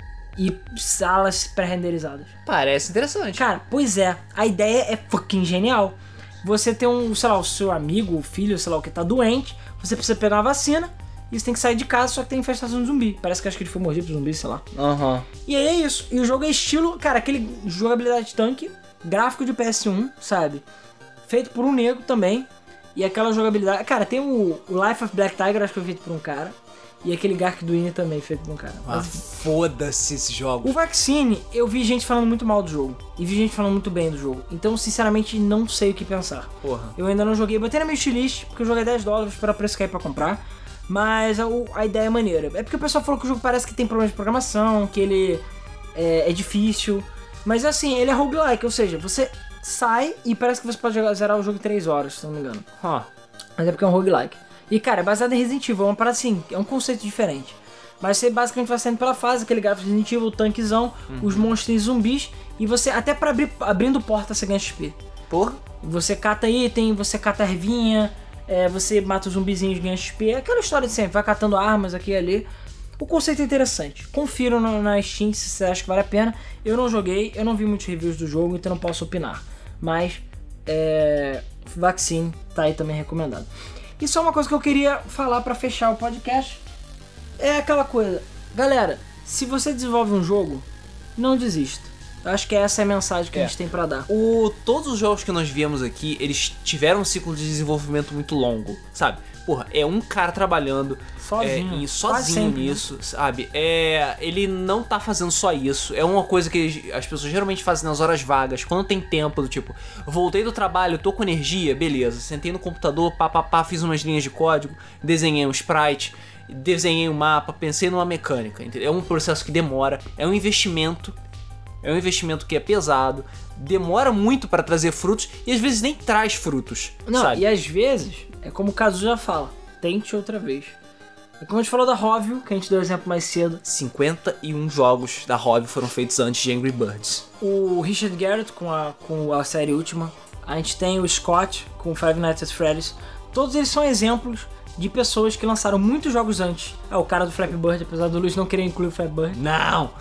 E salas pré-renderizadas. Parece interessante. Cara, pois é. A ideia é fucking genial. Você tem um, sei lá, o seu amigo, o filho, sei lá, o que tá doente. Você precisa pegar uma vacina. E você tem que sair de casa, só que tem infestação de zumbi. Parece que acho que ele foi mordido por zumbi, sei lá. Aham. Uhum. E aí é isso. E o jogo é estilo, cara, aquele jogabilidade de tanque. Gráfico de P S um, sabe? Feito por um negro também. E aquela jogabilidade... Cara, tem o, o Life of Black Tiger, acho que foi feito por um cara. E aquele Gark Duine também, feito por um cara. Ah, foda-se esse jogo. O Vaccine, eu vi gente falando muito mal do jogo. E vi gente falando muito bem do jogo. Então, sinceramente, não sei o que pensar. Porra. Eu ainda não joguei. Botei na minha wishlist, porque eu joguei dez dólares para preço cair pra comprar. Mas a, a ideia é maneira. É porque o pessoal falou que o jogo parece que tem problemas de programação, que ele é, é difícil. Mas assim, ele é roguelike, ou seja, você sai e parece que você pode jogar, zerar o jogo em três horas, se não me engano. Huh. Mas é porque é um roguelike. E cara, é baseado em Resident Evil, é uma parada assim, é um conceito diferente. Mas você basicamente vai saindo pela fase, aquele gráfico de Resident Evil, o tanquezão, uhum. os monstros e zumbis, e você, até pra abrir, abrindo porta, você ganha X P. Porra. Você cata item, você cata ervinha, é, você mata os zumbizinhos e ganha X P. É aquela história de sempre, vai catando armas aqui e ali. O conceito é interessante. Confiram na, na Steam se você acha que vale a pena. Eu não joguei, eu não vi muitos reviews do jogo, então não posso opinar. Mas, é... Vaccine tá aí também recomendado. E só uma coisa que eu queria falar pra fechar o podcast. É aquela coisa. Galera, se você desenvolve um jogo, não desista. Eu acho que essa é a mensagem que é. a gente tem pra dar. O, todos os jogos que nós viemos aqui, eles tiveram um ciclo de desenvolvimento muito longo, sabe? Porra, é um cara trabalhando sozinho, é, em, sozinho sempre, nisso, né? Sabe? É, ele não tá fazendo só isso. É uma coisa que as pessoas geralmente fazem nas horas vagas, quando tem tempo, do tipo, voltei do trabalho, tô com energia, beleza. Sentei no computador, pá, pá, pá, fiz umas linhas de código, desenhei um sprite, desenhei um mapa, pensei numa mecânica. Entendeu? É um processo que demora, é um investimento. É um investimento que é pesado, demora muito pra trazer frutos e às vezes nem traz frutos. Não, sabe? E às vezes, é como o Kazu já fala, tente outra vez. É como a gente falou da Rovio, que a gente deu o exemplo mais cedo. cinquenta e um jogos da Rovio foram feitos antes de Angry Birds. O Richard Garrett com a, com a série última. A gente tem o Scott com Five Nights at Freddy's. Todos eles são exemplos de pessoas que lançaram muitos jogos antes. Ah, o cara do Flappy Bird, apesar do Luiz não querer incluir o Flappy Bird. Não!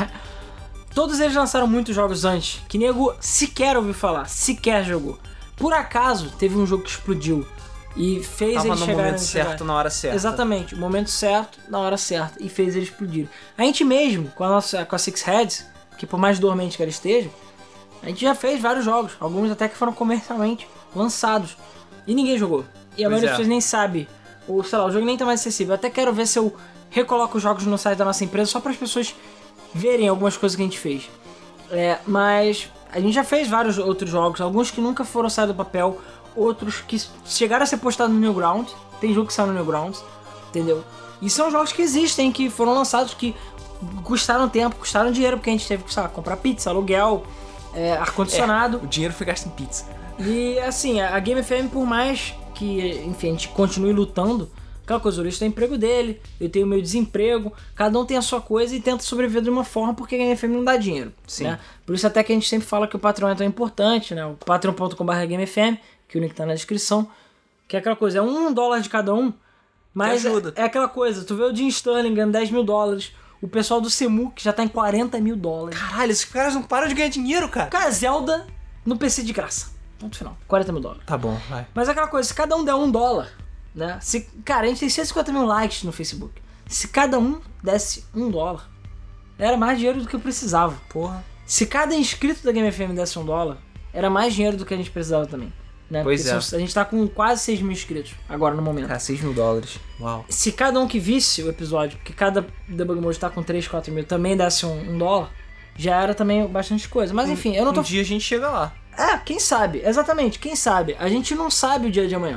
Todos eles lançaram muitos jogos antes, que nego sequer ouviu falar, sequer jogou. Por acaso, teve um jogo que explodiu e fez Tava eles no chegarem... momento certo, na hora certa. Exatamente, o momento certo, na hora certa, e fez eles explodirem. A gente mesmo, com a, nossa, com a Six Heads, que por mais dormente que ela esteja, a gente já fez vários jogos, alguns até que foram comercialmente lançados, e ninguém jogou. E a Pois maioria é. das pessoas nem sabe, ou sei lá, o jogo nem tá mais acessível. Eu até quero ver se eu recoloco os jogos no site da nossa empresa, só para as pessoas verem algumas coisas que a gente fez. É, mas a gente já fez vários outros jogos, alguns que nunca foram sair do papel, outros que chegaram a ser postados no Newgrounds. Tem jogo que saiu no Newgrounds, entendeu? E são jogos que existem, que foram lançados, que custaram tempo, custaram dinheiro, porque a gente teve que, sei lá, comprar pizza, aluguel, é, ar-condicionado. É, o dinheiro foi gasto em pizza. E assim, a Game F M, por mais que, enfim, a gente continue lutando, aquela coisa, o Luiz tem o emprego dele, eu tenho o meu desemprego, cada um tem a sua coisa e tenta sobreviver de uma forma, porque a Game F M não dá dinheiro. Sim. Né? Por isso até que a gente sempre fala que o Patreon é tão importante, né? O patreon ponto com barra game f m, que o link tá na descrição, que é aquela coisa, é um dólar de cada um, mas que ajuda. É, é aquela coisa, tu vê o Jim Sterling ganhando dez mil dólares, o pessoal do Semu, que já tá em quarenta mil dólares. Caralho, esses caras não param de ganhar dinheiro, cara. Cara, Zelda no P C de graça. Ponto final. quarenta mil dólares. Tá bom, vai. Mas é aquela coisa, se cada um der um dólar, né? Se, cara, a gente tem cento e cinquenta mil likes no Facebook. Se cada um desse um dólar, era mais dinheiro do que eu precisava. Porra. Se cada inscrito da Game F M desse um dólar, era mais dinheiro do que a gente precisava também. Né? Pois Porque é. são, a gente tá com quase seis mil inscritos agora no momento. Cara, seis mil dólares. Uau. Se cada um que visse o episódio, porque cada Debug Mode tá com três, quatro mil, também desse um, um dólar, já era também bastante coisa. Mas enfim, eu não tô... Um dia a gente chega lá. É, quem sabe, exatamente, quem sabe. A gente não sabe o dia de amanhã.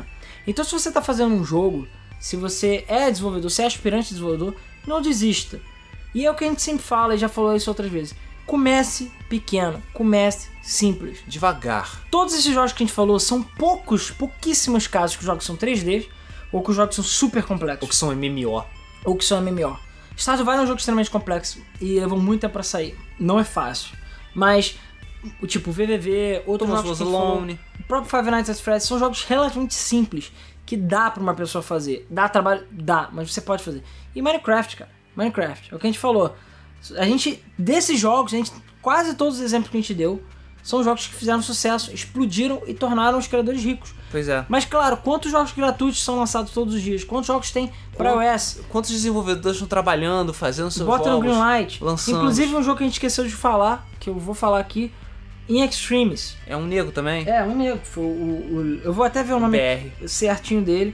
Então se você tá fazendo um jogo, se você é desenvolvedor, se é aspirante desenvolvedor, não desista. E é o que a gente sempre fala, e já falou isso outras vezes. Comece pequeno, comece simples. Devagar. Todos esses jogos que a gente falou são poucos, pouquíssimos casos que os jogos são três D, ou que os jogos são super complexos. Ou que são M M O. Ou que são M M O. Stardew Valley é um jogo extremamente complexo e levou muito tempo pra sair. Não é fácil. Mas, o tipo, V V V, outros Thomas jogos Was que Alone, o próprio Five Nights at Freddy's são jogos relativamente simples, que dá pra uma pessoa fazer. Dá trabalho? Dá, mas você pode fazer. E Minecraft, cara. Minecraft, é o que a gente falou. A gente, desses jogos, a gente, quase todos os exemplos que a gente deu são jogos que fizeram sucesso, explodiram e tornaram os criadores ricos. Pois é. Mas claro, quantos jogos gratuitos são lançados todos os dias? Quantos jogos tem pra iOS? Quantos desenvolvedores estão trabalhando, fazendo seus Bota jogos? no Greenlight. Lançando. Inclusive um jogo que a gente esqueceu de falar, que eu vou falar aqui, In Extremis. É um nego também? É, um nego. Foi o, o, eu vou até ver o nome B R. certinho dele.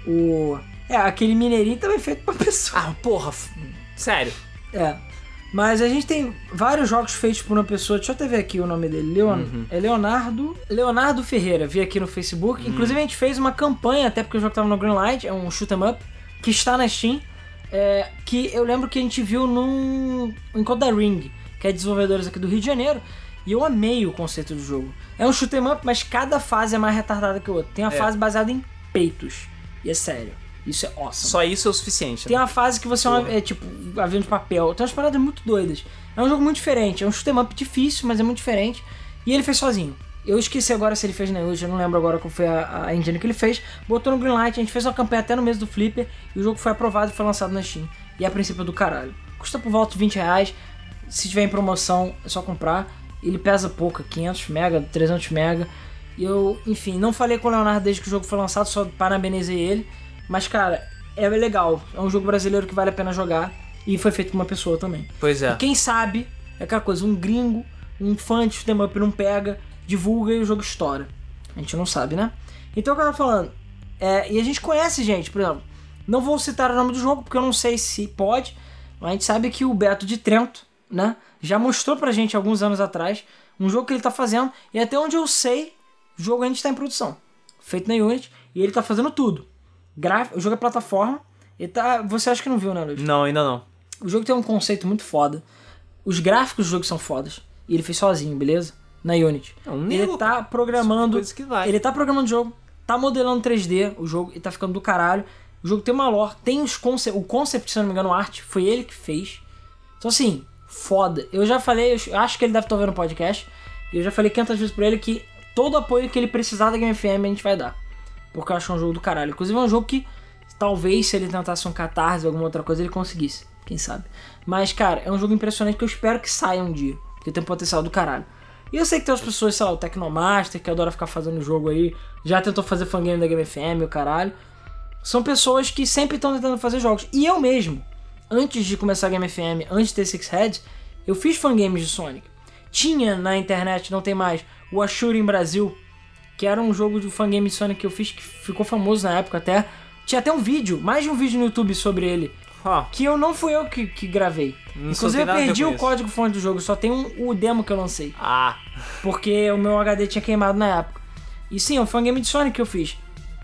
O, é, aquele mineirinho também feito pra pessoa. Ah, porra, f- sério. É. Mas a gente tem vários jogos feitos por uma pessoa. Deixa eu até ver aqui o nome dele. Leon... Uhum. É Leonardo. Leonardo Ferreira. Vi aqui no Facebook. Uhum. Inclusive a gente fez uma campanha, até porque o jogo tava no Greenlight. É um shoot 'em up. Que está na Steam. É, que eu lembro que a gente viu num encontro da Ring, que é desenvolvedores aqui do Rio de Janeiro. E eu amei o conceito do jogo. É um shoot 'em up, mas cada fase é mais retardada que a outra. Tem uma É. fase baseada em peitos. E é sério. Isso é awesome. Só isso é o suficiente. Tem né? uma fase que você é, uma, é tipo avião de papel. Tem umas paradas muito doidas. É um jogo muito diferente. É um shoot 'em up difícil, mas é muito diferente. E ele fez sozinho. Eu esqueci agora se ele fez na Unity, eu não lembro agora qual foi a, a engine que ele fez. Botou no Greenlight, a gente fez uma campanha até no mês do Flipper. E o jogo foi aprovado e foi lançado na Steam. E a princípio é do caralho. Custa por volta de vinte reais. Se tiver em promoção, é só comprar. Ele pesa pouco, quinhentos mega, trezentos mega. E eu, enfim, não falei com o Leonardo desde que o jogo foi lançado, só parabenizei ele. Mas, cara, é legal. É um jogo brasileiro que vale a pena jogar. E foi feito por uma pessoa também. Pois é. E quem sabe, é aquela coisa, um gringo, um fã de shoot 'em up não pega, divulga e o jogo estoura. A gente não sabe, né? Então, o que eu tava falando, é, e a gente conhece gente, por exemplo, não vou citar o nome do jogo, porque eu não sei se pode, mas a gente sabe que o Beto de Trento, né, já mostrou pra gente alguns anos atrás um jogo que ele tá fazendo, e até onde eu sei, o jogo ainda está em produção. Feito na Unity, e ele tá fazendo tudo. Graf... O jogo é plataforma, ele tá... Você acha que não viu, né, Luiz? Não, ainda não. O jogo tem um conceito muito foda. Os gráficos do jogo são fodas. E ele fez sozinho, beleza? Na Unity. É um ele nego, tá programando. coisa que vai. Ele tá programando o jogo, tá modelando três D o jogo e tá ficando do caralho. O jogo tem uma lore, tem os conce... o concept, se não me engano, a arte, foi ele que fez. Então assim, foda. Eu já falei, eu acho que ele deve estar ouvindo o podcast. E eu já falei quinhentas vezes pra ele que todo apoio que ele precisar da Game F M a gente vai dar. Porque eu acho um jogo do caralho. Inclusive é um jogo que talvez se ele tentasse um catarse ou alguma outra coisa ele conseguisse. Quem sabe. Mas, cara, é um jogo impressionante que eu espero que saia um dia. Porque tem um potencial do caralho. E eu sei que tem as pessoas, sei lá, o Tecnomaster, que adora ficar fazendo jogo aí. Já tentou fazer fangame da Game F M, o caralho. São pessoas que sempre estão tentando fazer jogos. E eu mesmo, antes de começar a Game F M, antes de ter Six Heads, eu fiz fangames de Sonic. Tinha na internet, não tem mais, o Ashura Brasil, que era um jogo de fangame de Sonic que eu fiz, que ficou famoso na época até. Tinha até um vídeo, mais de um vídeo no YouTube sobre ele. Oh. Que eu não fui eu que, que gravei. Não Inclusive eu perdi o isso. código fonte do jogo, só tem um, o demo que eu lancei. Ah. Porque o meu H D tinha queimado na época. E sim, é um fangame de Sonic que eu fiz.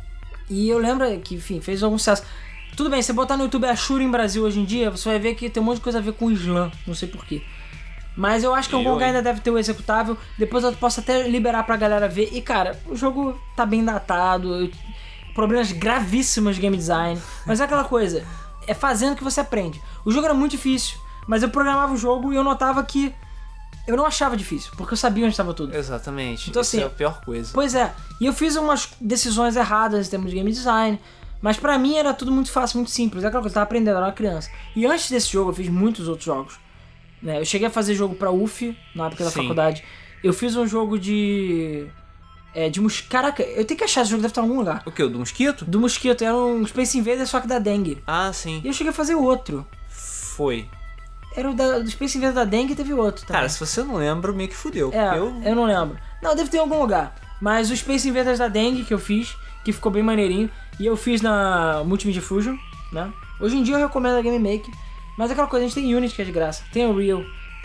E eu lembro que, enfim, fez algum sucesso. Tudo bem, você botar no YouTube Ashura em Brasil hoje em dia, você vai ver que tem um monte de coisa a ver com o Islã, não sei porquê. Mas eu acho que algum lugar ainda deve ter o executável. Depois eu posso até liberar pra galera ver. E cara, o jogo tá bem datado. Eu... Problemas gravíssimos de game design. Mas é aquela coisa, é fazendo que você aprende. O jogo era muito difícil, mas eu programava o jogo e eu notava que eu não achava difícil, porque eu sabia onde estava tudo. Exatamente. Então, Isso assim, é a pior coisa. Pois é, e eu fiz umas decisões erradas em termos de game design, mas pra mim era tudo muito fácil, muito simples. É aquela coisa, eu tava aprendendo, eu era uma criança. E antes desse jogo eu fiz muitos outros jogos. Né? Eu cheguei a fazer jogo pra U F, na época da Sim. faculdade. Eu fiz um jogo de... É, de mosquito. Caraca, eu tenho que achar, esse jogo deve estar em algum lugar. O que? O do mosquito? Do mosquito, era um Space Invader, só que da dengue. Ah, sim. E eu cheguei a fazer outro. Foi. Era o da, do Space Invader da dengue e teve outro também. Cara, se você não lembra, meio que fudeu. É, eu... eu não lembro. Não, deve ter em algum lugar. Mas o Space Invaders da dengue que eu fiz, que ficou bem maneirinho. E eu fiz na Multimedia Fusion, né? Hoje em dia eu recomendo a Game Maker. Mas é aquela coisa, a gente tem Unity que é de graça. Tem o Unreal,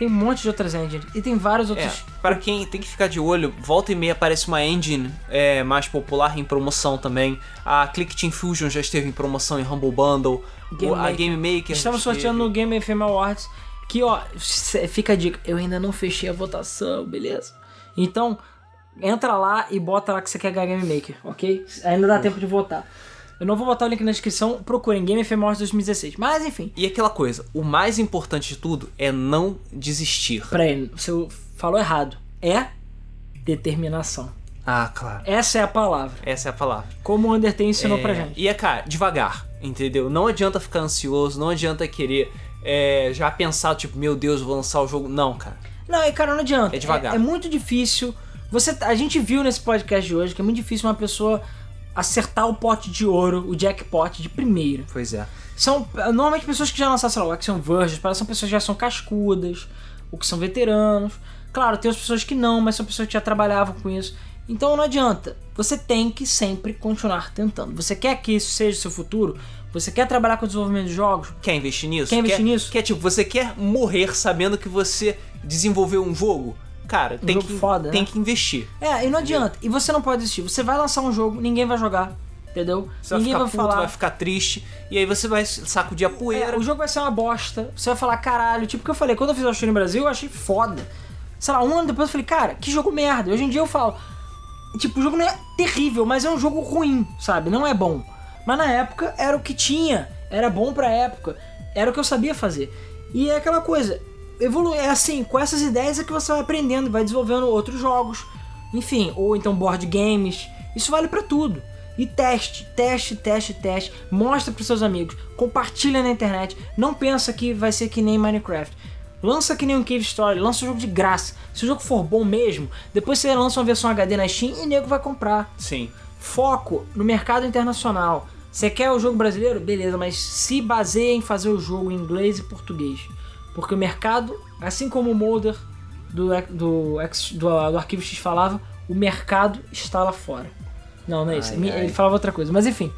tem um monte de outras engines. E tem vários outros... É, para quem tem que ficar de olho, volta e meia aparece uma engine é, mais popular em promoção também. A Click Team Fusion já esteve em promoção em Humble Bundle. Game o, a Game Maker... Estamos sorteando no Game F M Awards. Que, ó, fica a dica. Eu ainda não fechei a votação, beleza? Então, entra lá e bota lá que você quer ganhar Game Maker, ok? Ainda dá tempo de votar. Eu não vou botar o link na descrição, procurem Game F M Awards dois mil e dezesseis. Mas, enfim. E aquela coisa, o mais importante de tudo é não desistir. Peraí, você falou errado. É determinação. Ah, claro. Essa é a palavra. Essa é a palavra. Como o Undertale ensinou é... pra gente. E é, cara, devagar, entendeu? Não adianta ficar ansioso, não adianta querer é, já pensar, tipo, meu Deus, eu vou lançar o jogo. Não, cara. Não, é, cara, não adianta. É devagar. É, é muito difícil. Você, a gente viu nesse podcast de hoje que é muito difícil uma pessoa acertar o pote de ouro, o jackpot de primeira. Pois é. São normalmente pessoas que já lançaram, sei lá, que são virgens, são pessoas que já são cascudas, ou que são veteranos. Claro, tem as pessoas que não, mas são pessoas que já trabalhavam com isso. Então não adianta. Você tem que sempre continuar tentando. Você quer que isso seja o seu futuro? Você quer trabalhar com o desenvolvimento de jogos? Quer investir nisso? Quer investir quer, nisso? Quer, tipo, você quer morrer sabendo que você desenvolveu um jogo? Cara, um tem, jogo que, foda, tem né? que investir. É, e não adianta. E você não pode desistir. Você vai lançar um jogo, ninguém vai jogar. Entendeu? Você ninguém vai vai, ficar puto, falar. vai ficar triste. E aí você vai sacudir a poeira. É, o jogo vai ser uma bosta. Você vai falar, caralho. Tipo, que eu falei, quando eu fiz o show no Brasil, eu achei foda. Sei lá, um ano depois eu falei, cara, que jogo merda. Hoje em dia eu falo, tipo, o jogo não é terrível, mas é um jogo ruim, sabe? Não é bom. Mas na época era o que tinha. Era bom pra época. Era o que eu sabia fazer. E é aquela coisa. Evolu é assim, com essas ideias é que você vai aprendendo, vai desenvolvendo outros jogos, enfim, ou então board games. Isso vale pra tudo. E teste, teste, teste, teste. Mostra pros seus amigos, compartilha na internet. Não pensa que vai ser que nem Minecraft. Lança que nem um Cave Story, lança um jogo de graça. Se o jogo for bom mesmo, depois você lança uma versão H D na Steam e o nego vai comprar. Sim. Foco no mercado internacional. Você quer o jogo brasileiro? Beleza, mas se baseia em fazer o jogo em inglês e português. Porque o mercado, assim como o Molder do, do, do, do Arquivo X falava, o mercado está lá fora. Não, não é isso. Ai, Ele ai. falava outra coisa. Mas enfim,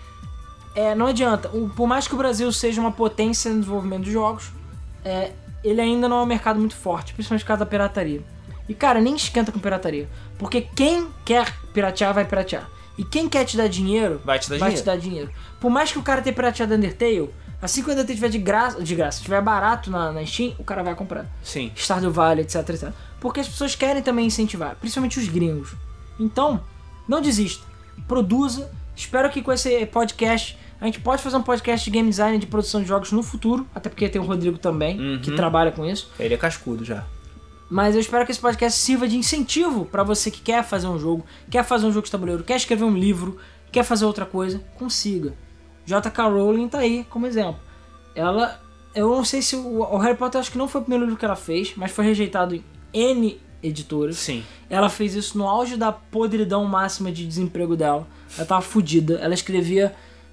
é, não adianta. O, por mais que o Brasil seja uma potência no desenvolvimento de jogos, é, ele ainda não é um mercado muito forte, principalmente por causa da pirataria. E cara, nem esquenta com pirataria. Porque quem quer piratear, vai piratear. E quem quer te dar dinheiro, vai te dar, vai dinheiro. Te dar dinheiro. Por mais que o cara tenha pirateado Undertale, assim que o Undertale tiver de graça, de graça, tiver barato na, na Steam, o cara vai comprar. Sim. Stardew Valley, etc, etcétera. Porque as pessoas querem também incentivar, principalmente os gringos. Então, não desista. Produza. Espero que com esse podcast a gente pode fazer um podcast de game design e de produção de jogos no futuro, até porque tem o Rodrigo também, uhum. que trabalha com isso. Ele é cascudo já. Mas eu espero que esse podcast sirva de incentivo pra você que quer fazer um jogo, quer fazer um jogo de tabuleiro, quer escrever um livro, quer fazer outra coisa, consiga. J K Rowling tá aí como exemplo. Ela, eu não sei se o, o Harry Potter acho que não foi o primeiro livro que ela fez, mas foi rejeitado em N editoras. Sim. Ela fez isso no auge da podridão máxima de desemprego dela. Ela tava fodida. Ela escrevia,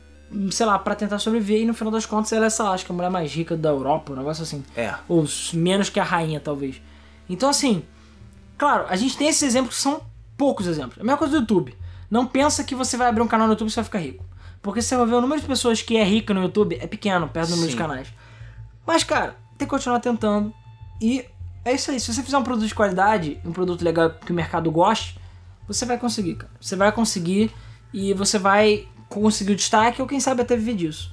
sei lá, pra tentar sobreviver e no final das contas ela é essa, acho que a mulher mais rica da Europa, um negócio assim. É. Ou menos que a rainha, talvez. Então assim, claro, a gente tem esses exemplos que são poucos exemplos. A mesma coisa do YouTube. Não pensa que você vai abrir um canal no YouTube e você vai ficar rico. Porque se você vai ver o número de pessoas que é rica no YouTube, é pequeno, perto do número de canais. Mas, cara, tem que continuar tentando. E é isso aí. Se você fizer um produto de qualidade, um produto legal que o mercado goste, você vai conseguir, cara. Você vai conseguir e você vai conseguir o destaque ou quem sabe até viver disso.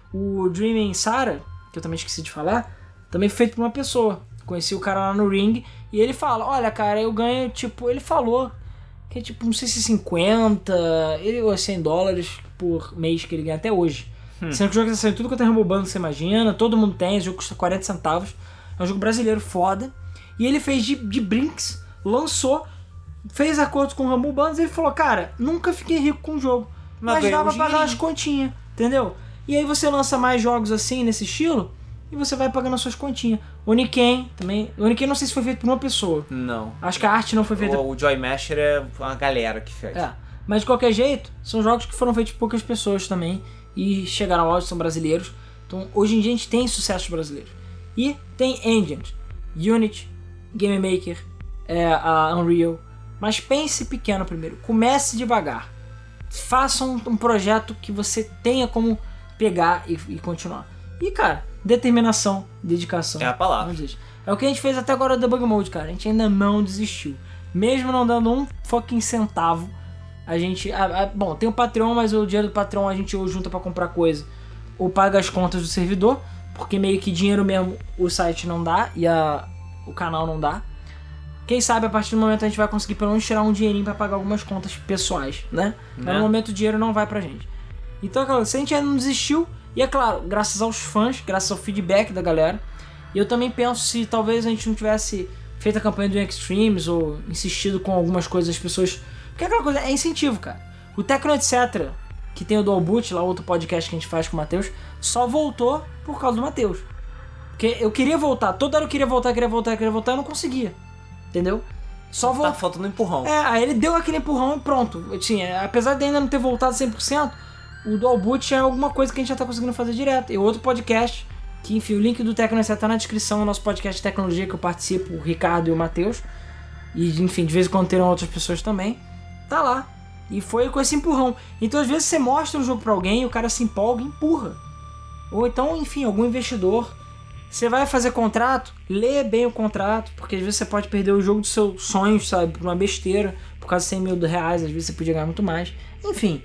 O Dreaming Sarah, que eu também esqueci de falar, também foi feito por uma pessoa. Conheci o cara lá no Ring e ele fala, olha, cara, eu ganho, tipo, ele falou que é tipo, não sei se cinquenta ele, ou cem dólares por mês que ele ganha até hoje. Hum. Sendo que o jogo tá saindo tudo quanto é roubando, você imagina, todo mundo tem, o jogo custa quarenta centavos, é um jogo brasileiro foda, e ele fez de, de brinks, lançou, fez acordos com o Rumble Bundles e ele falou, cara, nunca fiquei rico com o jogo, mas, mas dá pra pagar as continhas, entendeu? E aí você lança mais jogos assim, nesse estilo, e você vai pagando as suas continhas. Oniken também. O Oniken não sei se foi feito por uma pessoa. Não. Acho que a arte não foi feita... O, o Joy Masher é uma galera que fez. É. Mas de qualquer jeito, são jogos que foram feitos por poucas pessoas também. E chegaram ao auge, são brasileiros. Então hoje em dia a gente tem sucessos brasileiros. E tem engines. Unity, Game Maker, é, a Unreal. Mas pense pequeno primeiro. Comece devagar. Faça um, um projeto que você tenha como pegar e, e continuar. E cara, determinação, dedicação. É a palavra. É o que a gente fez até agora do Debug Mode, cara. A gente ainda não desistiu. Mesmo não dando um fucking centavo, a gente... A, a, bom, tem o Patreon, mas o dinheiro do Patreon a gente ou junta pra comprar coisa ou paga as contas do servidor, porque meio que dinheiro mesmo o site não dá e a, o canal não dá. Quem sabe a partir do momento a gente vai conseguir pelo menos tirar um dinheirinho pra pagar algumas contas pessoais, né? Mas Né? no momento o dinheiro não vai pra gente. Então, cara, se a gente ainda não desistiu, e é claro, graças aos fãs, graças ao feedback da galera, e eu também penso se talvez a gente não tivesse feito a campanha do Extremes ou insistido com algumas coisas das pessoas. Porque aquela coisa é incentivo, cara. O Tecno Etc, que tem o Dual Boot, lá outro podcast que a gente faz com o Matheus, só voltou por causa do Matheus. Porque eu queria voltar, toda hora eu queria voltar, queria voltar, queria voltar, eu não conseguia. Entendeu? Só Tá voltar. faltando um empurrão. É, aí ele deu aquele empurrão e pronto. Assim, apesar de ainda não ter voltado cem por cento, o Dual Boot é alguma coisa que a gente já tá conseguindo fazer direto. E outro podcast, que enfim, o link do Tecno Etc tá na descrição, o nosso podcast de tecnologia que eu participo, o Ricardo e o Matheus. E enfim, de vez em quando terão outras pessoas também. Tá lá. E foi com esse empurrão. Então às vezes você mostra o jogo pra alguém e o cara se empolga e empurra. Ou então, enfim, algum investidor. Você vai fazer contrato, lê bem o contrato, porque às vezes você pode perder o jogo dos seus sonhos, sabe, por uma besteira, por causa de cem mil reais, às vezes você podia ganhar muito mais. Enfim,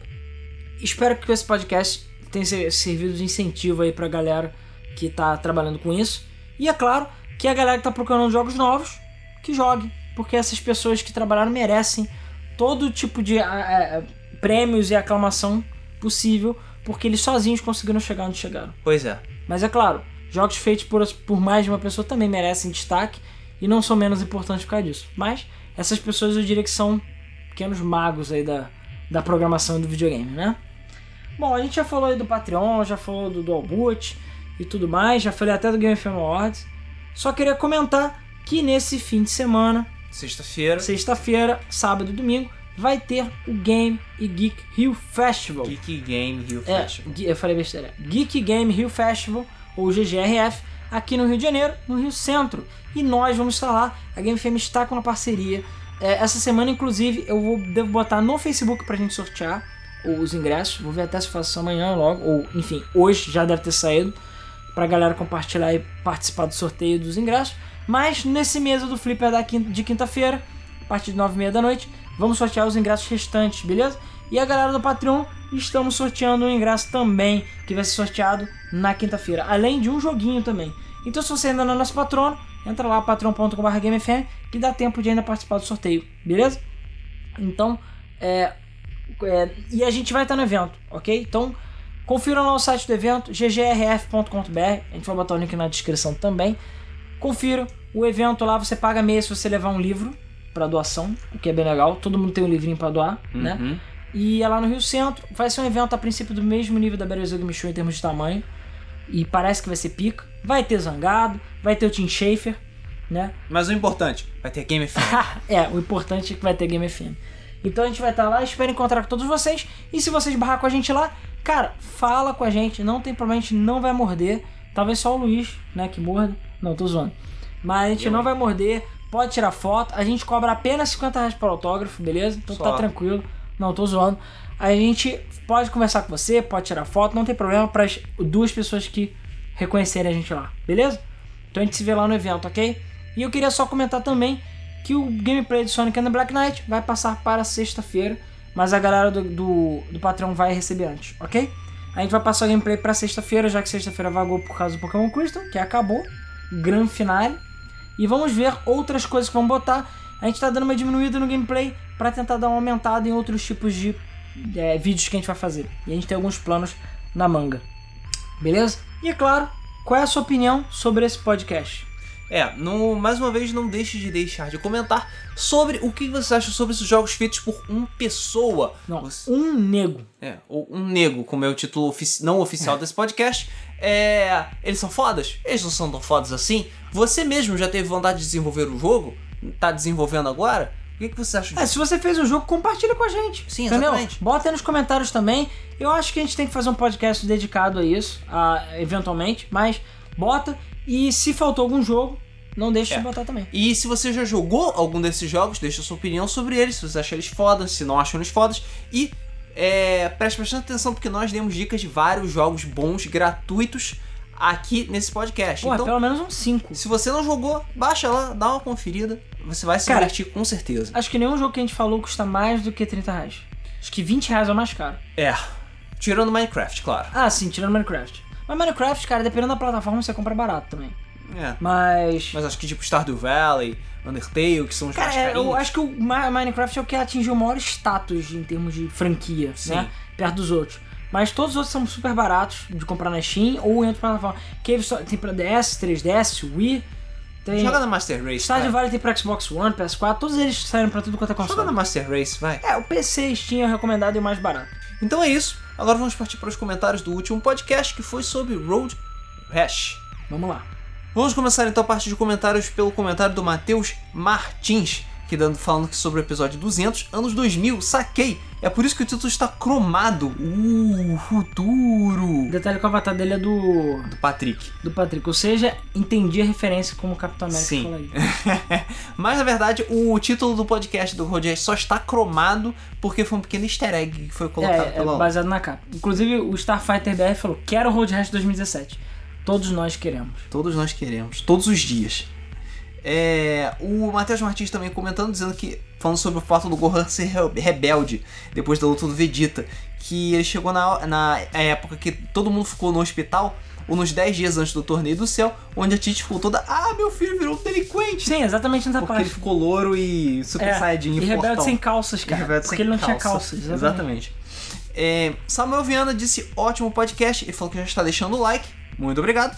espero que esse podcast tenha servido de incentivo aí pra galera que tá trabalhando com isso. E é claro que a galera que tá procurando jogos novos, que jogue, porque essas pessoas que trabalharam merecem todo tipo de é, prêmios e aclamação possível, porque eles sozinhos conseguiram chegar onde chegaram. Pois é. Mas é claro, jogos feitos por, por mais de uma pessoa também merecem destaque e não são menos importantes por causa disso. Mas essas pessoas eu diria que são pequenos magos aí da, da programação do videogame, né? Bom, a gente já falou aí do Patreon, já falou do Dual Boot e tudo mais, já falei até do Game F M Awards. Só queria comentar que nesse fim de semana, Sexta-feira. sexta-feira, sábado e domingo, vai ter o Game e Geek Rio Festival. Geek Game Rio É, Festival. eu falei besteira. Geek Game Rio Festival, ou G G R F, aqui no Rio de Janeiro, no Rio Centro. E nós vamos estar lá. A Game F M está com uma parceria. É, essa semana, inclusive, eu vou, devo botar no Facebook pra gente sortear os ingressos. Vou ver até se faço isso amanhã logo. Ou, enfim, hoje já deve ter saído. Pra galera compartilhar e participar do sorteio dos ingressos. Mas nesse mesa do Flipper da quinta, de quinta-feira, a partir de nove e meia da noite, vamos sortear os ingressos restantes, beleza? E a galera do Patreon, estamos sorteando um ingresso também, que vai ser sorteado na quinta-feira, além de um joguinho também. Então se você ainda não é nosso patrono, entra lá, patreon ponto com barra gamefm, que dá tempo de ainda participar do sorteio, beleza? Então, é, é, e a gente vai estar no evento, ok? Então, confiram lá o site do evento, g g r f ponto com ponto b r, a gente vai botar o link na descrição também. Confiram o evento lá, você paga mês se você levar um livro para doação, o que é bem legal, todo mundo tem um livrinho para doar, Uhum. né? E é lá no Rio Centro, vai ser um evento a princípio do mesmo nível da Beres Game Show em termos de tamanho, e parece que vai ser pica. Vai ter Zangado, vai ter o Tim Schafer, né? Mas o importante, vai ter Game F M. É, o importante é que vai ter Game F M. Então a gente vai estar lá, espero encontrar com todos vocês. E se vocês barrar com a gente lá, cara, fala com a gente, não tem problema, a gente não vai morder. Talvez só o Luiz, né, que morda. Não, tô zoando. Mas a gente Eu, não hein? vai morder, pode tirar foto. A gente cobra apenas cinquenta reais por autógrafo, beleza? Então Só. tá tranquilo. Não, tô zoando. A gente pode conversar com você, pode tirar foto, não tem problema para as duas pessoas que reconhecerem a gente lá, beleza? Então a gente se vê lá no evento, ok? E eu queria só comentar também que o gameplay de Sonic and the Black Knight vai passar para sexta-feira, mas a galera do, do, do Patreon vai receber antes, ok? A gente vai passar o gameplay para sexta-feira, já que sexta-feira vagou por causa do Pokémon Crystal, que acabou, grande finale. E vamos ver outras coisas que vamos botar. A gente tá dando uma diminuída no gameplay para tentar dar uma aumentada em outros tipos de é, vídeos que a gente vai fazer. E a gente tem alguns planos na manga. Beleza? E é claro, qual é a sua opinião sobre esse podcast? É, no, mais uma vez, não deixe de deixar de comentar sobre o que você acha sobre esses jogos feitos por uma pessoa. Não, Você- um nego. É, ou um nego, como é o título ofici- não oficial desse podcast. É, eles são fodas? Eles não são tão fodas assim? Você mesmo já teve vontade de desenvolver o jogo? Tá desenvolvendo agora? O que, que você acha É, disso? se você fez um jogo, compartilha com a gente. Sim, entendeu? exatamente. Bota aí nos comentários também. Eu acho que a gente tem que fazer um podcast dedicado a isso, a, eventualmente. Mas bota. E se faltou algum jogo, não deixe É. de botar também. E se você já jogou algum desses jogos, deixa sua opinião sobre eles, se você acha eles fodas, se não acham eles fodas. E é, preste bastante atenção porque nós demos dicas de vários jogos bons, gratuitos, aqui nesse podcast. Pô, então, pelo menos uns cinco. Se você não jogou, baixa lá, dá uma conferida. Você vai se Cara, divertir com certeza. Acho que nenhum jogo que a gente falou custa mais do que trinta reais. Acho que vinte reais é o mais caro. É. Tirando Minecraft, claro. Ah, sim, tirando Minecraft. Mas Minecraft, cara, dependendo da plataforma, você compra barato também. É. Mas... Mas acho que tipo Stardew Valley, Undertale, que são os Cara, mais é, carinhos. eu acho que o Minecraft é o que atingiu o maior status em termos de franquia, Sim. né? Perto dos outros. Mas todos os outros são super baratos de comprar na Steam ou em outra plataforma. Cave Story tem pra D S, três D S, Wii... Tem... Joga na Master Race, Stardew Valley tem pra Xbox One, P S quatro, todos eles saíram pra tudo quanto é console. Joga na Master Race, vai. É, o P C Steam é o recomendado e o mais barato. Então é isso. Agora vamos partir para os comentários do último podcast, que foi sobre Road Rash. Vamos lá. Vamos começar então a parte de comentários pelo comentário do Matheus Martins, que dando falando que sobre o episódio duzentos, anos dois mil, saquei. É por isso que o título está cromado. Uh, futuro. O detalhe que o avatar dele é do... Do Patrick. Do Patrick, ou seja, entendi a referência como Capitão América. Sim. Falaria. Mas na verdade o título do podcast do Road Rash só está cromado porque foi um pequeno easter egg que foi colocado É, é pela baseado na capa. Inclusive o Starfighter B R falou, quero o Road Rash dois mil e dezessete. Todos nós queremos. Todos nós queremos, todos os dias. É, o Matheus Martins também comentando, dizendo que, falando sobre o fato do Gohan ser rebelde depois da luta do Vegeta, que ele chegou na, na época que todo mundo ficou no hospital, ou nos dez dias antes do Torneio do Céu, onde a Tite ficou toda, ah, meu filho virou um delinquente. Sim, exatamente nessa Porque parte. ele ficou louro e super é, saiyajin e e rebelde fortão. sem calças, cara. Rebelde Porque sem ele não calça. tinha calças. Exatamente. Exatamente. É, Samuel Viana disse, ótimo podcast, ele falou que já está deixando o like, muito obrigado.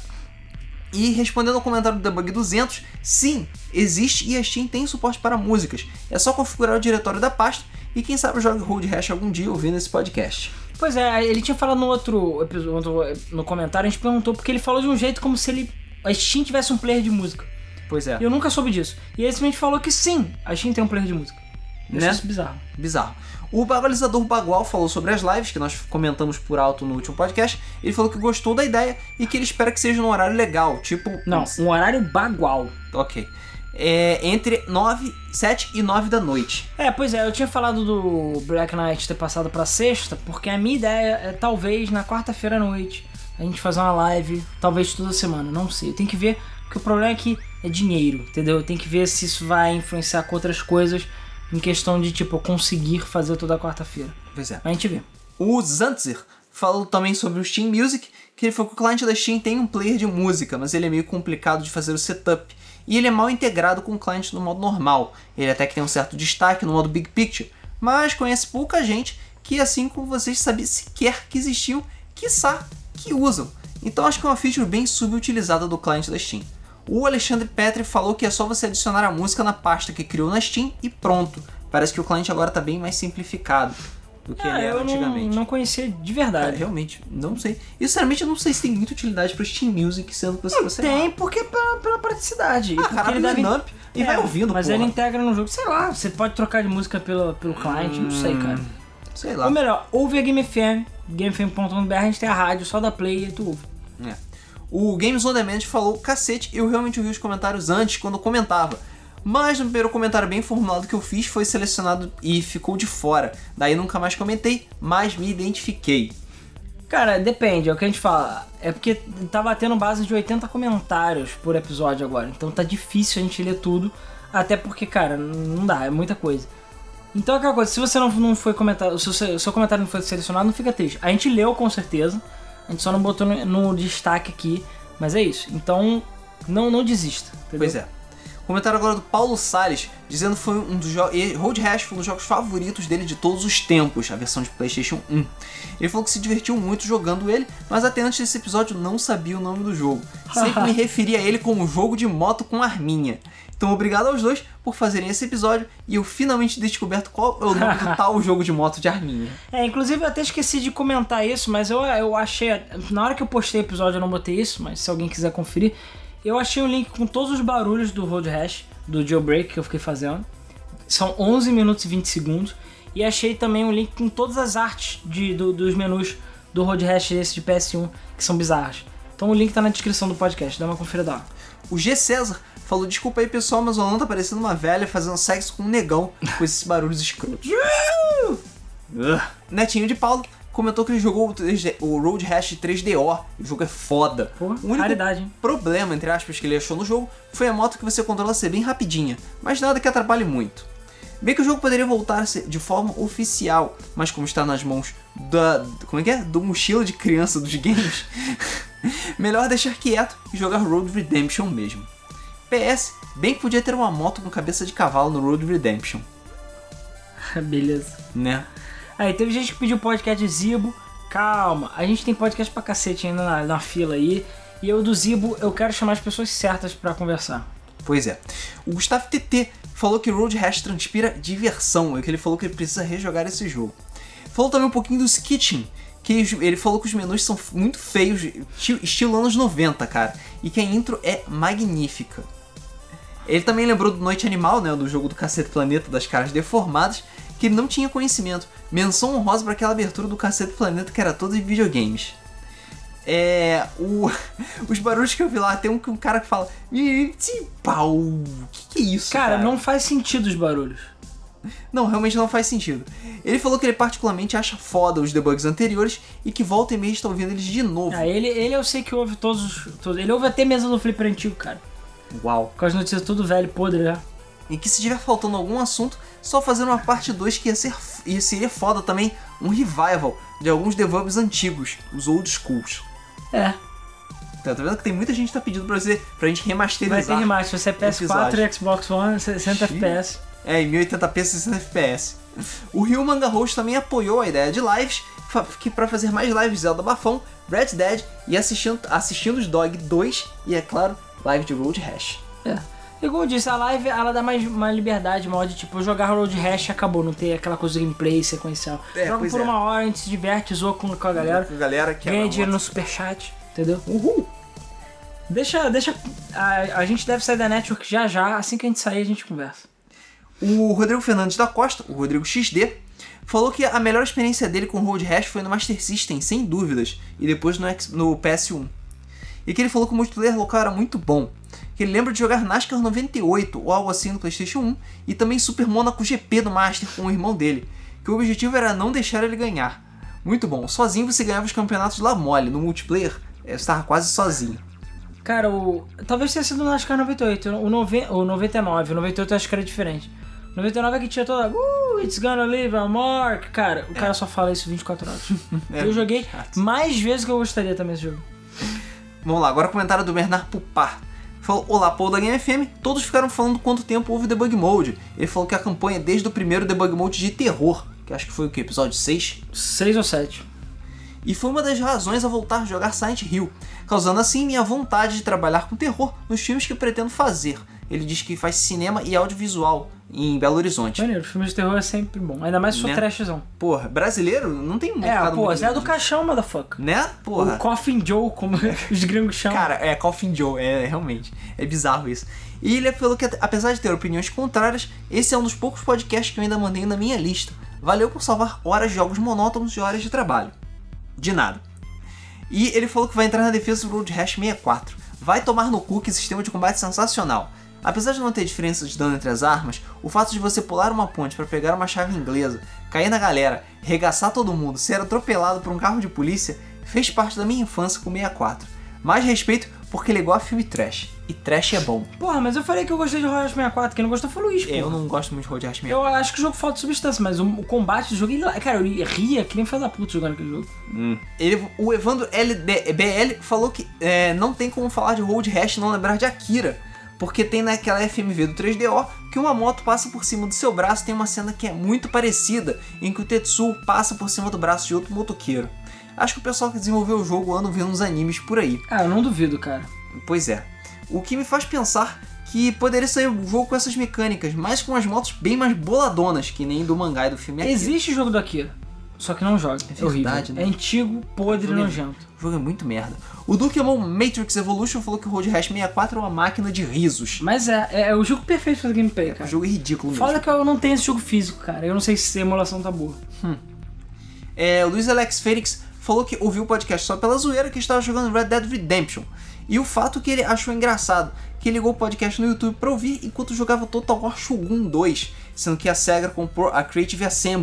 E respondendo ao comentário do Debug duzentos, sim, existe e a Steam tem suporte para músicas. É só configurar o diretório da pasta e quem sabe jogue Road Rash algum dia ouvindo esse podcast. Pois é, ele tinha falado no outro episódio, no comentário, a gente perguntou porque ele falou de um jeito como se ele, a Steam tivesse um player de música. Pois é. E eu nunca soube disso. E ele simplesmente falou que sim, a Steam tem um player de música. Né? Isso é bizarro. Bizarro. O balizador Bagual falou sobre as lives, que nós comentamos por alto no último podcast. Ele falou que gostou da ideia e que ele espera que seja num horário legal, tipo... Não, um horário bagual. Ok. É, entre nove, sete e nove da noite. É, pois é, eu tinha falado do Black Knight ter passado pra sexta, porque a minha ideia é talvez na quarta-feira à noite a gente fazer uma live, talvez toda semana, não sei. Eu tenho que ver, porque o problema é que é dinheiro, entendeu? Eu tenho que ver se isso vai influenciar com outras coisas em questão de, tipo, eu conseguir fazer toda quarta-feira. Pois é. A gente vê. O Zantzer falou também sobre o Steam Music, que ele falou que o cliente da Steam tem um player de música, mas ele é meio complicado de fazer o setup. E ele é mal integrado com o cliente no modo normal. Ele até que tem um certo destaque no modo Big Picture, mas conhece pouca gente que, assim como vocês, sabia sequer que existiam, quiçá que usam. Então acho que é uma feature bem subutilizada do cliente da Steam. O Alexandre Petri falou que é só você adicionar a música na pasta que criou na Steam e pronto. Parece que o cliente agora está bem mais simplificado do que Ah, ele era eu antigamente. não, não conhecia de verdade. Cara, realmente, não sei. E sinceramente eu não sei se tem muita utilidade para Steam Music, sendo que você... você Tem, porque pela, pela praticidade. Ah, porque cara, ele deve... up e É, vai ouvindo, Mas porra. ele integra no jogo, sei lá, você pode trocar de música pelo, pelo cliente, não sei, cara. Sei lá. Ou melhor, ouve a Game F M, game f m ponto com ponto b r, a gente tem a rádio, só da play e tu ouve. É. O Games on Demand falou, cacete, eu realmente ouvi os comentários antes, quando eu comentava. Mas no primeiro comentário bem formulado que eu fiz, foi selecionado e ficou de fora. Daí nunca mais comentei, mas me identifiquei. Cara, depende, é o que a gente fala. É porque tá batendo base de oitenta comentários por episódio agora. Então tá difícil a gente ler tudo. Até porque, cara, não dá, é muita coisa. Então é aquela coisa, se você não, não foi comentado, se o seu, seu comentário não foi selecionado, não fica triste. A gente leu com certeza, a gente só não botou no, no destaque aqui, mas é isso. Então não, não desista, entendeu? Pois é. Comentário agora do Paulo Salles, dizendo que foi um dos jogos. Road Rash foi um dos jogos favoritos dele de todos os tempos, a versão de PlayStation um. Ele falou que se divertiu muito jogando ele, mas até antes desse episódio não sabia o nome do jogo. Sempre me referia a ele como jogo de moto com arminha. Então obrigado aos dois por fazerem esse episódio e eu finalmente descoberto qual é o nome do tal jogo de moto de arminha. É, inclusive eu até esqueci de comentar isso, mas eu, eu achei. Na hora que eu postei o episódio eu não botei isso, mas se alguém quiser conferir. Eu achei um link com todos os barulhos do Road Rash, do jailbreak que eu fiquei fazendo. São onze minutos e vinte segundos. E achei também um link com todas as artes de, do, dos menus do Road Rash desse de P S um, que são bizarras. Então o link tá na descrição do podcast, dá uma conferida lá. O G. César falou, desculpa aí pessoal, mas o Alan tá parecendo uma velha fazendo sexo com um negão com esses barulhos escrotos. Netinho de Paulo comentou que ele jogou o Road Rash três D O. O jogo é foda. Pô, o único raridade, hein? problema, entre aspas, que ele achou no jogo foi a moto que você controla ser bem rapidinha, mas nada que atrapalhe muito. Bem que o jogo poderia voltar a ser de forma oficial, mas como está nas mãos da... como é que é? Do mochila de criança dos games, melhor deixar quieto e jogar Road Redemption mesmo. P S, bem que podia ter uma moto com cabeça de cavalo no Road Redemption. Beleza. Né? Aí, teve gente que pediu podcast de Zibo. Calma, a gente tem podcast pra cacete ainda na, na fila aí. E eu do Zibo, eu quero chamar as pessoas certas pra conversar. Pois é. O Gustavo T T falou que Road Rash transpira diversão, e que ele falou que ele precisa rejogar esse jogo. Falou também um pouquinho do Skitching, que ele falou que os menus são muito feios, estilo anos noventa, cara, e que a intro é magnífica. Ele também lembrou do Noite Animal, né, do jogo do Cacete Planeta das caras deformadas, que ele não tinha conhecimento. Menção honrosa para aquela abertura do Cacete Planeta que era toda em videogames. É... O, os barulhos que eu vi lá, tem um, um cara que fala... Pau, que que é isso, cara? Cara, não faz sentido os barulhos. Não, realmente não faz sentido. Ele falou que ele particularmente acha foda os debugs anteriores e que volta e meia está ouvindo eles de novo. Ah, ele, ele eu sei que ouve todos os... Todos, ele ouve até mesmo no Flipper antigo, cara. Uau. Com as notícias tudo velho, podre já. E que se tiver faltando algum assunto, só fazer uma parte dois que ia ser, ia seria foda também, um revival de alguns debugs antigos, os old schools. É. Tá, tá vendo que tem muita gente que tá pedindo pra, você, pra gente remasterizar. Vai ter remaster, você é P S quatro e Xbox One, sessenta F P S. É, em mil e oitenta p, sessenta F P S. O Rio Manga Host também apoiou a ideia de lives, que para fazer mais lives de Zelda Bafão, Red Dead e assistindo, assistindo os Dog dois e, é claro, live de Road Rash. É. E como eu disse, a live ela dá mais uma liberdade, maior de tipo, jogar Road Rash e acabou, não ter aquela coisa de gameplay sequencial. É, joga por é. uma hora, a gente se diverte, zoa com, com a galera, com a galera que ganha dinheiro no superchat, entendeu? Uhul! Deixa, deixa, a, a gente deve sair da network já já, assim que a gente sair a gente conversa. O Rodrigo Fernandes da Costa, o Rodrigo X D, falou que a melhor experiência dele com Road Rash foi no Master System, sem dúvidas, e depois no, X, no P S um. E que ele falou que o multiplayer local era muito bom, que ele lembra de jogar NASCAR noventa e oito ou algo assim no PlayStation um, e também Super Monaco G P do Master com o irmão dele, que o objetivo era não deixar ele ganhar. Muito bom, sozinho você ganhava os campeonatos lá mole, no multiplayer você estava quase sozinho. Cara, o talvez tenha sido o NASCAR noventa e oito, o, nove, o noventa e nove, o noventa e oito eu acho que era diferente. noventa e nove é que tinha toda, uh, it's gonna leave a mark, cara, o é. cara só fala isso vinte e quatro horas. É, eu joguei chato. Mais vezes que eu gostaria também esse jogo. Vamos lá, agora o comentário do Bernard Pupar. Falou, olá, Paul da Game F M, todos ficaram falando quanto tempo houve Debug Mode. Ele falou que a campanha é desde o primeiro Debug Mode de terror, que acho que foi o que, episódio seis? seis ou sete. E foi uma das razões a voltar a jogar Silent Hill, causando assim minha vontade de trabalhar com terror nos filmes que pretendo fazer. Ele diz que faz cinema e audiovisual em Belo Horizonte. Maneiro, filme de terror é sempre bom, ainda mais se for né? trashzão. Porra, brasileiro não tem um É, pô, Zé do Caixão, motherfucker. Né? Porra. O Coffin Joe, como os gringos chamam. Cara, é Coffin Joe, é realmente, é bizarro isso. E ele falou que apesar de ter opiniões contrárias, esse é um dos poucos podcasts que eu ainda mantenho na minha lista. Valeu por salvar horas de jogos monótonos e horas de trabalho. De nada. E ele falou que vai entrar na defesa do Road Rash sessenta e quatro. Vai tomar no cu que sistema de combate sensacional. Apesar de não ter diferença de dano entre as armas, o fato de você pular uma ponte para pegar uma chave inglesa, cair na galera, regaçar todo mundo, ser atropelado por um carro de polícia, fez parte da minha infância com sessenta e quatro. Mais respeito porque ele é igual a filme trash. E trash é bom. Porra, mas eu falei que eu gostei de Road Rash sessenta e quatro, quem não gostou foi o Luiz, pô. Eu não gosto muito de Road Rash sessenta e quatro. quatro. Eu acho que o jogo falta substância, mas o, o combate do jogo... Ele, cara, eu ria que nem filho da puta jogando aquele jogo. Hum. Ele, o Evandro L D B L falou que é, não tem como falar de Road Rash e não lembrar de Akira. Porque tem naquela F M V do três D O que uma moto passa por cima do seu braço e tem uma cena que é muito parecida, em que o Tetsuo passa por cima do braço de outro motoqueiro. Acho que o pessoal que desenvolveu o jogo anda vendo uns animes por aí. Ah, eu não duvido, cara. Pois é. O que me faz pensar que poderia sair um jogo com essas mecânicas, mas com as motos bem mais boladonas, que nem do mangá e do filme Akira. Existe jogo do Akira, só que não joga. É, é horrível. Né? É antigo, podre e nojento. O jogo é muito merda. O Dukemon Matrix Evolution falou que o Road Rash sessenta e quatro é uma máquina de risos. Mas é, é, é o jogo perfeito para gameplay, cara. O jogo é ridículo mesmo. Foda que eu não tenho esse jogo físico, cara. Eu não sei se a emulação tá boa. Hum. É, o Luiz Alex Félix falou que ouviu o podcast só pela zoeira que estava jogando Red Dead Redemption. E o fato que ele achou engraçado, que ligou o podcast no YouTube pra ouvir enquanto jogava Total War Shogun dois, sendo que a SEGA comprou a Creative Assembly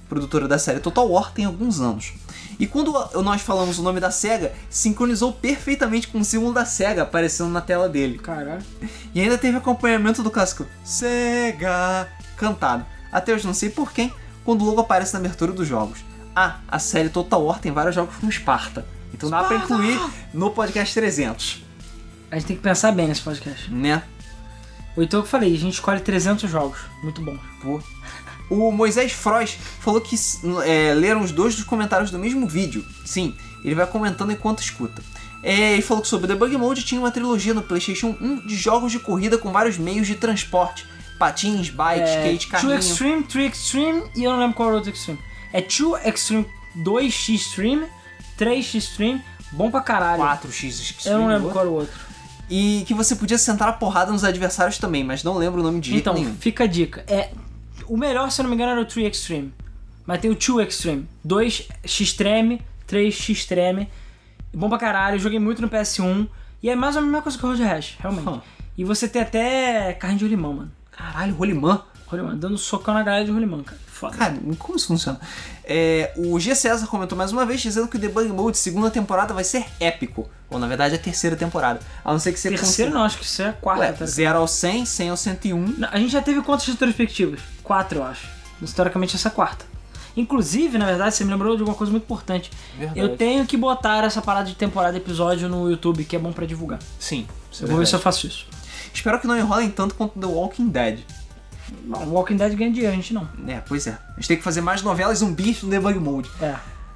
produtora da série Total War, tem alguns anos. E quando nós falamos o nome da SEGA, sincronizou perfeitamente com o símbolo da SEGA aparecendo na tela dele. Caralho. E ainda teve acompanhamento do clássico SEGA cantado. Até hoje não sei por quem, quando o logo aparece na abertura dos jogos. Ah, a série Total War tem vários jogos com Sparta. Então dá pra incluir no podcast trezentos. A gente tem que pensar bem nesse podcast. Né? Ou então eu falei, a gente escolhe trezentos jogos. Muito bom. Pô. O Moisés Frois falou que é, leram os dois dos comentários do mesmo vídeo. Sim, ele vai comentando enquanto escuta. É, ele falou que sobre o Debug Mode tinha uma trilogia no PlayStation um de jogos de corrida com vários meios de transporte. Patins, bikes, É, skate, carrinho. dois Extreme, três Extreme e eu não lembro qual era o outro Extreme. É dois Extreme, dois X Extreme, três X Extreme, bom pra caralho. quatro X Extreme. Eu não lembro qual era o outro. E que você podia sentar a porrada nos adversários também, mas não lembro o nome de jeito Então, nenhum. fica a dica. É, o melhor, se eu não me engano, era o três Extreme. Mas tem o dois Extreme. dois X Extreme, três X Extreme. Bom pra caralho, eu joguei muito no P S um. E é mais ou menos a mesma coisa que o Road Rash, realmente. Huh. E você tem até carrinho de rolimã, mano. Caralho, rolimã. Rolimã, dando socão na galera de rolimã, cara. Foda. Cara, como isso funciona? É, o G. César comentou mais uma vez dizendo que o Debug Mode segunda temporada vai ser épico. Ou na verdade a terceira temporada. A não ser que você Terceiro não, acho que isso é a quarta. Ué, tá? zero ao cem, cem ao cento e um. Não, a gente já teve quantas retrospectivas? Quatro, eu acho. Historicamente essa é a quarta. Inclusive, na verdade, você me lembrou de uma coisa muito importante. Verdade. Eu tenho que botar essa parada de temporada e episódio no YouTube, que é bom pra divulgar. Sim. Isso é Eu vou ver verdade. se eu faço isso. Espero que não enrolem tanto quanto The Walking Dead. Não, o Walking Dead ganha dinheiro, a gente não. É, pois é. A gente tem que fazer mais novelas zumbis no Debug Mode. É.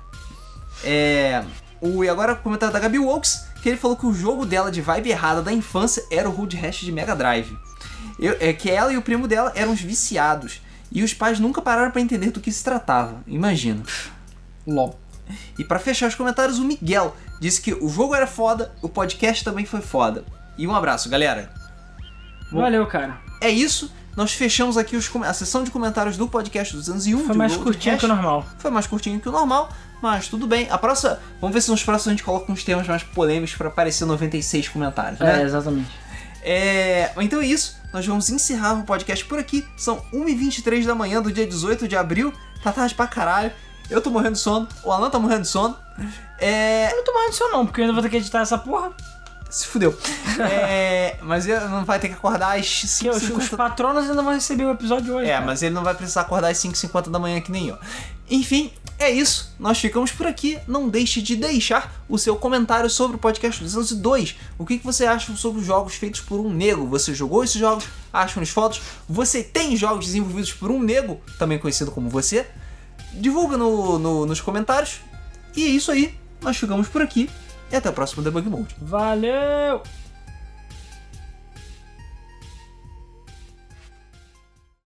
É... O, e agora o comentário da Gabi Wokes, que ele falou que o jogo dela de vibe errada da infância era o Road Rash de Mega Drive. Eu, é que ela e o primo dela eram os viciados. E os pais nunca pararam pra entender do que se tratava. Imagina. LOL. E pra fechar os comentários, o Miguel disse que o jogo era foda, o podcast também foi foda. E um abraço, galera. Valeu, cara. É isso. Nós fechamos aqui os, a sessão de comentários do podcast duzentos e um. Foi mais curtinho que o normal. Foi mais curtinho que o normal, mas tudo bem. A próxima, vamos ver se nos próximos a gente coloca uns temas mais polêmicos pra aparecer noventa e seis comentários, né? É, exatamente. É, então é isso. Nós vamos encerrar o podcast por aqui. São uma e vinte e três da manhã do dia dezoito de abril. Tá tarde pra caralho. Eu tô morrendo de sono. O Alan tá morrendo de sono. É... Eu não tô mais disso não, porque eu ainda vou ter que editar essa porra. Se fudeu. É... Mas ele não vai ter que acordar às Que cinco e os, os cinquenta. patronos ainda vão receber o episódio de hoje. É, cara. mas ele não vai precisar acordar às cinco e cinquenta da manhã que nem eu. Enfim, é isso. Nós ficamos por aqui. Não deixe de deixar o seu comentário sobre o podcast duzentos e dois. O que que você acha sobre os jogos feitos por um nego? Você jogou esses jogos? Acha nas fotos? Você tem jogos desenvolvidos por um nego, também conhecido como você? Divulga no, no, nos comentários. E é isso aí. Nós ficamos por aqui. E até o próximo Debug Mode. Valeu!